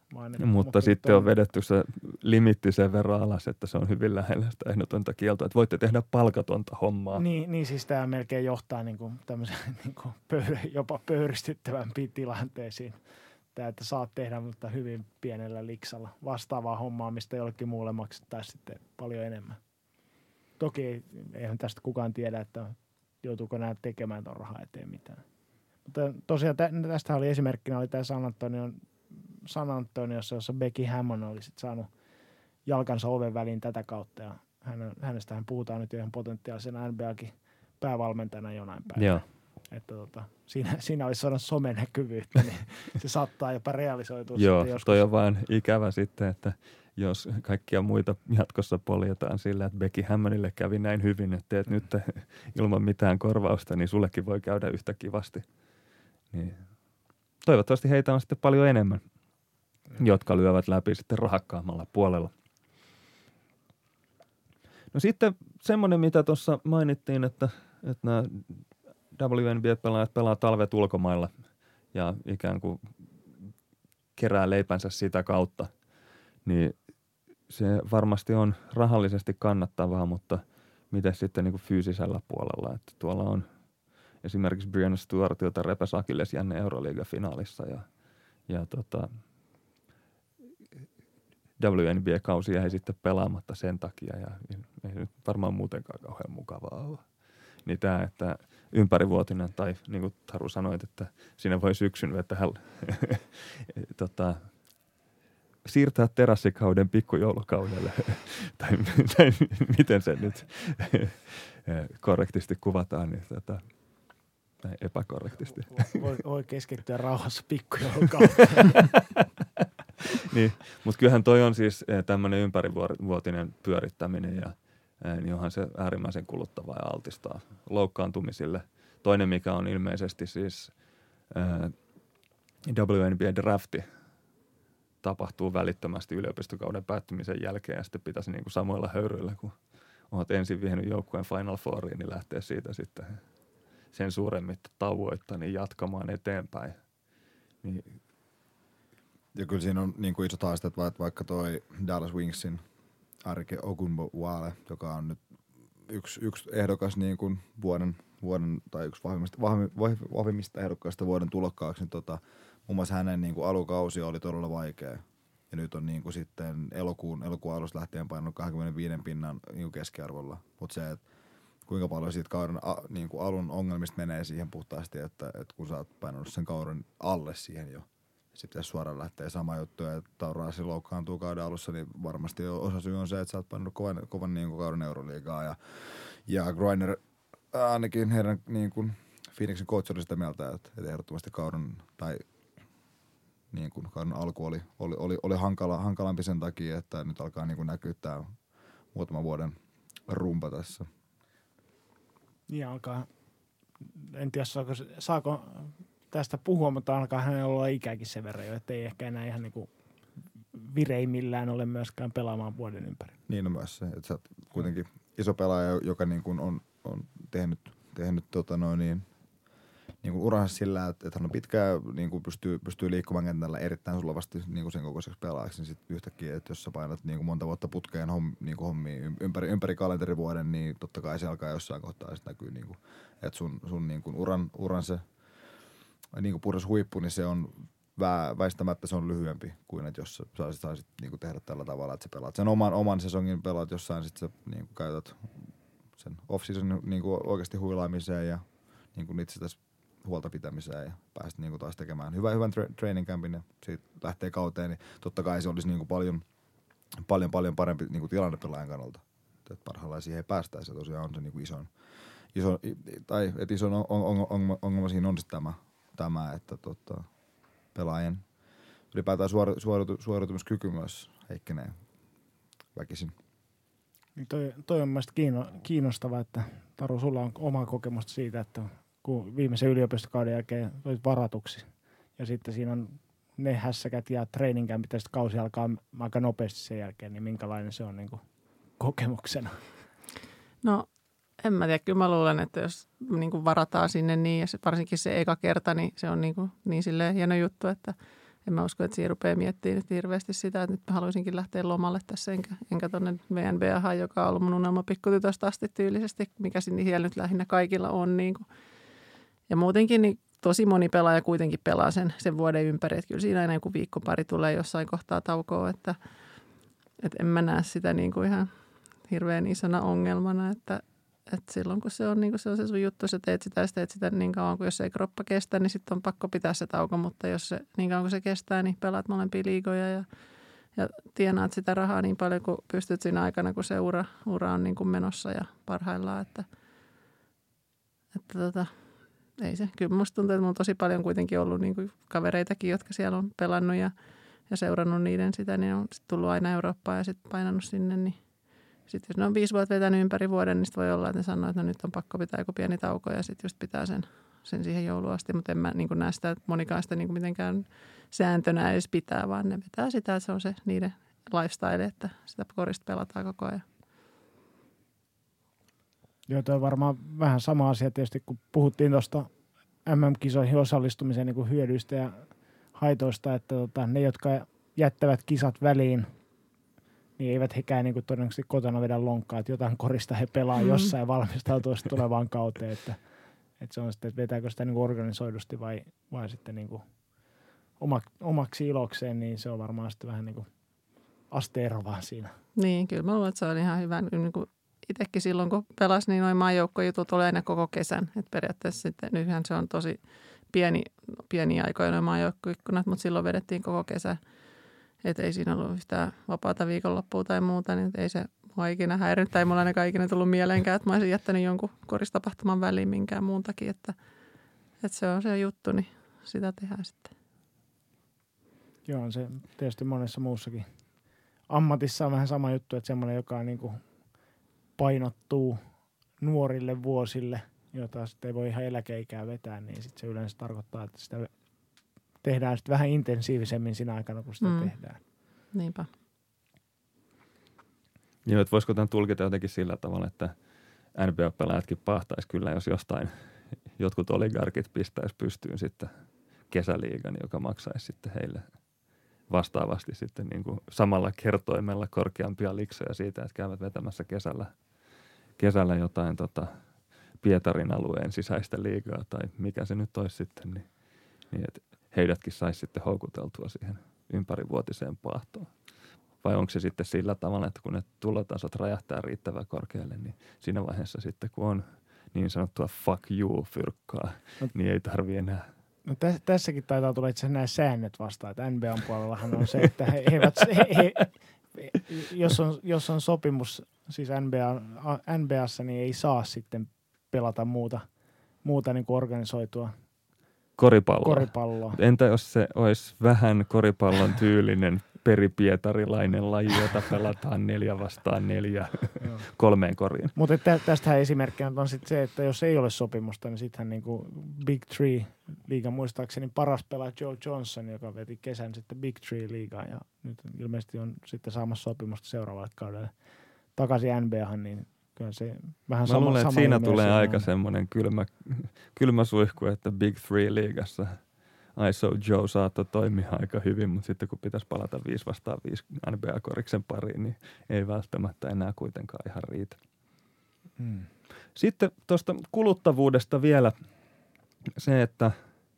Mutta sitten on vedetty se limitti sen verran alas, että se on hyvin lähellä sitä ehdotonta kieltoa, että voitte tehdä palkatonta hommaa. Niin siis tämä melkein johtaa tämmöisen jopa pöyristyttävämpiin tilanteisiin. Tämä, että saat tehdä, mutta hyvin pienellä liksalla vastaavaa hommaa, mistä jollekin muulle maksettaisiin sitten paljon enemmän. Toki eihän tästä kukaan tiedä, että joutuuko nämä tekemään tuon rahaa eteen mitään. Mutta tosiaan tästä oli esimerkkinä oli tämä San Antoniossa, jossa Becky Hammon oli sit saanut jalkansa oven väliin tätä kautta. Ja hänestähän puhutaan nyt ihan potentiaalisena NBA:kin päävalmentajana jonain päivänä. Joo. Että siinä olisi saanut somenäkyvyyttä, niin se saattaa jopa realisoitua. Joo, toi on vaan ikävä sitten, että jos kaikkia muita jatkossa poljetaan sillä, että Becky Hammonille kävi näin hyvin, että teet nyt ilman mitään korvausta, niin sullekin voi käydä yhtä kivasti. Niin. Toivottavasti heitä on sitten paljon enemmän, jotka lyövät läpi sitten rahakkaammalla puolella. No sitten semmoinen, mitä tuossa mainittiin, että nämä WNBA-pelaajat pelaa talvet ulkomailla ja ikään kuin kerää leipänsä sitä kautta, niin se varmasti on rahallisesti kannattavaa, mutta miten sitten niin kuin fyysisellä puolella, että tuolla on esimerkiksi Brianna Stewartilta repäs akillesjänne Euroliiga-finaalissa ja WNBA-kausi jäi sitten pelaamatta sen takia ja ei nyt varmaan muutenkaan kauhean mukavaa olla. Niin tämä, että ympärivuotinen tai niin kuin Taru sanoit, että siinä voi syksyn vetää siirtää terassikauden pikkujoulukaudelle tai miten se nyt korrektisti kuvataan, niin epäkorrektisti. Voi keskittyä rauhassa pikkujoulukauteen. Niin, mutta kyllähän toi on siis tämmöinen ympärivuotinen pyörittäminen ja niin onhan se äärimmäisen kuluttavaa ja altistaa loukkaantumisille. Toinen, mikä on ilmeisesti siis WNBA-drafti tapahtuu välittömästi yliopistokauden päättymisen jälkeen ja sitten pitäisi niin kuin samoilla höyryillä, kun olet ensin vienyt joukkueen Final Fouriin, niin lähtee siitä sitten sen suuremmitta tauoitta niin jatkamaan eteenpäin. Niin. Ja kyllä siinä on niin kuin isot haasteet, vaikka toi Dallas Wingsin Arike Ogunbowale, joka on nyt yksi ehdokas niin kuin vuoden tai yksi vahvimmista ehdokkaista vuoden tulokkaaksi, niin muun muassa hänen niin kuin alukausi oli todella vaikea. Ja nyt on niin kuin sitten elokuun alusta lähtien painanut 25 pinnan niin kuin keskiarvolla. Mutta se, että kuinka paljon siitä kauden niin kuin alun ongelmista menee siihen puhtaasti, että kun sä oot painanut sen kauden alle siihen jo. Sitten jos suoraan lähtee sama juttu ja Taurasi loukkaantuu kauden alussa, niin varmasti osa syy on se, että sä oot pannut kovan niin kuin kauden Euroliigaa. Ja Griner, ainakin heidän niin kuin Phoenixin coach oli sitä mieltä, että ehdottomasti kauden alku oli hankalampi sen takia, että nyt alkaa niin kuin näkyä tämä muutaman vuoden rumpa tässä. Niin alkaa, en tiedä saako tästä puhua, mutta alkaa hänellä olla ikäkin sen verran jo, että ei ehkä enää ihan niinku vireimmillään ole myöskään pelaamaan vuoden ympäri. Niin on myös se, että sä oot kuitenkin iso pelaaja, joka niin kuin on tehnyt niin kuin uransa sillä, että hän on pitkään niin kuin pystyy liikkumaan kentällä erittäin sulavasti niin kuin sen kokoiseksi pelaajaksi, niin sitten yhtäkkiä, että jos sä painat niin kuin monta vuotta putkeen niin kuin hommia ympäri kalenterivuoden, niin totta kai se alkaa jossain kohtaa sitten näkyy, niin kuin, että sun niin kuin uran se niin kuin puhdas huippu, niin se on väistämättä se on lyhyempi kuin, että jos sä saisit niin kuin tehdä tällä tavalla, että sä pelaat sen oman sesongin, pelaat jossain, sitten sä niin kuin käytät sen off-season niin kuin oikeasti huilaamiseen ja niin kuin itsestäsi huolta pitämiseen ja pääsit niin kuin taas tekemään hyvän training campin ja siitä lähtee kauteen, niin totta kai se olisi niin kuin paljon parempi niin kuin tilanne pelaajan kannalta. Että parhaillaan siihen ei päästäisi. Tosiaan on se niin kuin ison ongelma siinä on sitten tämä että pelaajien ylipäätään suoriutumiskyky myös heikkenee väkisin. Toi on mielestäni kiinnostavaa, että Taru, sulla on omaa kokemusta siitä, että kun viimeisen yliopistokauden jälkeen toit varatuksi ja sitten siinä on ne hässäkät ja training campit ja sitten kausi alkaa aika nopeasti sen jälkeen, niin minkälainen se on niin kuin kokemuksena? No en mä tiedä, kyllä mä luulen, että jos niin kuin varataan sinne niin ja varsinkin se eka kerta, niin se on niin silleen hieno juttu, että en mä usko, että siinä rupeaa miettimään nyt hirveästi sitä, että nyt mä haluaisinkin lähteä lomalle tässä, enkä tuonne VNBAhan, joka on ollut mun unelma pikkutytöstä asti tyylisesti, mikä sinne siellä nyt lähinnä kaikilla on. Niin kuin. Ja muutenkin niin tosi moni pelaaja kuitenkin pelaa sen vuoden ympäri, että kyllä siinä aina joku viikko pari tulee jossain kohtaa taukoa, että en mä näe sitä niin kuin ihan hirveän isona ongelmana, että silloin kun se on, niin kuin se on se sun juttu, sä teet sitä niin kauan kuin jos ei kroppa kestä, niin sitten on pakko pitää se tauko, mutta jos se niin kauan kuin se kestää, niin pelaat molempia liigoja ja tienaat sitä rahaa niin paljon kuin pystyt siinä aikana, kun se ura on niin kuin menossa ja parhaillaan, että ei se. Kyllä musta tuntuu, että mulla on tosi paljon kuitenkin ollut niin kuin kavereitakin, jotka siellä on pelannut ja seurannut niiden sitä, niin on sitten tullut aina Eurooppaan ja sitten painanut sinne, niin sitten jos ne on 5 vuotta vetänyt ympäri vuoden, niin voi olla, että ne sanoo, että no nyt on pakko pitää joku pieni tauko ja sitten just pitää sen siihen jouluun asti. Mutta en mä niin näe sitä, että monikaan sitä niin mitenkään sääntönä edes pitää, vaan ne vetää sitä, että se on se niiden lifestyle, että sitä korista pelataan koko ajan. Joo, toi on varmaan vähän sama asia tietysti, kun puhuttiin tuosta MM-kisoihin osallistumisen niin kuin hyödyistä ja haitoista, että ne, jotka jättävät kisat väliin, niin eivät hekään niin kuin todennäköisesti kotona vedä lonkkaa, että jotain korista he pelaa jossain ja valmistautuu tulevaan kauteen, että se on sitten, että vetääkö sitä niin kuin organisoidusti vai sitten niin kuin omaksi ilokseen, niin se on varmaan sitten vähän niin kuin asteero vaan siinä. Niin, kyllä mä luulen, että se on ihan hyvä. Niin kuin itsekin silloin, kun pelasi, niin noin maajoukkuejutut oli aina koko kesän. Että periaatteessa sitten, nythän se on tosi pieni aikoja noin maajoukkueikkunat, mutta silloin vedettiin koko kesä. Että ei siinä ollut yhtään vapaata viikonloppua tai muuta, niin ei se mua ikinä häirinyt. Tai mulla ainakaan ikinä tullut mieleenkään, että mä olisin jättänyt jonkun koristapahtuman väliin minkään muun takia. Että se on se juttu, niin sitä tehdään sitten. Joo, on se tietysti monessa muussakin ammatissa on vähän sama juttu, että semmoinen, joka niin kuin painottuu nuorille vuosille, jota sitten ei voi ihan eläkeikää vetää, niin sitten se yleensä tarkoittaa, että sitä tehdään sitten vähän intensiivisemmin siinä aikana, kun sitä tehdään. Niinpä. Joo, että voisiko tämän tulkita jotenkin sillä tavalla, että NBA-pelaajatkin pahtaisi kyllä, jos jostain jotkut oligarkit pistäisi pystyyn sitten kesäliigan, joka maksaisi sitten heille vastaavasti sitten niin kuin samalla kertoimella korkeampia liksoja siitä, että käyvät vetämässä kesällä jotain Pietarin alueen sisäistä liigaa tai mikä se nyt olisi sitten, niin että heidätkin saisi sitten houkuteltua siihen ympärivuotiseen paahtoon. Vai onko se sitten sillä tavalla, että kun ne tulotasot räjähtää riittävän korkealle, niin siinä vaiheessa sitten kun on niin sanottua fuck you-fyrkkaa, niin ei tarvitse enää. No tässäkin taitaa tulla itse asiassa nämä säännöt vastaan, että NBAn puolellahan on se, että jos on sopimus siis NBAssa, niin ei saa sitten pelata muuta niin kuin organisoitua koripalloa. Entä jos se olisi vähän koripallon tyylinen peripietarilainen laji, jota pelataan 4 vastaan 4 3 koriin? Mutta tästähän esimerkkinä on sitten se, että jos ei ole sopimusta, niin sittenhän niin kuin Big Three liigan muistaakseni paras pelaaja Joe Johnson, joka veti kesän sitten Big Three liigaan ja nyt ilmeisesti on sitten saamassa sopimusta seuraavalle kaudelle takaisin NBAhan, niin kyllä se vähän sama. Mä luulen, että siinä tulee aika semmoinen kylmä suihku, että Big Three liigassa ISO Joe saattoi toimia aika hyvin, mutta sitten kun pitäisi palata 5 vastaan 5 NBA-koriksen pariin, niin ei välttämättä enää kuitenkaan ihan riitä. Sitten tuosta kuluttavuudesta vielä se, että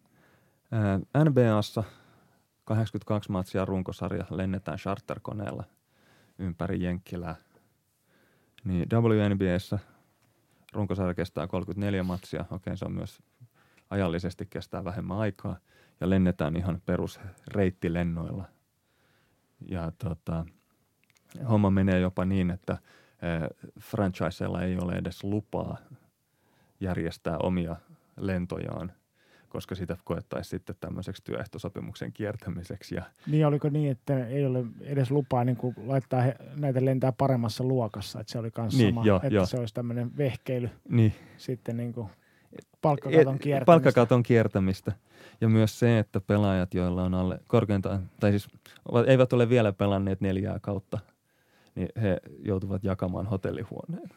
NBAssa 82 matsia runkosarja lennetään charterkoneella ympäri Jenkkilää. Niin WNBA:ssä runkosarja kestää 34 matsia. Okei, se on myös ajallisesti kestää vähemmän aikaa. Ja lennetään ihan perusreittilennoilla. Ja homma menee jopa niin, että franchiseilla ei ole edes lupaa järjestää omia lentojaan, koska sitä koettaisiin sitten tämmöiseksi työehtosopimuksen kiertämiseksi. Niin oliko niin, että ei ole edes lupaa niin kuin laittaa näitä lentää paremmassa luokassa, että se oli myös sama, että se olisi tämmöinen vehkeily sitten niin kuin palkkakaton kiertämistä. Ja myös se, että pelaajat, joilla on alle korkeintaan, tai siis eivät ole vielä pelanneet 4 kautta, niin he joutuvat jakamaan hotellihuoneen,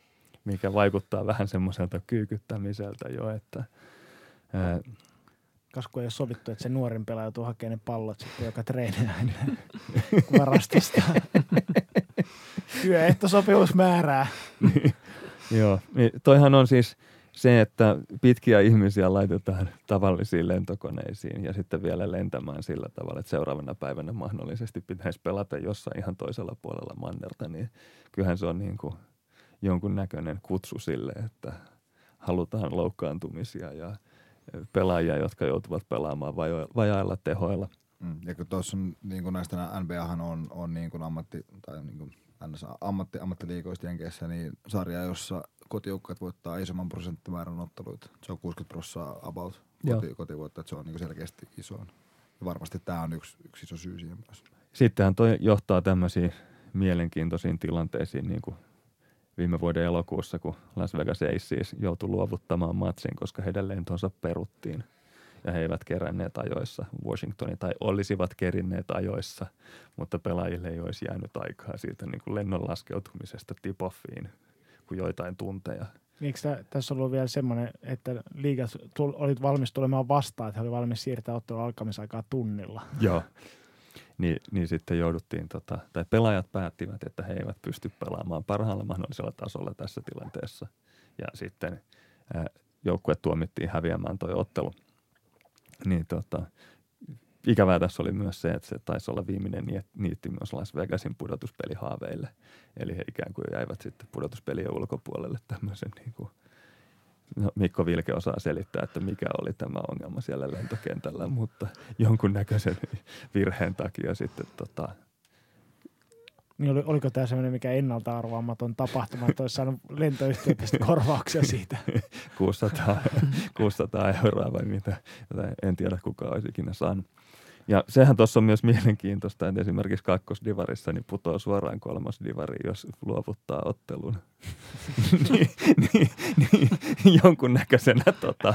mikä vaikuttaa vähän semmoiselta kyykyttämiseltä jo, että Kas kun ei ole sovittu, että se nuorin pelaaja joutuu hakemaan ne pallot sitten, joka treenaa varastosta. Työehtosopimus määrää. Joo, niin toihan on siis se, että pitkiä ihmisiä laitetaan tavallisiin lentokoneisiin ja sitten vielä lentämään sillä tavalla, että seuraavana päivänä mahdollisesti pitäisi pelata jossain ihan toisella puolella mannerta, niin kyllähän se on niin kuin jonkunnäköinen kutsu sille, että halutaan loukkaantumisia ja pelaajia, jotka joutuvat pelaamaan vajailla tehoilla. Ja kun tuossa on niin kuin näistä NBAhan on niin kuin ammattiliigoista Jenkeissä, niin sarja, jossa kotijoukkueet voittaa isomman prosenttimäärän otteluita. Se on 60% about kotivoittaa, että se on niin kuin selkeästi iso. Ja varmasti tämä on yksi iso syy siihen myös. Sittenhän toi johtaa tämmöisiin mielenkiintoisiin tilanteisiin, niin kuin viime vuoden elokuussa, kun Las Vegas Aces joutui luovuttamaan matsin, koska heidän lentonsa peruttiin. Ja he eivät keränneet ajoissa Washingtonin, tai olisivat kerinneet ajoissa, mutta pelaajille ei olisi jäänyt aikaa siitä niin kuin lennon laskeutumisesta tip-offiin kuin joitain tunteja. Eikö tässä ollut vielä semmoinen, että liigat olit valmis tulemaan vastaan, että he olivat valmis siirtää ottelun alkamisaikaa tunnilla? Joo, niin sitten jouduttiin, tai pelaajat päättivät, että he eivät pysty pelaamaan parhaalla mahdollisella tasolla tässä tilanteessa. Ja sitten joukkue tuomittiin häviämään toi ottelu. Niin ikävää tässä oli myös se, että se taisi olla viimeinen niitti myös Las Vegasin pudotuspelihaaveille. Eli he ikään kuin jäivät sitten pudotuspelien ulkopuolelle tämmöisen niin kuin, Mikko Vilke osaa selittää, että mikä oli tämä ongelma siellä lentokentällä, mutta jonkunnäköisen virheen takia sitten Niin oliko tämä sellainen mikä ennalta arvaamaton tapahtuma, että olisi saanut lentoyhtiötä korvauksia siitä? 600 euroa vai mitä, en tiedä kuka olisi ikinä saanut. Ja sehän tuossa on myös mielenkiintoista, että esimerkiksi kakkosdivarissa niin putoaa suoraan kolmosdivariin, jos luovuttaa ottelun. Jonkunnäköisenä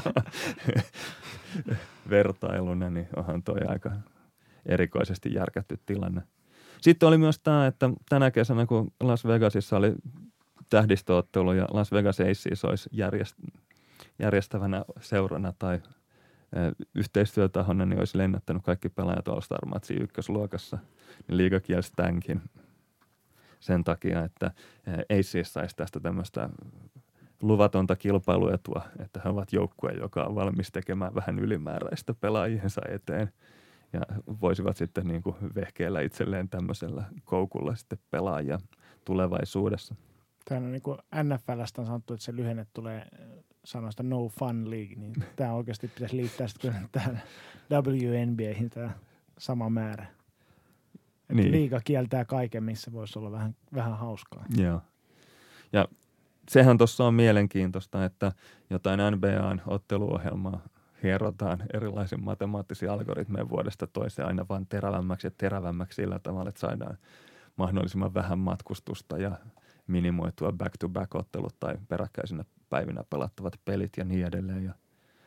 vertailuna, niin onhan toi aika erikoisesti järkätty tilanne. Sitten oli myös tämä, että tänä kesänä, kun Las Vegasissa oli tähdistöottelu ja Las Vegas Aces olisi järjestävänä seurana tai yhteistyötahona, niin olisi lennättänyt kaikki pelaajat All-Star-matsiin ykkösluokassa. Niin liiga kielsi tämänkin sen takia, että Aces saisi tästä tämmöistä luvatonta kilpailuetua, että he ovat joukkue, joka on valmis tekemään vähän ylimääräistä pelaajiensa eteen. Ja voisivat sitten niin kuin vehkeillä itselleen tämmöisellä koukulla sitten pelaajia tulevaisuudessa. Tämä on niin kuin NFL:stä on sanottu, että se lyhenne tulee sanoista No Fun League, niin tämä oikeasti pitäisi liittää sitten tähän WNBA:hin tämä sama määrä. Että niin. Liiga kieltää kaiken, missä voisi olla vähän hauskaa. Joo. Ja sehän tuossa on mielenkiintoista, että jotain NBA:n otteluohjelmaa hierotaan erilaisen matemaattisia algoritmeja vuodesta toiseen aina vaan terävämmäksi ja terävämmäksi sillä tavalla, että saadaan mahdollisimman vähän matkustusta ja minimoitua back-to-back-ottelut tai peräkkäisinä päivinä pelattavat pelit ja niin edelleen. Ja,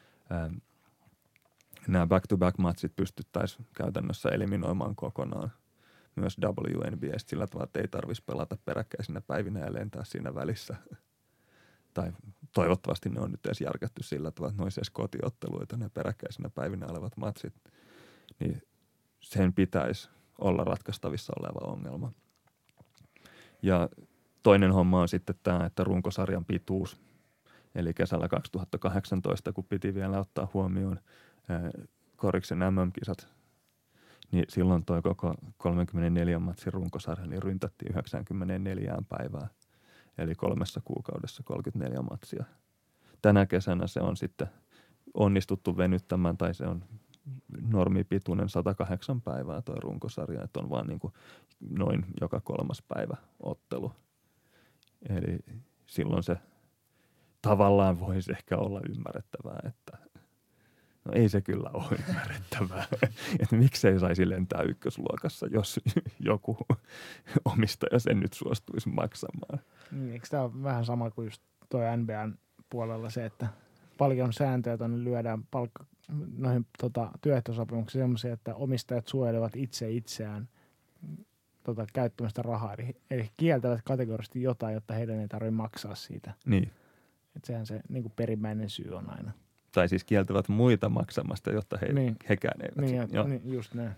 nämä back-to-back-matsit pystyttäisiin käytännössä eliminoimaan kokonaan myös WNBA:stä sillä tavalla, että ei tarvitsisi pelata peräkkäisinä päivinä ja lentää siinä välissä. Tai toivottavasti ne on nyt edes järkätty sillä tavalla, että ne olisi edes kotiotteluita, ne peräkkäisinä päivinä olevat matsit. Niin sen pitäisi olla ratkaistavissa oleva ongelma. Ja toinen homma on sitten tämä, että runkosarjan pituus. Eli kesällä 2018, kun piti vielä ottaa huomioon Koriksen MM-kisat, niin silloin toi koko 34 matsin runkosarja niin ryntättiin 94 päivää. Eli 3 kuukaudessa 34 matsia. Tänä kesänä se on sitten onnistuttu venyttämään, tai se on normipituinen 108 päivää tuo runkosarja, että on vaan niin kuin noin joka 3. päivä ottelu. Eli silloin se tavallaan voisi ehkä olla ymmärrettävää, että no ei se kyllä ole ymmärrettävää, että miksei saisi lentää ykkösluokassa, jos joku omistaja sen nyt suostuisi maksamaan. Eikö tämä ole vähän sama kuin just toi NBAn puolella se, että paljon sääntöjä tuonne lyödään noihin työehtosopimuksiin sellaisia, että omistajat suojelevat itseään käyttämästä rahaa. Eli kieltävät kategorisesti jotain, jotta heidän ei tarvitse maksaa siitä. Niin. Että sehän se niin kuin perimmäinen syy on aina. tai siis kieltävät muita maksamasta, jotta hekään eivät. Niin, just näin.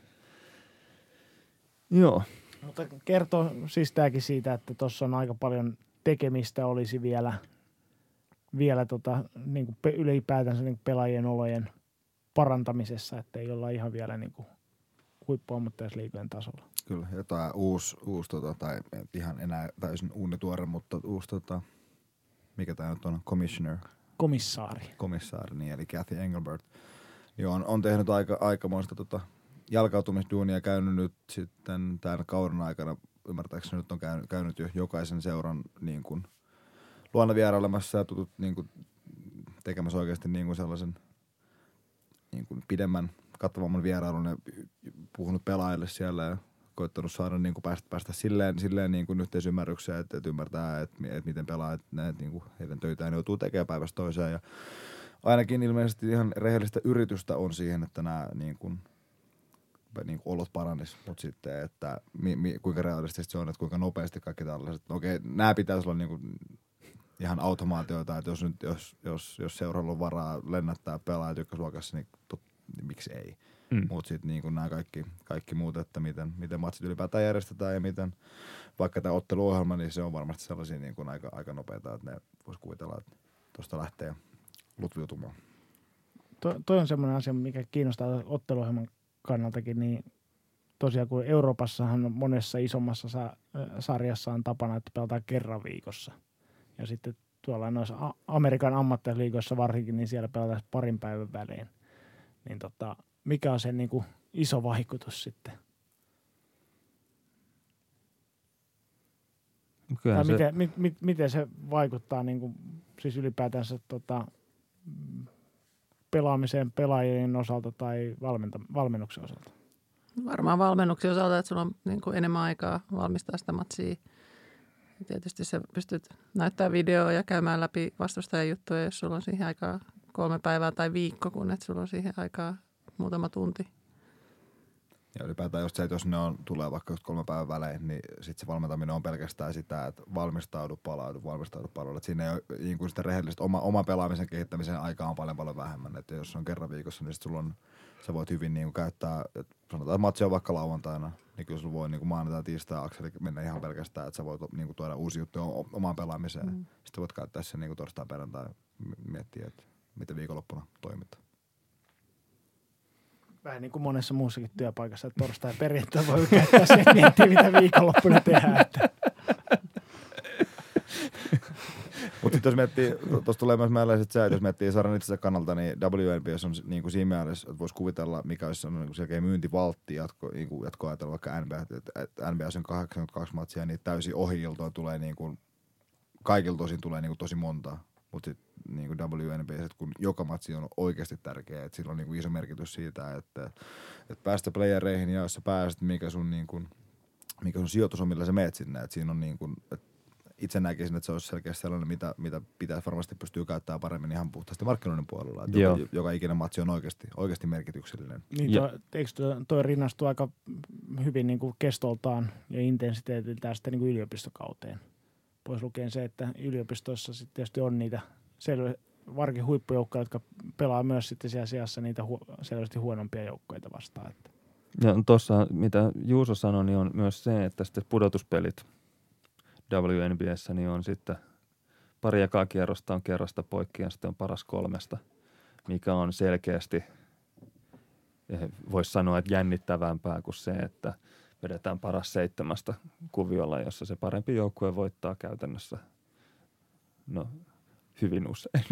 Joo. Mutta kertoo siis tämäkin siitä, että tuossa on aika paljon tekemistä olisi vielä niin kuin ylipäätänsä niin kuin pelaajien olojen parantamisessa, että ei olla ihan vielä niin kuin huippuammattilaisliigojen tasolla. Kyllä, jotain uusi tai ihan enää täysin uunituore, mutta uusi mikä tämä nyt on, komissaari, niin, eli Cathy Engelbert, niin on tehnyt aikamoista jalkautumisduunia, käynyt nyt sitten tämän kauden aikana, ymmärtääkseni nyt on käynyt jo jokaisen seuran niin kuin luonnonvierailemassa ja niin kuin tekemässä oikeasti niin kuin sellaisen niin kuin pidemmän, kattavamman vierailun ja puhunut pelaajille siellä ja koittanut saada niin kuin päästä silleen niin kuin yhteisymmärrykseen, että ymmärtää, että miten pelaajat niin kuin heidän töitään joutuu tekemään päivästä toiseen. Ja ainakin ilmeisesti ihan rehellistä yritystä on siihen, että nämä niin kuin olot paranis, mutta sitten, että kuinka realistisesti se on, että kuinka nopeasti kaikki tällaiset. Okei, nämä pitäisi olla niin kuin ihan automaatioita, että jos seuralla on varaa lennättää pelaajat ykkösluokassa, niin miksi ei? Mutta sitten niin nämä kaikki muut, että miten matsit ylipäätään järjestetään ja miten vaikka tämä otteluohjelma, niin se on varmasti sellaisia niin kuin aika nopeita, että ne voisi kuvitella, että tuosta lähtee lutviutumaan. Toi on semmoinen asia, mikä kiinnostaa otteluohjelman kannaltakin, niin tosiaan kun Euroopassahan monessa isommassa sarjassa on tapana, että pelataan kerran viikossa. Ja sitten tuolla noissa Amerikan ammattilaisliigoissa varsinkin, niin siellä pelataan parin päivän välein. Niin mikä on se niin kuin iso vaikutus sitten? Miten se vaikuttaa niin kuin, siis ylipäätänsä pelaamiseen pelaajien osalta tai valmennuksen osalta? Varmaan valmennuksen osalta, että sulla on niin kuin enemmän aikaa valmistaa sitä matsia. Ja tietysti sä pystyt näyttämään videoa ja käymään läpi vastustajan juttuja, jos sulla on siihen aikaa 3 päivää tai viikko, kun et sulla on siihen aikaa muutama tunti. Ja ylipäätään just se, että jos ne tulee vaikka 3 päivän välein, niin sitten se valmentaminen on pelkästään sitä, että valmistaudu palaudu. Että siinä ei ole niin kuin sitä rehellistä oma pelaamisen kehittämisen aikaa on paljon vähemmän. Että jos on kerran viikossa, niin sulla on, sä voit hyvin niin kuin käyttää, että sanotaan, että matsi on vaikka lauantaina, niin kyllä sulla voi niin kuin maanantai, tiistai, akseli mennä ihan pelkästään, että sä voit niin kuin tuoda uusia juttuja omaan pelaamiseen. Sitten voit käyttää sen niin kuin torstai perjantai miettiä, että miten viikonloppuna toimitaan. Vähän niin kuin monessa muussakin työpaikassa, että torstai ja perjantai voi käyttää sen miettiä, mitä viikonloppuna tehdään. Mutta sitten jos miettii, tuossa tulee myös mieleen se, että jos miettii sarjan itsensä kannalta, niin WNBS on niin kuin siinä mielessä, että voisi kuvitella, mikä olisi niin selkeä myyntivaltti jatko ajatella vaikka NBA, että NBS on 82 matsia, niin täysin ohi-iltoa tulee niin kuin, kaikilta tosin tulee niin kuin tosi monta. Mutta sitten niin WNBA, kun joka matsi on oikeasti tärkeä, että sillä on niin kuin iso merkitys siitä, että päästä playereihin ja jos sä pääset, mikä sun sijoitus on, millä sä meet sinne. Että siinä on niin kuin, itse näkisin, että se olisi selkeästi sellainen, mitä pitäisi varmasti pystyä käyttämään paremmin ihan puhtaasti markkinoinnin puolella. Että joka ikinen matsi on oikeasti merkityksellinen. Niin, eikö toi rinnastu aika hyvin niin kuin kestoltaan ja intensiteetiltään sitten niin kuin yliopistokauteen? Pois lukien se, että yliopistoissa sitten tietysti on niitä varsinkin huippujoukkoja, jotka pelaa myös sitten siellä sijassa niitä selvästi huonompia joukkoita vastaan. Että. Ja tuossa, mitä Juuso sanoi, niin on myös se, että sitten pudotuspelit WNBA:ssä niin on sitten pari ekaa kierrosta on kerrasta poikki ja sitten on paras 3, mikä on selkeästi, voisi sanoa, että jännittävämpää kuin se, että vedetään paras 7 kuviolla, jossa se parempi joukkue voittaa käytännössä. No, hyvin usein.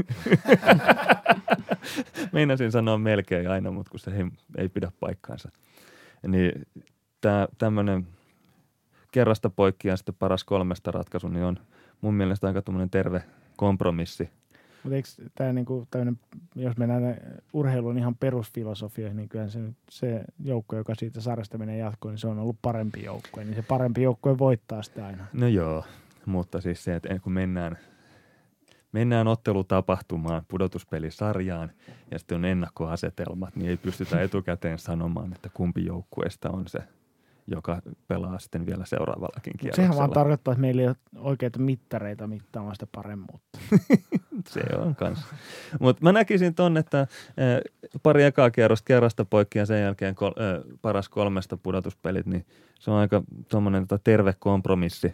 Meinasin sanoa melkein aina, mutta kun se ei pidä paikkaansa. Niin tämmöinen kerrasta poikki ja sitten paras 3 ratkaisu, niin on mun mielestä aika tämmöinen terve kompromissi. Mutta eikö tämä niinku jos mennään urheilun ihan perusfilosofioihin, niin kyllähän se joukko, joka siitä sarjasta menee jatkoon, niin se on ollut parempi joukkue. Niin se parempi joukkue voittaa sitä aina. No joo, mutta siis se, että kun mennään ottelutapahtumaan, pudotuspelisarjaan ja sitten on ennakkoasetelmat, niin ei pystytä etukäteen sanomaan, että kumpi joukkueesta on se joka pelaa sitten vielä seuraavallakin Sehän kierroksella. vaan tarkoittaa, että meillä ei ole oikeita mittareita mittaamaan sitä paremmuutta. Se on kanssa. Mutta mä näkisin ton, että pari ekaa kierrosta kerrasta poikki ja sen jälkeen paras 3 pudotuspelit, niin se on aika tommonen terve kompromissi.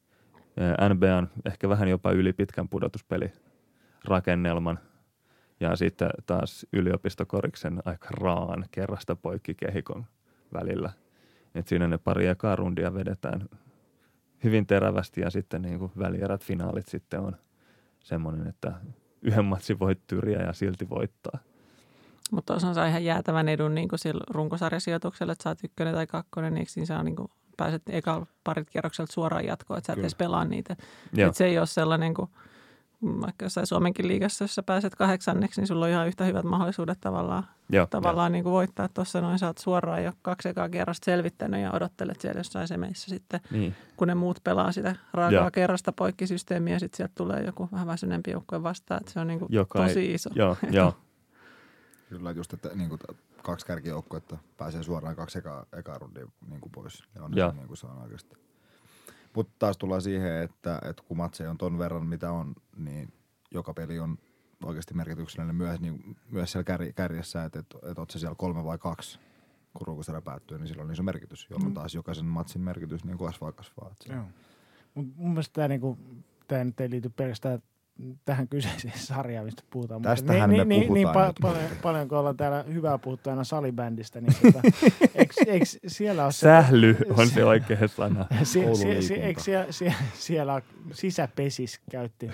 NBAn ehkä vähän jopa yli pitkän pudotuspelirakennelman ja sitten taas yliopistokoriksen aika raan kerrasta poikki kehikon välillä. Et siinä ne pari ekaa rundia vedetään hyvin terävästi ja sitten niin kuin välierät finaalit sitten on semmoinen, että yhden matsin voit tyriä ja silti voittaa. Mutta on se ihan jäätävän edun niin kuin sillä runkosarjasijoituksella, että sä oot 1 tai 2, niin eikö siinä saa niin kuin pääset ekalla parit kierrokselta suoraan jatkoon, että sä et edes pelaa niitä. Että se ei ole sellainen kuin vaikka jossain Suomenkin liigassa, jos sä pääset 8, niin sulla on ihan yhtä hyvät mahdollisuudet tavallaan niin kuin voittaa. Tuossa noin sä oot suoraan jo 2 ekaa kerrasta selvittänyt ja odottelet siellä jossain semeissä sitten, kun ne muut pelaa sitä raakaa kerrasta poikkisysteemiä ja sitten sieltä tulee joku vähän väsyneempi joukkue vastaan. Että se on niin kuin tosi iso. Joo. Kyllä just, että niin kuin 2 kärkijoukkuetta pääsee suoraan 2 ekaa rundia niin kuin pois. Ja on se, niin kuin se on oikeasti. Mutta taas tullaan siihen, että kun matseja on ton verran, mitä on, niin joka peli on oikeasti merkityksellinen myös siellä kärjessä, että oot se siellä 3 vai 2, kun runkosarja päättyy, niin silloin on iso merkitys, jolloin taas jokaisen matsin merkitys niin kasvaa. Joo. Mun mielestä tämä nyt ei liity pelkästään tähän kyseiseen sarjaan, mistä puhutaan. Tästähän me puhutaan paljon kun ollaan täällä hyvää puhuttu aina salibändistä, niin eikö siellä ole sähly on se oikea sana. Eikö siellä sisäpesis käytti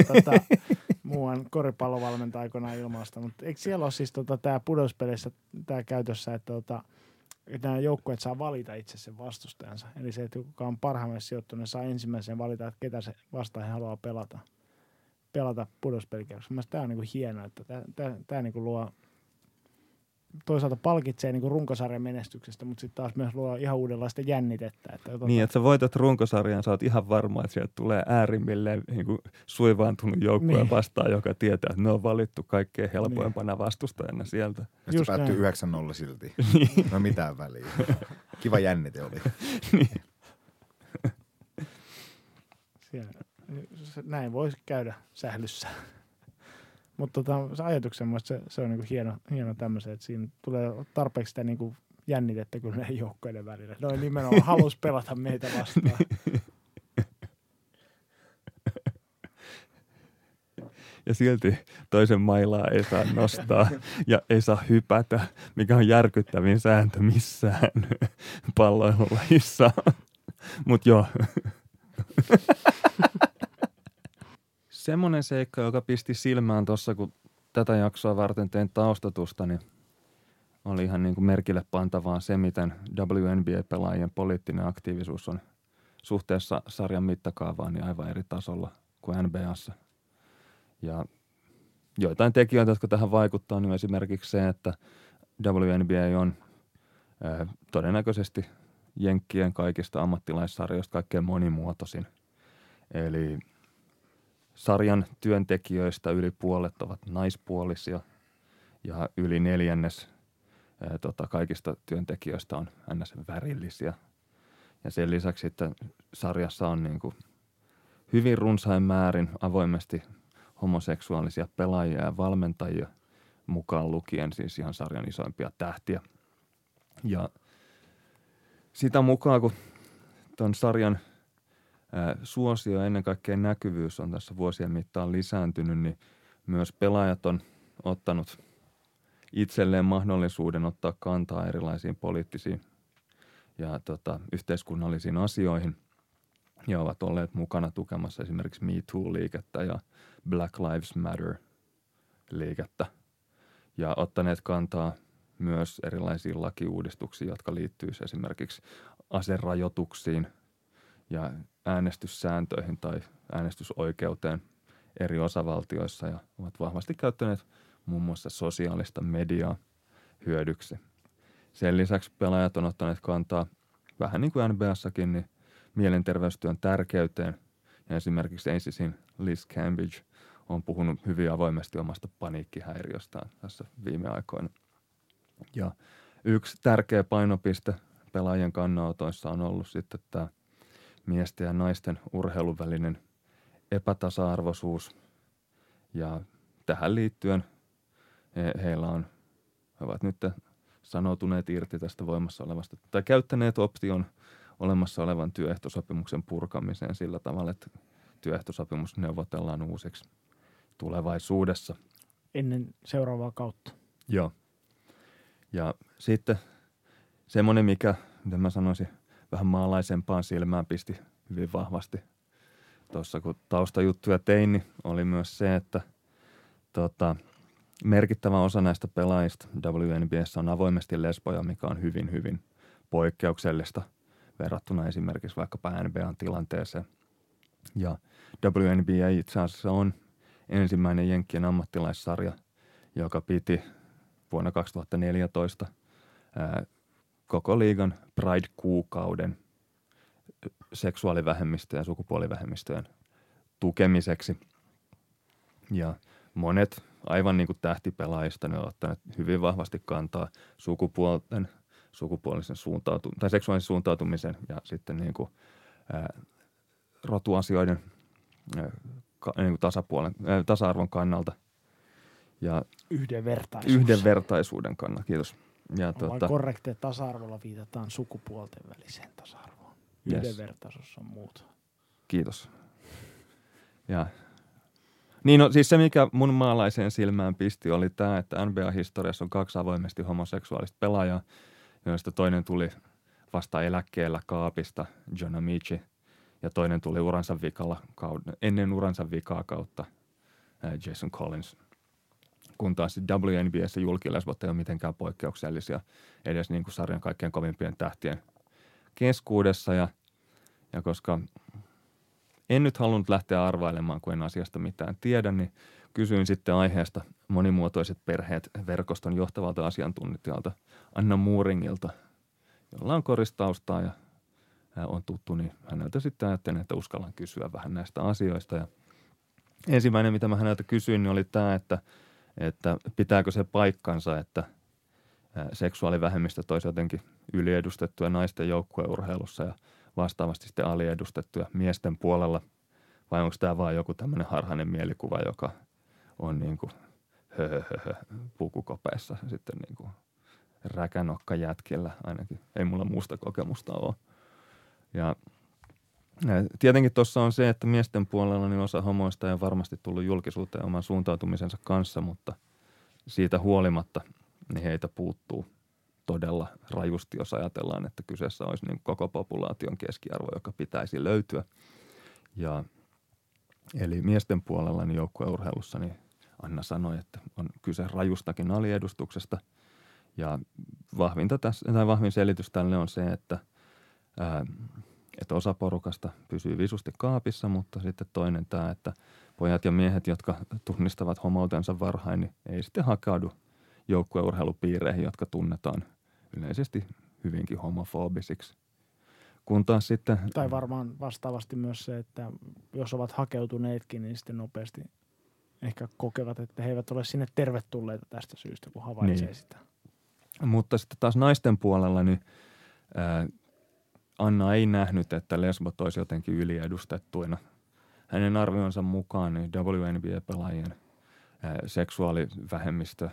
muuan koripallovalmentaja aikoinaan ilmausta, mutta eikö siellä ole siis tämä pudotuspeleissä tämä käytössä, että nämä joukkueet saa valita itse sen vastustajansa. Eli se, että kuka on parhaimmassa sijoittunut, saa ensimmäisen valita, että ketä se vastaan he haluaa pelata pudotuspelikierroksessa. Mielestäni tämä on niinku hienoa, että tämä niinku luo, toisaalta palkitsee niinku runkosarjan menestyksestä, mutta sitten taas myös luo ihan uudenlaista jännitettä. Niin, että sä voitat runkosarjan, sä oot ihan varma, että sieltä tulee äärimmilleen niinku suivaantunut joukkue vastaan, joka tietää, että ne on valittu kaikkein helpoimpana vastustajana sieltä. Ja se päättyy 9-0 silti. No mitään väliä. Kiva jännite oli. Niin. Näin voisi käydä sählyssä. Mutta se ajatuksen mielestä se on niinku hieno tämmöisen, että siinä tulee tarpeeksi sitä niinku jännitettä kyllä näiden joukkoiden välillä. Noin nimenomaan halusi pelata meitä vastaan. Ja silti toisen mailaa ei saa nostaa ja ei saa hypätä, mikä on järkyttävin sääntö missään palloilulajissa. Mutta joo. Semmoinen seikka, joka pisti silmään tuossa, kun tätä jaksoa varten tein taustatusta, niin oli ihan niin kuin merkille pantavaa se, miten WNBA-pelaajien poliittinen aktiivisuus on suhteessa sarjan mittakaavaan niin aivan eri tasolla kuin NBAssa. Ja joitain tekijöitä, jotka tähän vaikuttaa, niin esimerkiksi se, että WNBA on todennäköisesti jenkkien kaikista ammattilaissarjoista kaikkein monimuotoisin. Eli sarjan työntekijöistä yli puolet ovat naispuolisia ja yli 1/4 kaikista työntekijöistä on NS-värillisiä. Ja sen lisäksi, että sarjassa on niin kuin hyvin runsain määrin avoimesti homoseksuaalisia pelaajia ja valmentajia mukaan lukien siis ihan sarjan isoimpia tähtiä. Ja sitä mukaan, kun ton sarjan suosio ja ennen kaikkea näkyvyys on tässä vuosien mittaan lisääntynyt, niin myös pelaajat on ottanut itselleen mahdollisuuden ottaa kantaa erilaisiin poliittisiin ja yhteiskunnallisiin asioihin ja ovat olleet mukana tukemassa esimerkiksi Me Too-liikettä ja Black Lives Matter-liikettä ja ottaneet kantaa myös erilaisiin lakiuudistuksiin, jotka liittyvät esimerkiksi aserajoituksiin ja äänestyssääntöihin tai äänestysoikeuteen eri osavaltioissa ja ovat vahvasti käyttäneet muun muassa sosiaalista mediaa hyödyksi. Sen lisäksi pelaajat on ottaneet kantaa, vähän niin kuin NBAssakin, niin mielenterveystyön tärkeyteen. Ja esimerkiksi ACCin Liz Cambridge on puhunut hyvin avoimesti omasta paniikkihäiriöstään tässä viime aikoina. Ja yksi tärkeä painopiste pelaajien kannanotoissa on ollut sitten tämä miesten ja naisten urheilun välinen epätasa-arvoisuus. Ja tähän liittyen he ovat nyt sanoutuneet irti tästä voimassa olevasta, tai käyttäneet option olemassa olevan työehtosopimuksen purkamiseen sillä tavalla, että työehtosopimus neuvotellaan uusiksi tulevaisuudessa. Ennen seuraavaa kautta. Joo. Ja sitten semmoinen, mikä, mitä mä sanoisin, vähän maalaisempaan silmään pisti hyvin vahvasti tuossa, kun taustajuttuja tein, niin oli myös se, että merkittävä osa näistä pelaajista WNBA:ssa on avoimesti lesboja, mikä on hyvin, hyvin poikkeuksellista verrattuna esimerkiksi vaikkapa NBA:n tilanteeseen. Ja WNBA itse asiassa on ensimmäinen Jenkkien ammattilaissarja, joka piti vuonna 2014 koko liigan Pride-kuukauden seksuaalivähemmistöjen ja sukupuolivähemmistöjen tukemiseksi. Ja monet aivan niin kuin tähtipelaajista ne ovat ottaneet hyvin vahvasti kantaa sukupuolisen tai seksuaalisen suuntautumisen ja sitten niin kuin, rotuasioiden niin kuin tasa-arvon kannalta. Ja yhdenvertaisuuden kannalta, kiitos. Ja on vain korrektia, tasa-arvolla viitataan sukupuolten väliseen tasa-arvoon. Yhdenvertaisuus on muuta. Kiitos. Ja niin no, siis se, mikä mun maalaiseen silmään pisti, oli tämä, että NBA-historiassa on 2 avoimesti homoseksuaalista pelaajaa, joista toinen tuli vasta eläkkeellä kaapista, John Amici, ja toinen tuli ennen uransa vikaa kautta, Jason Collins. Kun taas WNBA:ssä julkilesbot ei ole mitenkään poikkeuksellisia edes niin kuin sarjan kaikkein kovimpien tähtien keskuudessa. Ja koska en nyt halunnut lähteä arvailemaan, kun en asiasta mitään tiedä, niin kysyin sitten aiheesta Monimuotoiset perheet -verkoston johtavalta asiantuntijalta Anna Mooringilta, jolla on koristaustaa ja on tuttu, niin häneltä sitten ajattelin, että uskallan kysyä vähän näistä asioista. Ja ensimmäinen, mitä mä häneltä kysyin, niin oli tämä, että pitääkö se paikkansa, että seksuaalivähemmistöt olisi jotenkin yliedustettuja naisten joukkueurheilussa ja vastaavasti sitten aliedustettuja miesten puolella, vai onko tämä vaan joku tämmöinen harhainen mielikuva, joka on niin kuin pukukopeessa sitten niin kuin räkänokka jätkillä ainakin. Ei mulla muusta kokemusta ole. Ja tietenkin tuossa on se, että miesten puolella niin osa homoista ei ole varmasti tullut julkisuuteen oman suuntautumisensa kanssa, mutta siitä huolimatta niin heitä puuttuu todella rajusti, jos ajatellaan, että kyseessä olisi niin koko populaation keskiarvo, joka pitäisi löytyä. Ja eli miesten puolella niin joukkueurheilussa niin Anna sanoi, että on kyse rajustakin aliedustuksesta. Ja vahvin selitys tälle on se, että osa porukasta pysyy visusti kaapissa, mutta sitten toinen tämä, että pojat ja miehet, jotka tunnistavat homoutensa varhain, niin ei sitten hakeudu joukkueurheilupiireihin, jotka tunnetaan yleisesti hyvinkin homofobisiksi. Kun taas sitten tai varmaan vastaavasti myös se, että jos ovat hakeutuneetkin, niin sitten nopeasti ehkä kokevat, että he eivät ole sinne tervetulleita tästä syystä, kun havaitsee niin sitä. Mutta sitten taas naisten puolella, niin Anna ei nähnyt, että lesbot olisi jotenkin yliedustettuina. Hänen arvionsa mukaan niin WNBA-pelaajien seksuaalivähemmistö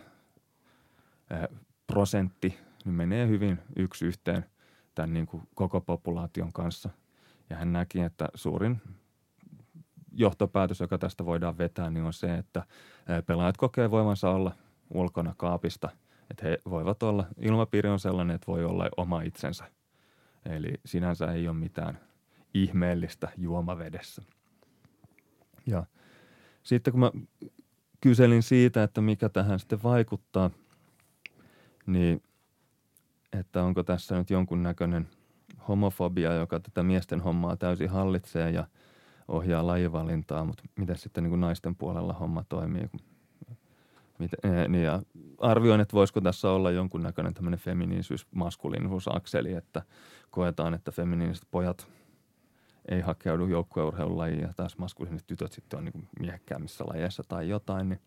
prosentti niin menee hyvin yksi yhteen tämän niin kuin koko populaation kanssa. Ja hän näki, että suurin johtopäätös, joka tästä voidaan vetää, niin on se, että pelaajat kokee voivansa olla ulkona kaapista. Että he voivat olla, ilmapiiri on sellainen, että voi olla oma itsensä. Eli sinänsä ei ole mitään ihmeellistä juomavedessä. Ja sitten kun mä kyselin siitä, että mikä tähän sitten vaikuttaa, niin että onko tässä nyt jonkunnäköinen homofobia, joka tätä miesten hommaa täysin hallitsee ja ohjaa lajivalintaa, mutta miten sitten niin kuin naisten puolella homma toimii? Niin ja arvioin, että voisiko tässä olla jonkunnäköinen tämmöinen feminiinisyys-maskuliinisuusakseli, että koetaan, että feminiiniset pojat ei hakeudu joukkueurheilulajiin ja taas maskuliiniset tytöt sitten on niin kuin miehekkäämmissä lajeissa tai jotain, niin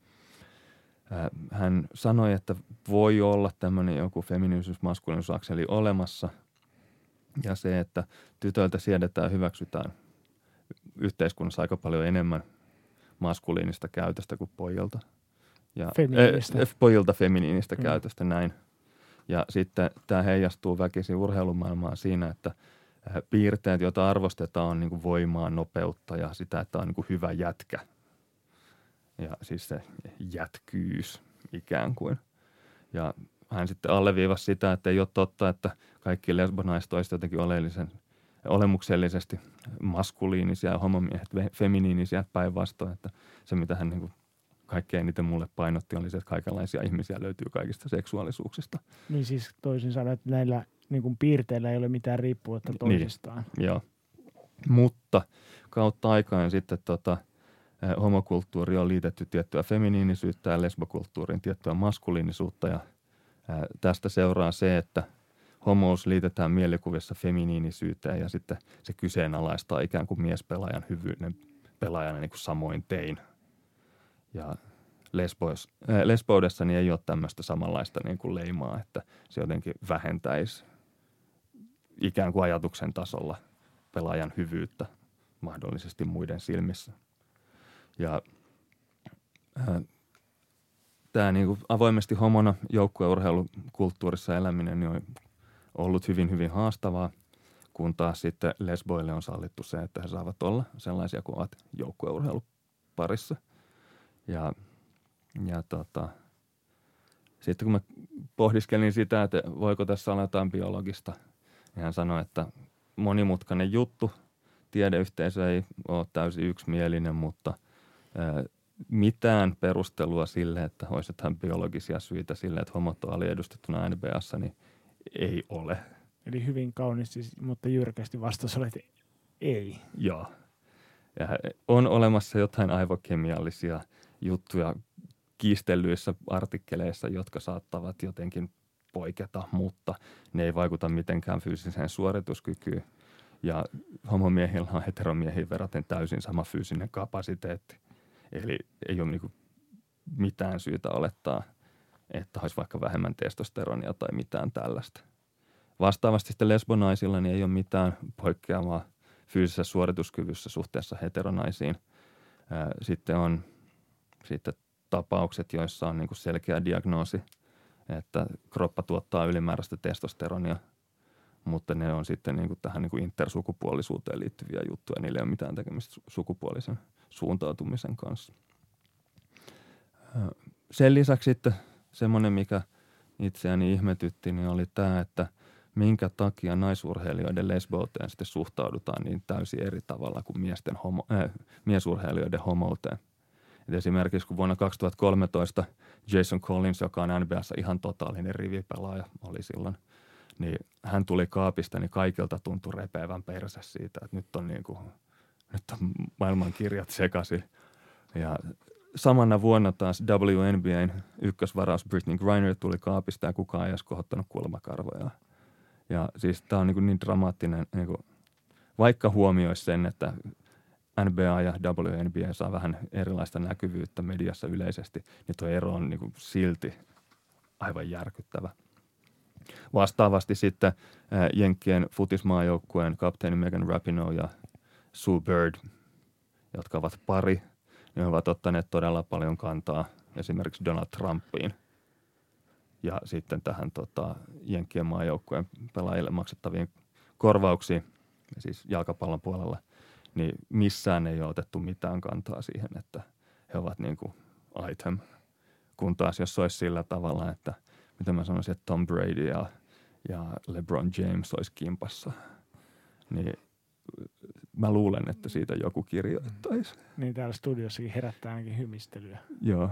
hän sanoi, että voi olla tämmöinen joku feminiinisyys-maskuliinisuusakseli olemassa, Ja se, että tytöiltä siedetään ja hyväksytään yhteiskunnassa aika paljon enemmän maskuliinista käytöstä kuin pojilta. Ja, pojilta feminiinistä käytöstä, näin. Ja sitten tämä heijastuu väkisin urheilumaailmaan siinä, että piirteet, joita arvostetaan, on niin kuin voimaa, nopeutta ja sitä, että on niin kuin hyvä jätkä. Ja siis se jätkyys ikään kuin. Ja hän sitten alleviivasi sitä, että ei ole totta, että kaikki lesbonaiset olisivat jotenkin olemuksellisesti maskuliinisia ja homomiehet feminiinisiä päinvastoin. Että se, mitä hän niin kuin kaikkein eniten mulle painotti, oli se, että kaikenlaisia ihmisiä löytyy kaikista seksuaalisuuksista. Niin siis toisin sanoen, että näillä niin kuin piirteillä ei ole mitään riippuvuutta toisistaan. Niin, joo. Mutta kautta aikaan sitten homokulttuuri on liitetty tiettyä feminiinisyyttä ja lesbokulttuuriin tiettyä maskuliinisuutta ja tästä seuraa se, että homous liitetään mielikuvissa feminiinisyyteen ja sitten se kyseenalaistaa ikään kuin miespelaajan hyvyyden pelaajana niin kuin samoin tein. Ja lesboudessa niin ei ole tämmöistä samanlaista niin kuin leimaa, että se jotenkin vähentäisi ikään kuin ajatuksen tasolla pelaajan hyvyyttä mahdollisesti muiden silmissä. Ja tämä niin kuin avoimesti homona joukkueurheilukulttuurissa eläminen niin on ollut hyvin, hyvin haastavaa, kun taas sitten lesboille on sallittu se, että he saavat olla sellaisia kuin ovat joukkueurheiluparissa. Ja sitten kun mä pohdiskelin sitä, että voiko tässä olla jotain biologista, niin hän sanoi, että monimutkainen juttu, tiedeyhteisö ei ole täysin yksimielinen, mutta mitään perustelua sille, että olisi jotain biologisia syitä sille, että homot on aliedustettuna NBA:ssa, niin ei ole. Eli hyvin kauniisti, mutta jyrkästi vastaus oli, että ei. Joo. Ja on olemassa jotain aivokemiallisia juttuja kiistellyissä artikkeleissa, jotka saattavat jotenkin poiketa, mutta ne ei vaikuta mitenkään fyysiseen suorituskykyyn. Ja homomiehillä on heteromiehiin verraten täysin sama fyysinen kapasiteetti. Eli ei ole niinku mitään syytä olettaa, että olisi vaikka vähemmän testosteronia tai mitään tällaista. Vastaavasti sitten lesbonaisilla niin ei ole mitään poikkeamaa fyysisessä suorituskyvyssä suhteessa heteronaisiin. Sitten on tapaukset, joissa on niinku selkeä diagnoosi, että kroppa tuottaa ylimääräistä testosteronia, mutta ne on sitten niinku tähän niinku intersukupuolisuuteen liittyviä juttuja. Niillä ei ole mitään tekemistä sukupuolisen suuntautumisen kanssa. Sen lisäksi sitten semmoinen, mikä itseäni ihmetytti, niin oli tämä, että minkä takia naisurheilijoiden lesbouteen sitten suhtaudutaan niin täysin eri tavalla kuin miesurheilijoiden homouteen. Et esimerkiksi kun vuonna 2013 Jason Collins, joka on NBA:ssa ihan totaalinen rivipelaaja, oli silloin, niin hän tuli kaapista, niin kaikilta tuntui repeävän persä siitä, että nyt on maailman kirjat sekaisin. Ja samana vuonna taas WNBA:n ykkösvaraus Brittney Griner tuli kaapista ja kukaan ei edes kohottanut kulmakarvoja. Ja siis tämä on niin dramaattinen, vaikka huomioisi sen, että NBA ja WNBA saa vähän erilaista näkyvyyttä mediassa yleisesti, niin tuo ero on silti aivan järkyttävä. Vastaavasti sitten Jenkkien futismaajoukkueen kapteeni Megan Rapinoe ja Sue Bird, jotka ovat pari, niin ovat ottaneet todella paljon kantaa esimerkiksi Donald Trumpiin ja sitten tähän Jenkkien maajoukkueen pelaajille maksettaviin korvauksiin, siis jalkapallon puolella, niin missään ei ole otettu mitään kantaa siihen, että he ovat niin kuin item. Kun taas jos olisi sillä tavalla, että mitä mä sanoisin, että Tom Brady ja LeBron James olisi kimpassa, niin mä luulen, että siitä joku kirjoittaisi. Niin täällä studiossakin herättää ainakin hymistelyä. Joo.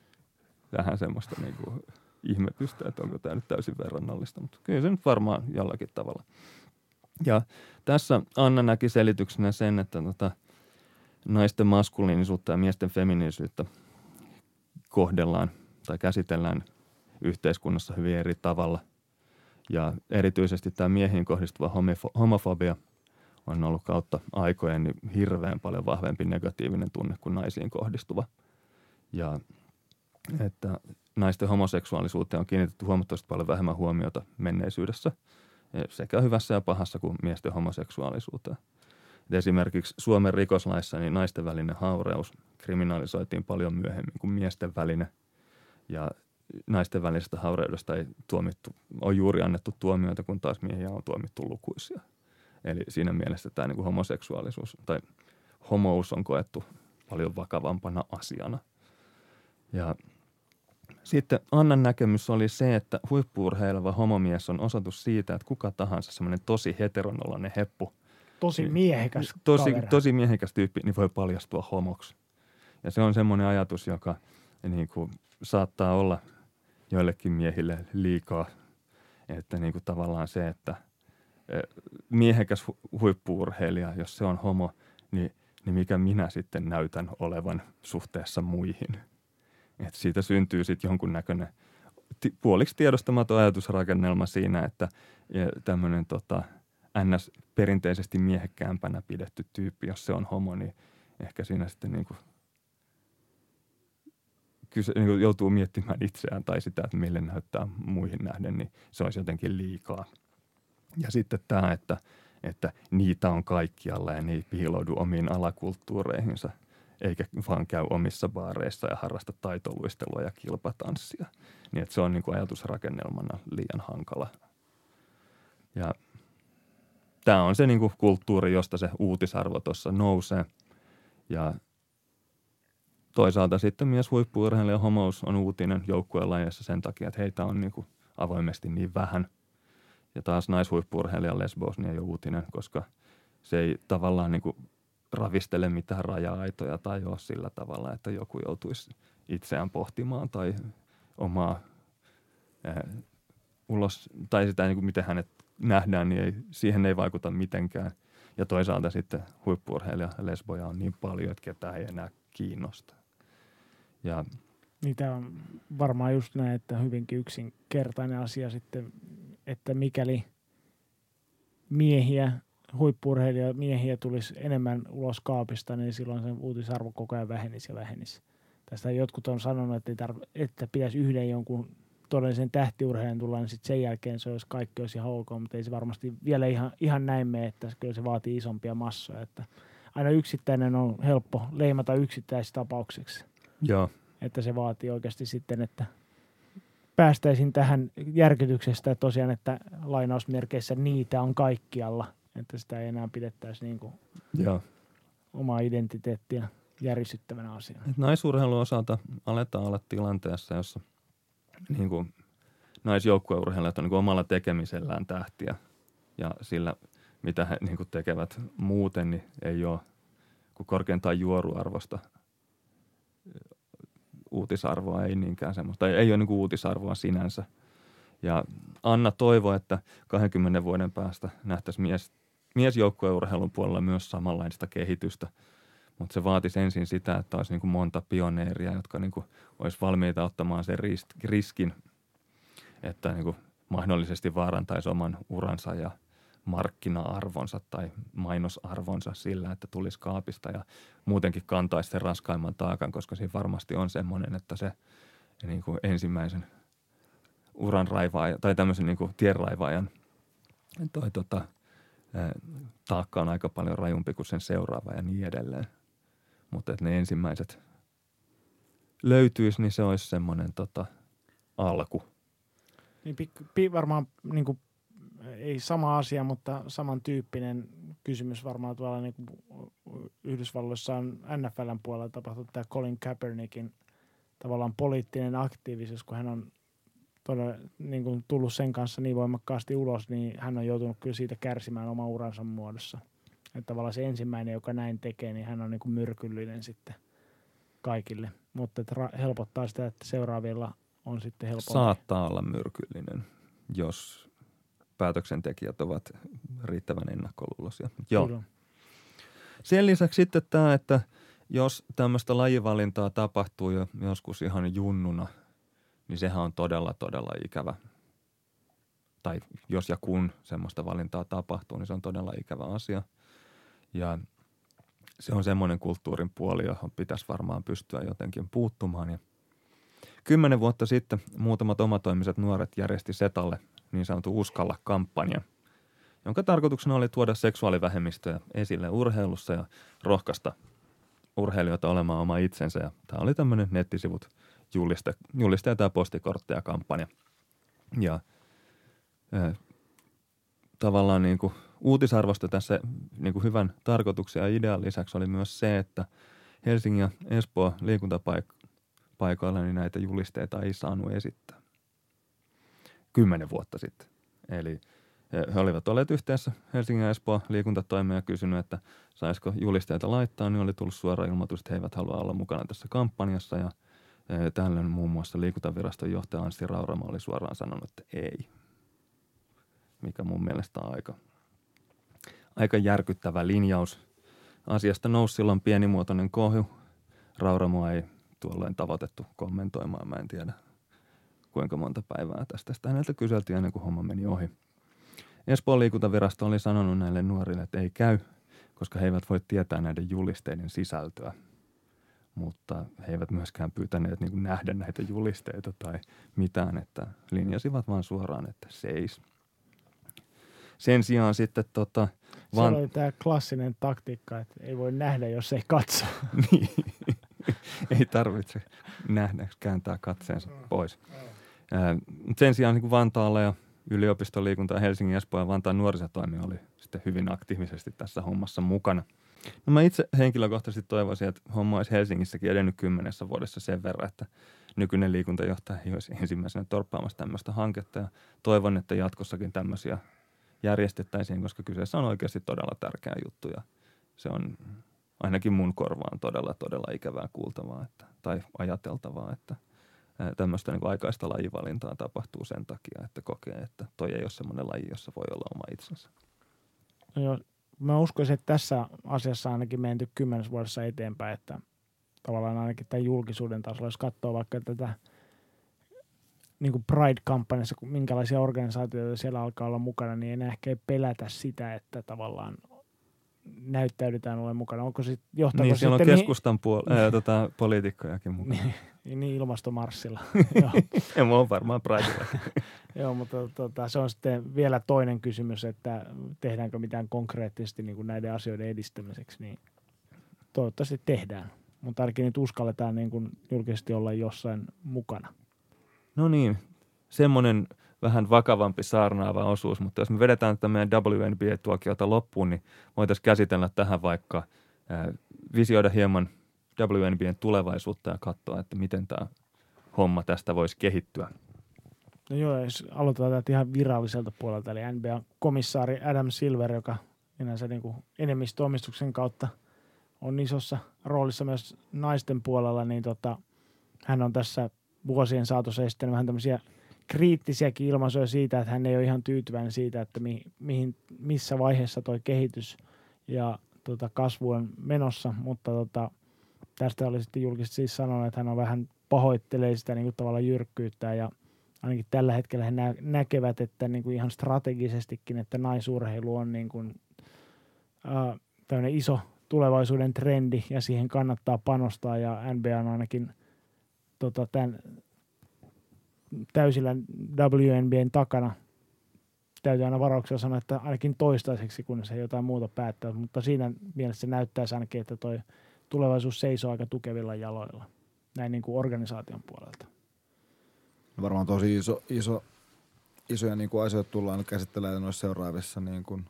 Vähän semmoista niinku ihmetystä, että onko tämä nyt täysin verrannollista, mutta kyllä se nyt varmaan jollakin tavalla. Ja tässä Anna näki selityksenä sen, että naisten maskuliinisuutta ja miesten feminiinisyyttä kohdellaan tai käsitellään yhteiskunnassa hyvin eri tavalla. Ja erityisesti tämä miehiin kohdistuva homofobia on ollut kautta aikojen niin hirveän paljon vahvempi negatiivinen tunne kuin naisiin kohdistuva. Ja että naisten homoseksuaalisuuteen on kiinnitetty huomattavasti paljon vähemmän huomiota menneisyydessä. sekä hyvässä ja pahassa kuin miesten homoseksuaalisuuteen. Et esimerkiksi Suomen rikoslaissa niin naisten välinen haureus kriminalisoitiin paljon myöhemmin kuin miesten välinen. Ja naisten välisestä haureudesta ei ole juuri annettu tuomioita, kun taas miehiä on tuomittu lukuisia. Eli siinä mielessä tämä niin kuin homoseksuaalisuus tai homous on koettu paljon vakavampana asiana. Ja sitten Annan näkemys oli se, että huippu-urheileva homomies on osoitus siitä, että kuka tahansa semmoinen tosi heteronoloinen heppu, Tosi miehekäs tosi miehekäs tyyppi, niin voi paljastua homoksi. Ja se on semmoinen ajatus, joka niin kuin saattaa olla joillekin miehille liikaa, että niin kuin tavallaan se, että miehekäs huippu-urheilija, jos se on homo, niin mikä minä sitten näytän olevan suhteessa muihin. Että siitä syntyy sitten jonkunnäköinen puoliksi tiedostamaton ajatusrakennelma siinä, että tämmöinen ns. Perinteisesti miehekkäämpänä pidetty tyyppi, jos se on homo, niin ehkä siinä sitten niin kuin joutuu miettimään itseään tai sitä, että mille näyttää muihin nähden, niin se olisi jotenkin liikaa. Ja sitten tämä, että niitä on kaikkialla ja ne ei piiloudu omiin alakulttuureihinsa, eikä vaan käy omissa baareissa ja harrasta taitoluistelua ja kilpatanssia. Niin että se on niin kuin ajatusrakennelmana liian hankala. Ja tämä on se niin kuin kulttuuri, josta se uutisarvo tuossa nousee. Ja toisaalta sitten myös huippu-urheilija homous on uutinen joukkueen lajeissa sen takia, että heitä on niin kuin avoimesti niin vähän. Ja taas naishuippu-urheilija lesbous niin ei ole uutinen, koska se ei tavallaan niin kuin ravistele mitään raja-aitoja tai ole sillä tavalla, että joku joutuisi itseään pohtimaan tai omaa ulos, tai sitä niin kuin miten hänet nähdään, niin siihen ei vaikuta mitenkään. Ja toisaalta sitten huippu-urheilija lesboja on niin paljon, että ketään ei enää kiinnosta. Ja niitä on varmaan just näin, että hyvinkin yksinkertainen asia sitten, että mikäli huippu-urheilija miehiä tulisi enemmän ulos kaapista, niin silloin sen uutisarvo koko ajan vähenisi. Tästä jotkut on sanonut, että pitäisi yhden jonkun todellisen tähtiurheilijan tulla, niin sitten sen jälkeen se olisi kaikki olisi ihan ok, mutta ei se varmasti vielä ihan näin mene, että kyllä se vaatii isompia massoja. Että aina yksittäinen on helppo leimata yksittäistapauksiksi. Joo. Että se vaatii oikeasti sitten, että päästäisiin tähän järkytyksestä, että tosiaan, että lainausmerkeissä niitä on kaikkialla, että sitä ei enää pidettäisi niin kuin omaa identiteettiä järisyttävänä asiana. Naisurheilun osalta aletaan olla tilanteessa, jossa niin kuin naisjoukkueurheilijat on niin kuin omalla tekemisellään tähtiä ja sillä, mitä he niin kuin tekevät muuten, niin ei ole kuin korkeintaan juoruarvosta uutisarvoa, ei niinkään semmoista, ei ole niin kuin uutisarvoa sinänsä. Ja Anna toivoi, että 20 vuoden päästä nähtäisiin miesjoukkueurheilun puolella myös samanlaista kehitystä, mutta se vaatisi ensin sitä, että olisi niin kuin monta pioneeria, jotka niin kuin olisi valmiita ottamaan sen riskin, että niin kuin mahdollisesti vaarantaisi oman uransa ja markkina-arvonsa tai mainosarvonsa sillä, että tulisi kaapista ja muutenkin kantaisi sen raskaimman taakan, koska siinä varmasti on semmoinen, että se niin kuin ensimmäisen uran raivaajan tai tämmöisen niin kuin tienraivaajan taakka on aika paljon rajumpi kuin sen seuraava ja niin edelleen. Mutta että ne ensimmäiset löytyisi, niin se olisi semmoinen alku. Niin varmaan niin kuin, ei sama asia, mutta samantyyppinen kysymys varmaan tuolla niin kuin Yhdysvalloissa on NFLn puolella tapahtunut tämä Colin Kaepernickin tavallaan poliittinen aktiivisuus, kun hän on todella niin kuin tullut sen kanssa niin voimakkaasti ulos, niin hän on joutunut kyllä siitä kärsimään oman uransa muodossa. Että tavallaan se ensimmäinen, joka näin tekee, niin hän on niin kuin myrkyllinen sitten kaikille. Mutta helpottaa sitä, että seuraavilla on sitten helpompi. Saattaa olla myrkyllinen, jos päätöksentekijät ovat riittävän ennakkoluuloisia. Joo. Kyllä. Sen lisäksi sitten tämä, että jos tämmöistä lajivalintaa tapahtuu jo joskus ihan junnuna, niin sehän on todella, todella ikävä. Tai jos ja kun semmoista valintaa tapahtuu, niin se on todella ikävä asia. Ja se on semmoinen kulttuurin puoli, johon pitäisi varmaan pystyä jotenkin puuttumaan. Ja 10 vuotta sitten muutamat omatoimiset nuoret järjesti Setalle niin sanotun Uskalla-kampanjan, jonka tarkoituksena oli tuoda seksuaalivähemmistöjä esille urheilussa ja rohkaista urheilijoita olemaan oma itsensä. Ja tämä oli tämmöinen nettisivut juliste ja postikortteja kampanja. Ja tavallaan niin kuin uutisarvosta tässä niin kuin hyvän tarkoituksen ja idean lisäksi oli myös se, että Helsingin ja Espoon liikuntapaikoilla niin näitä julisteita ei saanut esittää 10 vuotta sitten. Eli he olivat olleet yhteensä Helsingin ja Espoon liikuntatoimia ja kysynyt, että saisiko julisteita laittaa, niin oli tullut suora ilmoitus, että he eivät halua olla mukana tässä kampanjassa ja tällöin muun muassa liikuntaviraston johtaja Anssi Rauramo oli suoraan sanonut, että ei, mikä mun mielestä on aika järkyttävä linjaus. Asiasta nousi silloin pienimuotoinen kohju. Rauramoa ei tuolloin tavoitettu kommentoimaan, mä en tiedä kuinka monta päivää tästä. Sitä häneltä kyseltiin ennen kuin homma meni ohi. Espoon liikuntavirasto oli sanonut näille nuorille, että ei käy, koska he eivät voi tietää näiden julisteiden sisältöä. Mutta he eivät myöskään pyytäneet niin kuin nähdä näitä julisteita tai mitään, että linjasivat vaan suoraan, että seis. Sen sijaan sitten Se oli tämä klassinen taktiikka, että ei voi nähdä, jos ei katso. Niin. Ei tarvitse nähdä, kääntää katseensa pois. Sen sijaan niin kuin Vantaalla ja yliopistoliikunta ja Helsingin, Espoo ja Vantaan nuorisotoimi oli sitten hyvin aktiivisesti tässä hommassa mukana. No mä itse henkilökohtaisesti toivoisin, että homma olisi Helsingissäkin edennyt 10 vuodessa sen verran, että nykyinen liikuntajohtaja ei olisi ensimmäisenä torppaamassa tämmöistä hanketta ja toivon, että jatkossakin tämmöisiä järjestettäisiin, koska kyseessä on oikeasti todella tärkeä juttu ja se on ainakin mun korvaan todella ikävää kuultavaa tai ajateltavaa, että tämmöistä niin kuin aikaista lajivalintaa tapahtuu sen takia, että kokee, että toi ei ole semmoinen laji, jossa voi olla oma itsensä. No joo, mä uskoisin, että tässä asiassa ainakin menty 10 vuodessa eteenpäin, että tavallaan ainakin tämän julkisuuden tasolla, jos katsoo vaikka tätä niin kuin Pride-kampanjassa, minkälaisia organisaatioita siellä alkaa olla mukana, niin enää ehkä ei pelätä sitä, että tavallaan näyttäydytään olemaan mukana. Onko sitten johtaako niin, siellä sitten on keskustan poliitikkojakin mukana. Niin ilmastomarssilla. Ei mulla ole varmaan Pridella. Joo, mutta se on sitten vielä toinen kysymys, että tehdäänkö mitään konkreettisesti niin kuin näiden asioiden edistämiseksi, niin toivottavasti tehdään. Mutta ainakin nyt uskalletaan niin kuin julkisesti olla jossain mukana. No niin, semmoinen vähän vakavampi saarnaava osuus, mutta jos me vedetään tätä meidän WNBA-tuokiota loppuun, niin voitaisiin käsitellä tähän vaikka visioida hieman WNBAn tulevaisuutta ja katsoa, että miten tämä homma tästä voisi kehittyä. No joo, jos aloitetaan täältä ihan viralliselta puolelta, eli NBA-komissaari Adam Silver, joka enänsä niin kuin enemmistöomistuksen kautta on isossa roolissa myös naisten puolella, niin hän on tässä vuosien saatossa esittänyt vähän tämmöisiä kriittisiäkin ilmaisuja siitä, että hän ei ole ihan tyytyväinen siitä, että missä vaiheessa toi kehitys ja kasvu on menossa, mutta tästä oli sitten julkisesti siis sanonut, että hän on vähän pahoittelee sitä niin kuin tavallaan jyrkkyyttä ja ainakin tällä hetkellä he näkevät, että niin kuin ihan strategisestikin, että naisurheilu on niin kuin, tämmöinen iso tulevaisuuden trendi ja siihen kannattaa panostaa ja NBA on ainakin tämän täysillä WNBAn takana. Täytyy aina varauksella sanoa, että ainakin toistaiseksi, kun se jotain muuta päättää, mutta siinä mielessä se näyttää ainakin, että toi tulevaisuus seisoo aika tukevilla jaloilla, näin niin kuin organisaation puolelta. Varmaan tosi isoja niin kuin asioita tullaan käsittelemään noissa seuraavissa niin kuin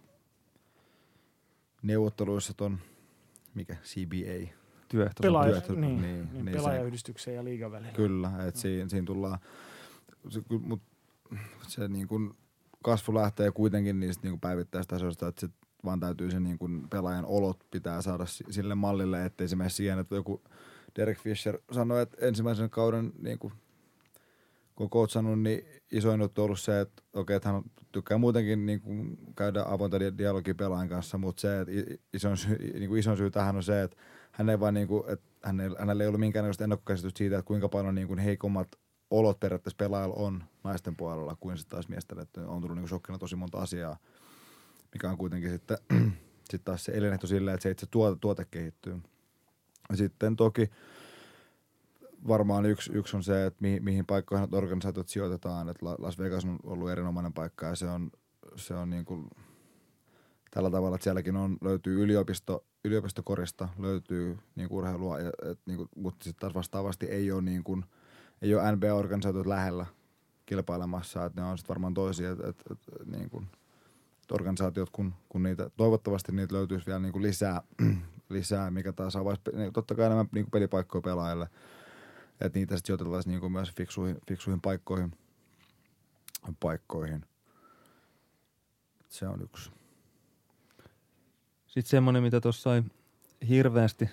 neuvotteluissa ton, mikä CBA? Pelaajayhdistyksen ja liigan välillä. Kyllä, että siinä tullaan, mutta se niin kuin kasvu lähtee kuitenkin niistä niin kuin päivittäistä asioista, että sit vaan täytyy se niin kuin pelaajan olot pitää saada sille mallille, ettei se mene siihen, että joku Derek Fisher sanoi, että ensimmäisen kauden niin kuin kun coachannut, niin isoin juttu on ollut se, että okei, että hän tykkää muutenkin niin kuin käydä avointa dialogia pelaajan kanssa, mutta se, että isoin syy tähän on se, että hän ei vaan niin kuin, että hänellä ei ollut minkäännäköistä ennakkokäsitystä siitä, että kuinka paljon niin kuin heikommat olot periaatteessa pelaajalla on naisten puolella kuin sitten taas miesten, että on tullut niin kuin shokkina tosi monta asiaa, mikä on kuitenkin sitten taas se elinehto silleen, että se itse tuote kehittyy. Ja sitten toki varmaan yksi on se, että mihin paikkoihin organisaatiot sijoitetaan, että Las Vegas on ollut erinomainen paikka ja se on niin kuin tällä tavalla, että sielläkin löytyy yliopistokorista, löytyy niin kuin urheilua, mutta sitten taas vastaavasti ei ole NBA-organisaatiot lähellä kilpailemassa, että ne on sitten varmaan toisia, niin kuin organisaatiot, kun niitä, toivottavasti niitä löytyisi vielä niin kuin lisää, mikä taas avaisi totta kai enemmän niin kuin pelipaikkoja pelaajille, että niitä sitten sijoiteltaisiin niin kuin myös fiksuihin paikkoihin. Se on yksi. Sitten semmoinen, mitä tuossa ei hirveästi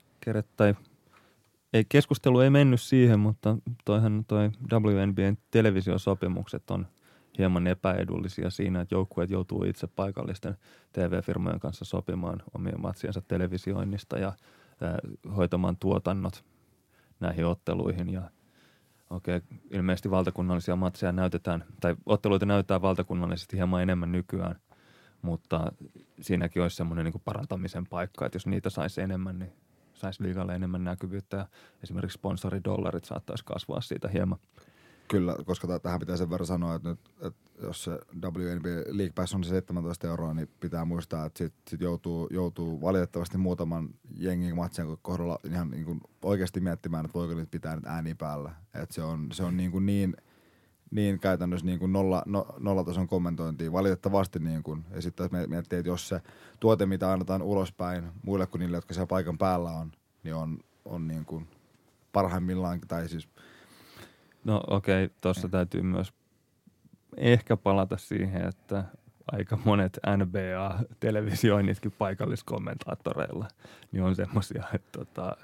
keskustelu ei mennyt siihen, mutta toi WNBA:n televisiosopimukset on hieman epäedullisia siinä, että joukkueet joutuu itse paikallisten TV-firmojen kanssa sopimaan omien matsiensa televisioinnista ja hoitamaan tuotannot näihin otteluihin. Ja ilmeisesti valtakunnallisia matseja näytetään, tai otteluita näytetään valtakunnallisesti hieman enemmän nykyään, mutta siinäkin olisi semmoinen niin kuin parantamisen paikka, että jos niitä saisi enemmän, niin saisi liigalle enemmän näkyvyyttä ja esimerkiksi sponsoridollarit saattaisi kasvaa siitä hieman. Kyllä, koska tähän pitää sen verran sanoa, että jos se WNBA League Pass on se 17 €, niin pitää muistaa, että sit joutuu valitettavasti muutaman jengin matsien kohdalla ihan niin kuin oikeasti miettimään, että voiko niitä pitää nyt ääniä päällä. Että se on niin käytännössä niin kuin nollatason kommentointia valitettavasti niin kuin, ja sitten miettii, että jos se tuote, mitä annetaan ulospäin muille kuin niille, jotka siellä paikan päällä on, niin on niin kuin parhaimmillaan, tai siis no okei, tuossa täytyy myös ehkä palata siihen, että aika monet NBA-televisioinnitkin paikalliskommentaattoreilla niin on semmoisia, että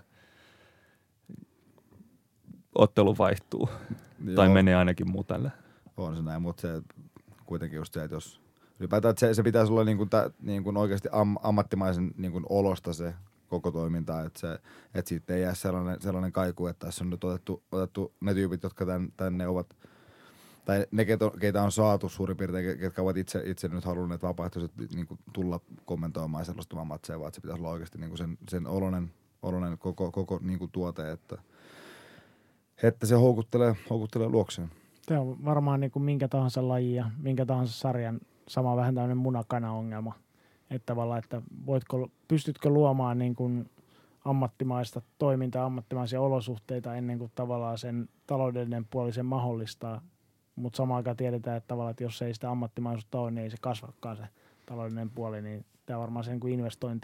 ottelu vaihtuu tai menee ainakin mutelle. On se näin, mutta se kuitenkin just se, että jos ylipäätään, että se pitäisi olla niin kuin oikeasti ammattimaisen niin kuin olosta se koko toiminta, että siitä ei jää sellainen kaiku, että tässä on nyt otettu ne tyypit, jotka tänne ovat, tai ne, keitä on saatu suurin piirtein, ketkä ovat itse nyt halunneet vapaaehtoisesti niin kuin tulla kommentoimaan sellaista matseja, vaan että se pitäisi olla oikeasti niin kuin sen oloinen koko niin kuin tuote, että se houkuttelee luokseen. Se on varmaan niin kuin minkä tahansa lajin ja minkä tahansa sarjan sama vähän tämmöinen munakana-ongelma. Että tavallaan, että pystytkö luomaan niin kuin ammattimaista toimintaa, ammattimaisia olosuhteita ennen kuin tavallaan sen taloudellinen puoli sen mahdollistaa. Mutta samaan aikaan tiedetään, että tavallaan, että jos ei sitä ammattimaisuutta ole, niin ei se kasvakaan se taloudellinen puoli. Niin tämä on varmaan se niin kuin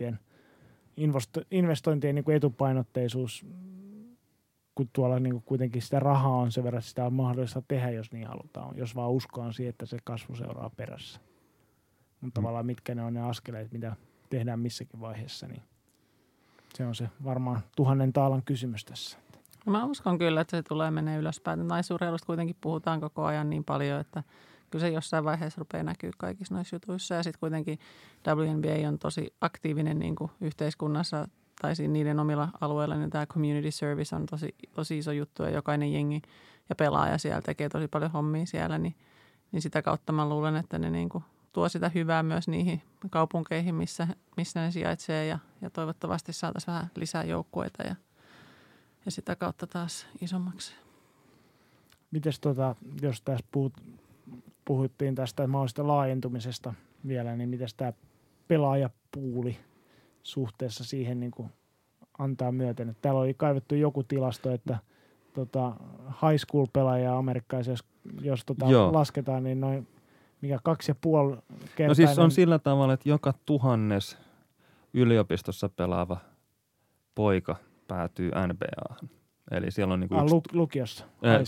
investointien niin kuin etupainotteisuus, kun tuolla niin kuin kuitenkin sitä rahaa on sen verran, sitä on mahdollista tehdä, jos niin halutaan. Jos vaan uskoa siihen, että se kasvu seuraa perässä. Mutta tavallaan mitkä ne on ne askeleet, mitä tehdään missäkin vaiheessa, niin se on se varmaan 1000 taalan kysymys tässä. Mä uskon kyllä, että se tulee menee ylöspäin. Naisurheilusta kuitenkin puhutaan koko ajan niin paljon, että kyllä se jossain vaiheessa rupeaa näkyä kaikissa noissa jutuissa. Ja sitten kuitenkin WNBA on tosi aktiivinen niin kuin yhteiskunnassa tai siinä niiden omilla alueilla, niin tämä community service on tosi iso juttu ja jokainen jengi ja pelaaja siellä tekee tosi paljon hommia siellä, niin sitä kautta mä luulen, että ne niin kuin tuo sitä hyvää myös niihin kaupunkeihin, missä ne sijaitsee ja toivottavasti saataisiin vähän lisää joukkueita ja sitä kautta taas isommaksi. Mites jos tässä puhuttiin tästä mahdollisesta laajentumisesta vielä, niin mites tämä pelaajapuuli suhteessa siihen niin kuin antaa myöten? Että täällä oli kaivettu joku tilasto, että high school-pelaajia amerikkaisia, jos lasketaan, niin noin mikä 2,5-kertainen. No siis on sillä tavalla, että joka 1000 yliopistossa pelaava poika päätyy NBA:han. Eli siellä on lukiossa.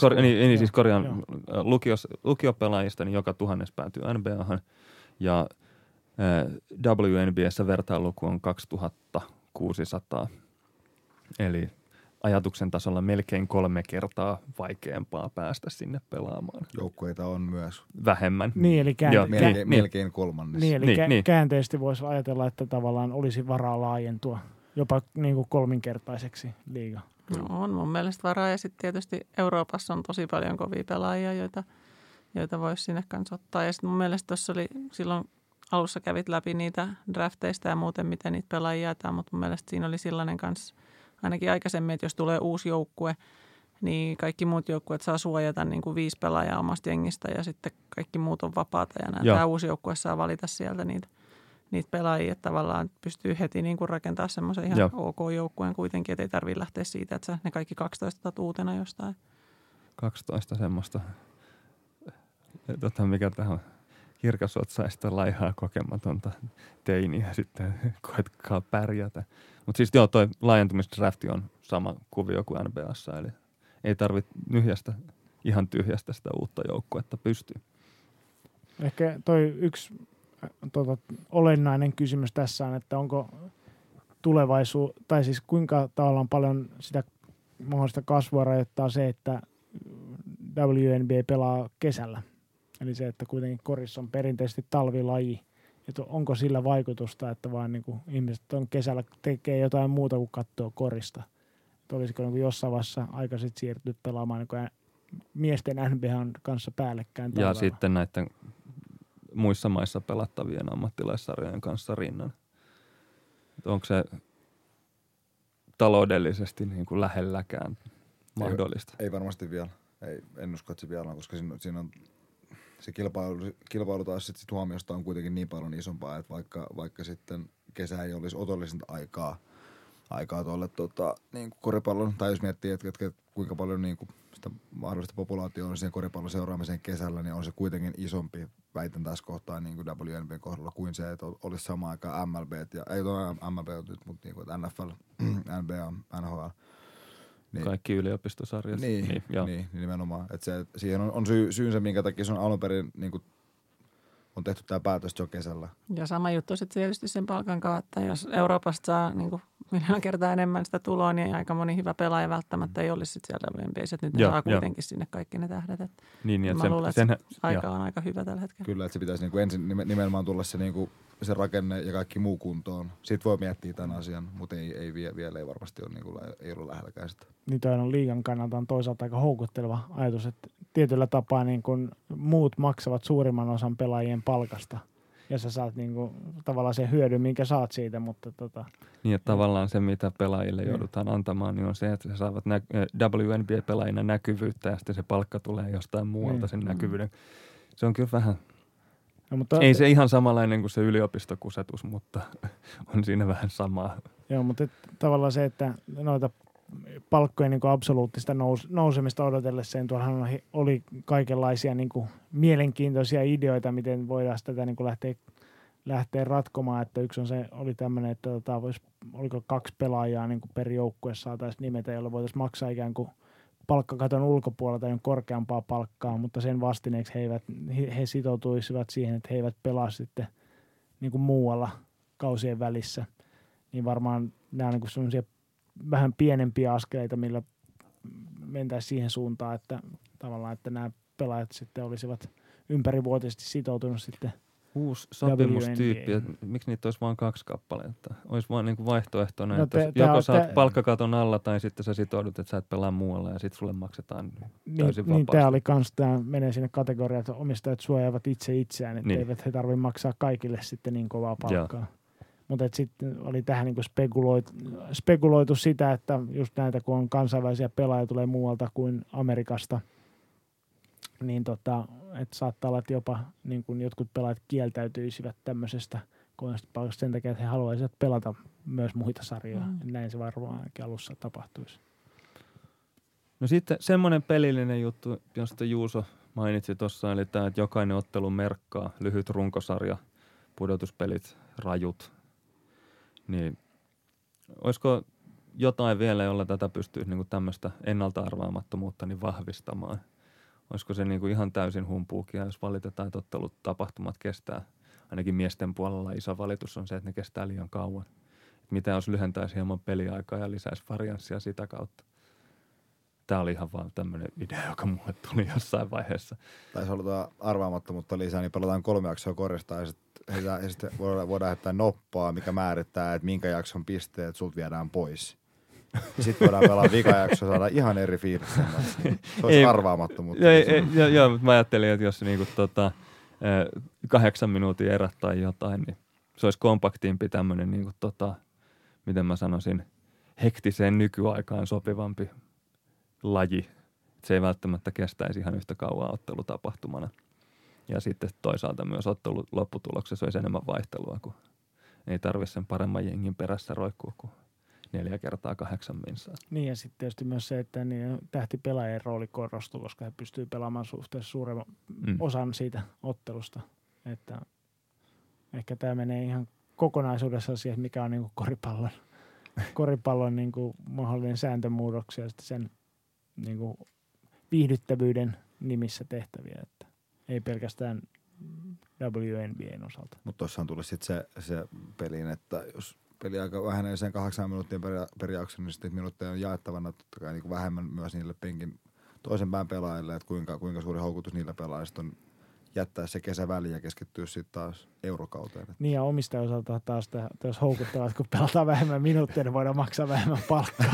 Lukiopelaajista niin joka 1000 päätyy NBA:han. Ja WNBA:ssä vertailuku on 2600. Eli ajatuksen tasolla melkein 3 kertaa vaikeampaa päästä sinne pelaamaan. Joukkueita on myös vähemmän. Niin, eli melkein kolmannes. Niin, eli käänteisesti voisi ajatella, että tavallaan olisi varaa laajentua jopa niin kuin 3-kertaiseksi liiga. No, on mun mielestä varaa ja sitten tietysti Euroopassa on tosi paljon kovia pelaajia, joita voisi sinne kanssa ottaa. Ja sitten mun mielestä tuossa oli silloin alussa kävit läpi niitä drafteista ja muuten, miten niitä pelaajia jätään, mutta mun mielestä siinä oli sellainen kanssa ainakin aikaisemmin, että jos tulee uusi joukkue, niin kaikki muut joukkueet saa suojata niin kuin 5 pelaajaa omasta jengistä ja sitten kaikki muut on vapaata ja tämä uusi joukkue saa valita sieltä niitä pelaajia, että tavallaan pystyy heti niin kuin rakentamaan semmoisen ihan Joo. ok joukkueen kuitenkin, että ei tarvitse lähteä siitä, että sä ne kaikki 12 otat uutena jostain. 12 semmoista, mikä tähän kirkasotsaista laihaa kokematonta teiniä sitten koetkaa pärjätä. Mutta siis joo, toi laajentumisdrafti on sama kuvio kuin NBA:ssa, eli ei tarvitse ihan tyhjästä sitä uutta joukkuetta pystyy. Ehkä toi yksi olennainen kysymys tässä on, että onko tai siis kuinka tavallaan paljon sitä mahdollista kasvua rajoittaa se, että WNBA pelaa kesällä. Eli se, että kuitenkin korissa on perinteisesti talvilaji. Että onko sillä vaikutusta, että vaan niin kuin ihmiset on kesällä tekee jotain muuta kuin katsoo korista. Että olisiko niin kuin jossain vaiheessa aika sitten siirtynyt pelaamaan niin kuin miesten NBA:n kanssa päällekkäin talvella. Ja sitten näiden muissa maissa pelattavien ammattilaissarjojen kanssa rinnan. Onko se taloudellisesti niin kuin lähelläkään mahdollista? Ei varmasti vielä. En usko, että se vielä on, koska siinä on se kilpailu taas sit huomiosta on kuitenkin niin paljon isompaa, että vaikka sitten kesä ei olisi otollisinta aikaa tuolle niin koripallon, tai jos miettii, että kuinka paljon niin kuin sitä mahdollista populaatioa on siihen koripallon seuraamiseen kesällä, niin on se kuitenkin isompi, väitän tässä kohtaa niin kuin WNB:n kohdalla, kuin se, että olisi samaan aikaan MLB, ja ei ole MLB nyt, mutta niin kuin, että NFL, NBA, NHL. Niin. Kaikki yliopistosarjat. Niin, nimenomaan. Että siihen on syynsä, minkä takia se on alun perin niin kuin, on tehty tämä päätös jo kesällä. Ja sama juttu sitten tietysti sen palkan kautta, jos Euroopasta saa niin kuin miljoona kertaa enemmän sitä tuloa, niin aika moni hyvä pelaaja välttämättä ei olisi sitten siellä WNBA:ssä. Nyt ne saa kuitenkin sinne kaikki ne tähdet. Että mä luulen, että aika on aika hyvä tällä hetkellä. Kyllä, että se pitäisi niin kuin ensin nimenomaan tulla se, niin kuin, se rakenne ja kaikki muu kuntoon. Sitten voi miettiä tämän asian, mutta vielä ei varmasti ole, niin kuin, ei ollut lähelläkään sitä. Niin toi on liigan kannalta on toisaalta aika houkutteleva ajatus, että tietyllä tapaa niin kun muut maksavat suurimman osan pelaajien palkasta. Ja sä saat niin kuin, tavallaan sen hyödyn, minkä saat siitä, mutta Niin, että tavallaan se, mitä pelaajille joudutaan antamaan, niin on se, että he saavat WNBA-pelaajina näkyvyyttä ja sitten se palkka tulee jostain muualta sen näkyvyyden. Se on kyllä vähän, ei se ihan samanlainen kuin se yliopistokusetus, mutta on siinä vähän samaa. Joo, mutta tavallaan se, että noita palkkojen niin kuin absoluuttista nousemista odotellessa, tuollahan oli kaikenlaisia niin kuin mielenkiintoisia ideoita, miten voidaan tätä niin kuin lähteä ratkomaan. Että yksi on se, oli tämmöinen, että oliko 2 pelaajaa niin kuin per joukkue saataisiin nimetä, jolla voitaisiin maksaa ikään kuin palkkakaton ulkopuolelta korkeampaa palkkaa, mutta sen vastineeksi he sitoutuisivat siihen, että he eivät pelaa sitten niin kuin muualla kausien välissä. Niin varmaan nämä on niin kuin sellaisia vähän pienempiä askeleita, millä mentäisiin siihen suuntaan, että tavallaan, että nämä pelaajat sitten olisivat ympärivuotisesti sitoutunut sitten uusi sopimustyyppi, että miksi niitä olisi vain 2 kappaletta? Olisi vaan niin kuin vaihtoehtona, että joko sä oot palkkakaton alla tai sitten sä sitoudut, että sä et pelaa muualla ja sitten sulle maksetaan täysin vapaasti. Niin tämä oli kans, tämä menee sinne kategoriaan, että omistajat suojaavat itse itseään, että eivät he tarvitse maksaa kaikille sitten niin kovaa palkkaa. Mutta sitten oli tähän niin spekuloitu sitä, että just näitä kun on kansainvälisiä pelaajia tulee muualta kuin Amerikasta, niin että saattaa olla, että jopa niin kuin jotkut pelaajat kieltäytyisivät tämmöisestä palkasta sen takia, että he haluaisivat pelata myös muita sarjoja. Näin se varmaan ainakin alussa tapahtuisi. No sitten semmoinen pelillinen juttu, josta Juuso mainitsi tuossa, eli tämä, että jokainen ottelu merkkaa, lyhyt runkosarja, pudotuspelit, rajut. Niin olisiko jotain vielä, jolla tätä pystyisi niin tämmöistä ennalta arvaamattomuutta niin vahvistamaan? Olisiko se niin kuin ihan täysin humpuukia, jos valitetaan, että ottelut tapahtumat kestää? Ainakin miesten puolella iso valitus on se, että ne kestää liian kauan. Mitä jos lyhentäisi hieman peliaikaa ja lisäisi varianssia sitä kautta? Tämä oli ihan vaan tämmöinen idea, joka mulle tuli jossain vaiheessa. Tai jos halutaan arvaamattomuutta lisää, niin pelataan 3 jaksoa korista ja sitten voidaan heittää noppaa, mikä määrittää, että minkä jakson pisteet sulta viedään pois. Sitten voidaan pelaa vikajakso, saada ihan eri fiilis. Se olisi arvaamattomuutta. Joo, mutta mä ajattelin, että jos niinku 8 minuutin erät tai jotain, niin se olisi kompaktiimpi tämmöinen, niinku miten mä sanoisin, hektiseen nykyaikaan sopivampi laji. Se ei välttämättä kestäisi ihan yhtä kauan ottelutapahtumana. Ja sitten toisaalta myös ottelun lopputuloksessa olisi enemmän vaihtelua kuin ei tarvitse sen paremman jengin perässä roikkua kuin 4 kertaa 8 minsaa. Niin ja sitten tietysti myös se, että niin tähtipelaajien rooli korostuu, koska he pystyy pelaamaan suhteessa suuremman osan siitä ottelusta. Että ehkä tämä menee ihan kokonaisuudessaan siihen, mikä on niinku koripallon niinku mahdollinen sääntömuutoksia ja sitten sen niinku viihdyttävyyden nimissä tehtäviä, että ei pelkästään WNBA:n osalta. Mutta tuossahan tuli sitten se peliin, että jos peliaika vähenee sen 8 minuuttia per jakso, niin sitten minuutteja on jaettavana totta kai niin vähemmän myös niille penkin toisen pään pelaajille, että kuinka suuri houkutus niillä pelaajista on jättää se kesä väliin ja keskittyä sitten taas eurokauteen. Niin ja omistajan osalta taas jos houkuttavat, kun pelataan vähemmän minuuttia, niin voidaan maksaa vähemmän palkkaa.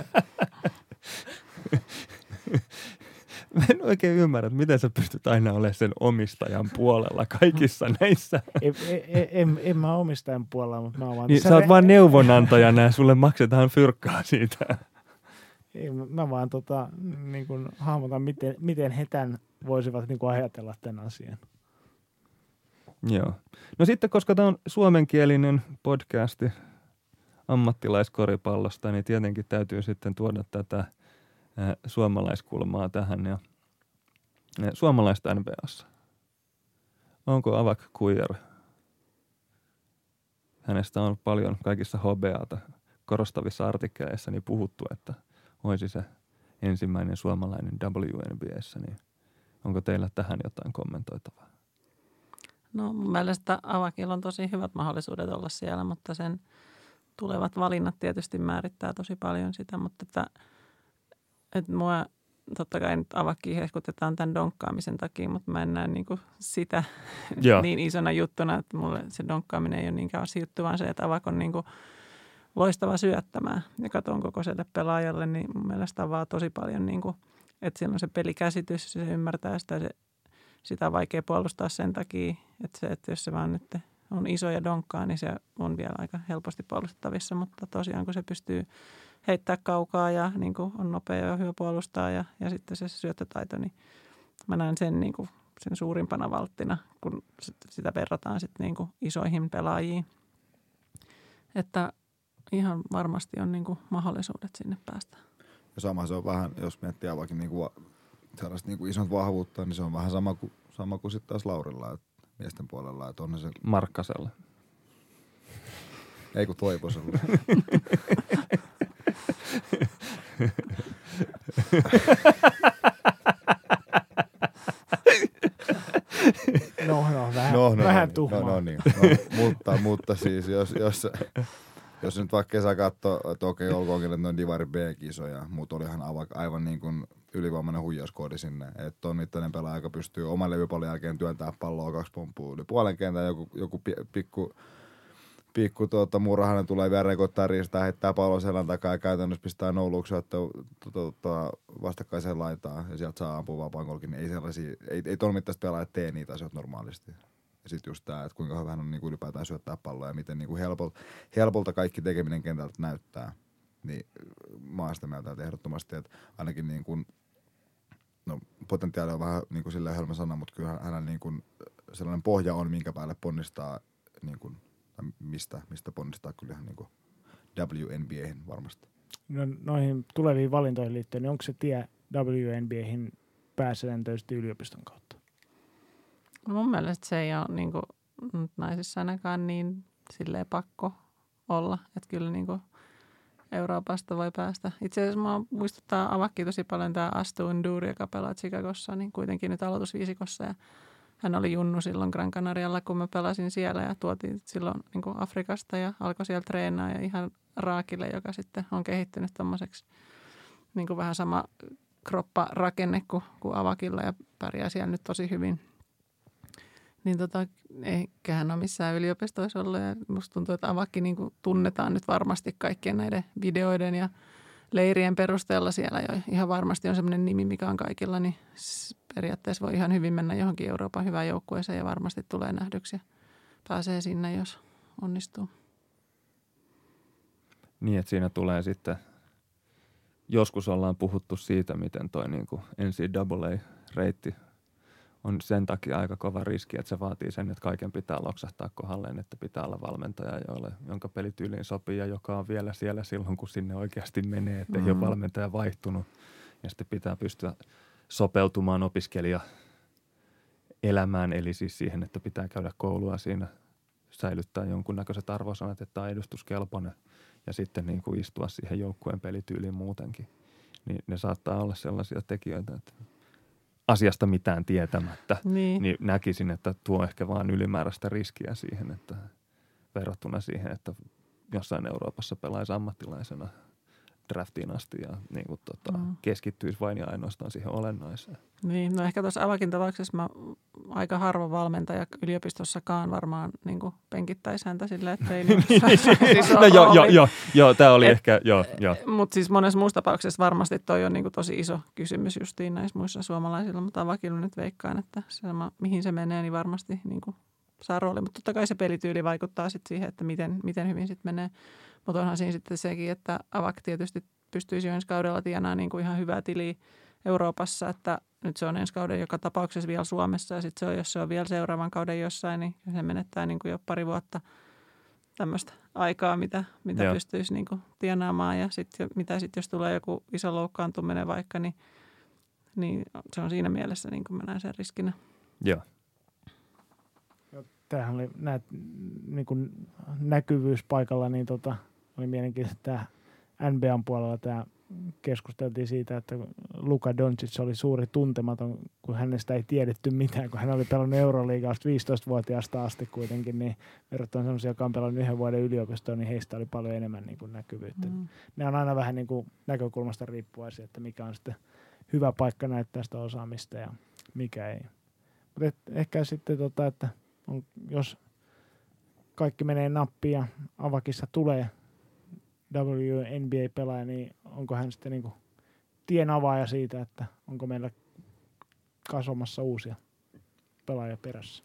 Mä en oikein ymmärrä, että miten sä pystyt aina olemaan sen omistajan puolella kaikissa näissä. En mä omistajan puolella, mutta mä oon vaan... Niin, sä oot vaan neuvonantajana ja sulle maksetaan fyrkkaa siitä. Ei, mä vaan niin kun hahmotan, miten he tämän voisivat niin kun ajatella tämän asian. Joo. No sitten, koska tämä on suomenkielinen podcasti ammattilaiskoripallosta, niin tietenkin täytyy sitten tuoda tätä suomalaiskulmaa tähän ja suomalaista NBA:ssa. Onko Avak Kuijer? Hänestä on paljon kaikissa hobeata korostavissa artikkeleissa niin puhuttu, että olisi se ensimmäinen suomalainen WNBA:ssä, niin onko teillä tähän jotain kommentoitavaa? No mun mielestä Avakilla on tosi hyvät mahdollisuudet olla siellä, mutta sen tulevat valinnat tietysti määrittää tosi paljon sitä, mutta että mua totta kai nyt Avakkiin hehkutetaan tämän donkkaamisen takia, mutta mä en näe niinku sitä niin isona juttuna, että mulle se donkkaaminen ei ole niinkään asia juttu, vaan se, että Avak on niinku loistava syöttämään ja katon kokoiselle pelaajalle, niin mun mielestä avaa tosi paljon, niinku, että siellä on se pelikäsitys, se ymmärtää sitä, sitä on vaikea puolustaa sen takia, että jos se vaan nyt on iso ja donkkaa, niin se on vielä aika helposti puolustettavissa, mutta tosiaan kun se pystyy heittää kaukaa ja niin kuin on nopea ja hyvä puolustaa ja sitten se syöttötaito, niin mä näen sen, niin kuin, sen suurimpana valttina, kun sitä verrataan sitten niin kuin isoihin pelaajiin. Että ihan varmasti on niin kuin mahdollisuudet sinne päästä. Ja sama se on vähän, jos miettii Avakin niin kuin sellaista niin kuin ison vahvuutta, niin se on vähän sama kuin sitten taas Laurilla, että miesten puolella, että onhan se... Markkasella. Ei kun Toiposella. Vähän tuhmaa. No niin. Mutta siis jos nyt vaikka kesä katsoo, että okei, olkoonkin, että ne on Divari B-kisoja, mutta olihan aivan niin kuin ylivoimainen huijauskoodi sinne. Että on mittainen pelaaja, joka pystyy oman levypallon jälkeen työntää palloa 2 pomppua yli puolen kentän, joku pikku muurahainen tulee vielä rekoittaa riistää, heittää pallon selän takaa ja käytännössä pistää no-look-shot vastakkaiseen laitaan ja sieltä saa ampua vapaan kolkin. Ei ton mittaista pelaajat tee niitä asioita normaalisti. Ja sitten just tää, että kuinka hyvä hän on niin kuin ylipäätään syöttää palloa ja miten niin kuin helpolta kaikki tekeminen kentältä näyttää. Niin mä oon sitä mieltä, että ehdottomasti, että ainakin niin kuin, no potentiaali on vähän niin kuin silleen hölmä sana, mutta kyllä hänellä niin kuin sellainen pohja on, minkä päälle ponnistaa niin kuin, mistä ponnistaa kyllä ihan niin kuin WNBA:hin varmasti. No, noihin tuleviin valintoihin liittyen, niin onko se tie WNBA:hin pääsääntöisesti yliopiston kautta? No mun mielestä se ei ole niin kuin, naisissa ainakaan niin silleen pakko olla, että kyllä niin kuin Euroopasta voi päästä. Itse asiassa mua muistuttaa Avakki tosi paljon tämä Astu Ndur, joka pelaa Chicagossa, niin kuitenkin nyt aloitusviisikossa ja hän oli junnu silloin Gran Canarialla, kun mä pelasin siellä ja tuotiin silloin niin kuin Afrikasta ja alkoi siellä treenaa ja ihan Raakille, joka sitten on kehittynyt tommoseksi niin kuin vähän sama kropparakenne kuin Avakilla ja pärjää siellä nyt tosi hyvin. Niin eikä hän ole missään yliopistoissa ollut ja musta tuntuu, että Avakki niin kuin tunnetaan nyt varmasti kaikkien näiden videoiden ja leirien perusteella siellä jo ihan varmasti on semmoinen nimi, mikä on kaikilla, niin periaatteessa voi ihan hyvin mennä johonkin Euroopan hyvään joukkueeseen ja varmasti tulee nähdyksi ja pääsee sinne, jos onnistuu. Niin, että siinä tulee sitten, joskus ollaan puhuttu siitä, miten toi niin kuin NCAA-reitti on sen takia aika kova riski, että se vaatii sen, että kaiken pitää loksahtaa kohdalleen, että pitää olla valmentaja, jonka pelityyliin sopii ja joka on vielä siellä silloin, kun sinne oikeasti menee, että ei ole valmentaja vaihtunut. Ja sitten pitää pystyä sopeutumaan opiskelija elämään, eli siis siihen, että pitää käydä koulua siinä, säilyttää jonkunnäköiset arvosanat, että on edustuskelpoinen ja sitten niin kuin istua siihen joukkueen pelityyliin muutenkin. Niin ne saattaa olla sellaisia tekijöitä, että asiasta mitään tietämättä, niin näkisin, että tuo ehkä vaan ylimääräistä riskiä siihen, että verrattuna siihen, että jossain Euroopassa pelaisi ammattilaisena draftiin asti ja niin kuin keskittyisi vain ja ainoastaan siihen olennaiseen. Niin, no ehkä tuossa Avakin tapauksessa aika harva valmentaja yliopistossakaan varmaan niin kuin penkittäisi häntä silleen, että ei Joo, tämä oli ehkä, joo. Mutta siis monessa muussa tapauksessa varmasti toi on niin kuin tosi iso kysymys justiin näissä muissa suomalaisilla, mutta Avakilla nyt veikkaan, että mihin se menee, niin varmasti niin kuin saa rooli. Mutta totta kai se pelityyli vaikuttaa sitten siihen, että miten hyvin sitten menee. Mutta onhan siinä sitten sekin, että Avak tietysti pystyisi jo ensi kaudella tienaamaan niin kuin ihan hyvää tiliä Euroopassa, että nyt se on ensi kauden joka tapauksessa vielä Suomessa ja sitten se on, jos se on vielä seuraavan kauden jossain, niin se menettää niin kuin jo pari vuotta tämmöistä aikaa, mitä pystyisi niin kuin tienaamaan ja sitten jos tulee joku iso loukkaantuminen vaikka, niin se on siinä mielessä niin kuin mä näen sen riskinä. Joo. Tämähän oli niin kuin näkyvyyspaikalla, niin oli mielenkiintoista, että NBAn puolella keskusteltiin siitä, että Luka Doncic oli suuri tuntematon, kun hänestä ei tiedetty mitään, kun hän oli pelannut Euroliigasta 15-vuotiaasta asti kuitenkin, niin verrattuna sellaisia, jotka on pelannut 1 vuoden yliopistoon, niin heistä oli paljon enemmän niin kuin näkyvyyttä. Ne on aina vähän niin kuin näkökulmasta riippuvaisia, että mikä on sitten hyvä paikka näyttää sitä osaamista ja mikä ei. Mutta ehkä sitten, että jos kaikki menee nappiin ja Avakissa tulee WNBA-pelaaja, niin onko hän sitten niinku tien avaaja siitä, että onko meillä kasvamassa uusia pelaajia perässä?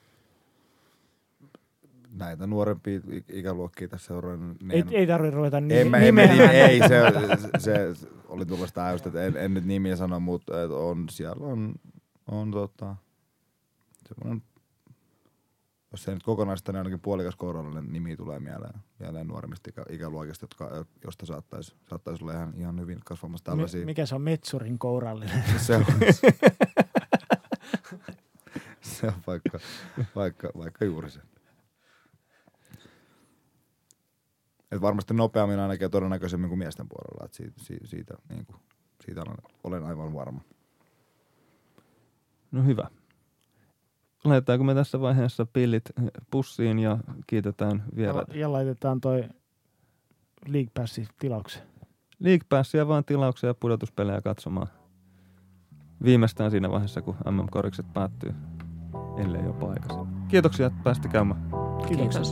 Näitä nuorempia ikäluokkia tässä seuraan. Ei tarvitse ruveta Ei, se oli tuollaista ajusta, että en nyt nimiä sano, mutta siellä on semmoinen, jos se nyt kokonaista, niin ainakin puolikas kourallinen nimi tulee mieleen nuoremmista ikäluokista, josta saattaisi olla ihan hyvin kasvamassa tällaisia. Mikä se on metsurin kourallinen? Se on vaikka juuri se. Et varmasti nopeammin ainakin ja todennäköisemmin kuin miesten puolella. Et siitä olen aivan varma. No hyvä. Laitetaanko me tässä vaiheessa pillit pussiin ja kiitetään vieraita? Ja laitetaan toi League Passi tilaukseen. League Passia vaan tilaukseen ja pudotuspelejä katsomaan. Viimeistään siinä vaiheessa, kun MM-korikset päättyy, ellei jopa aikaisemmin. Kiitoksia, että pääsitte käymään. Kiitos.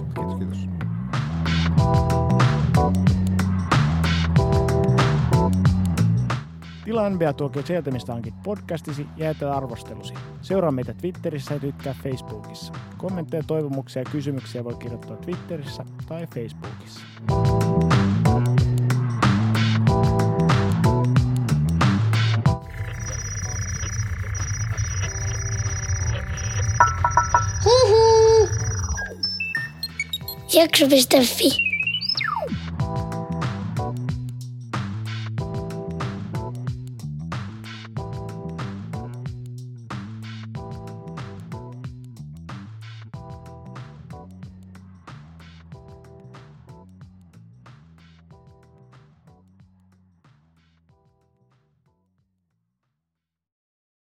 Tilaa NBA-tuokio sieltä, mistä hankit podcastisi ja jätä arvostelusi. Seuraa meitä Twitterissä ja tykkää Facebookissa. Kommentteja, toivomuksia ja kysymyksiä voi kirjoittaa Twitterissä tai Facebookissa. Jakso.fi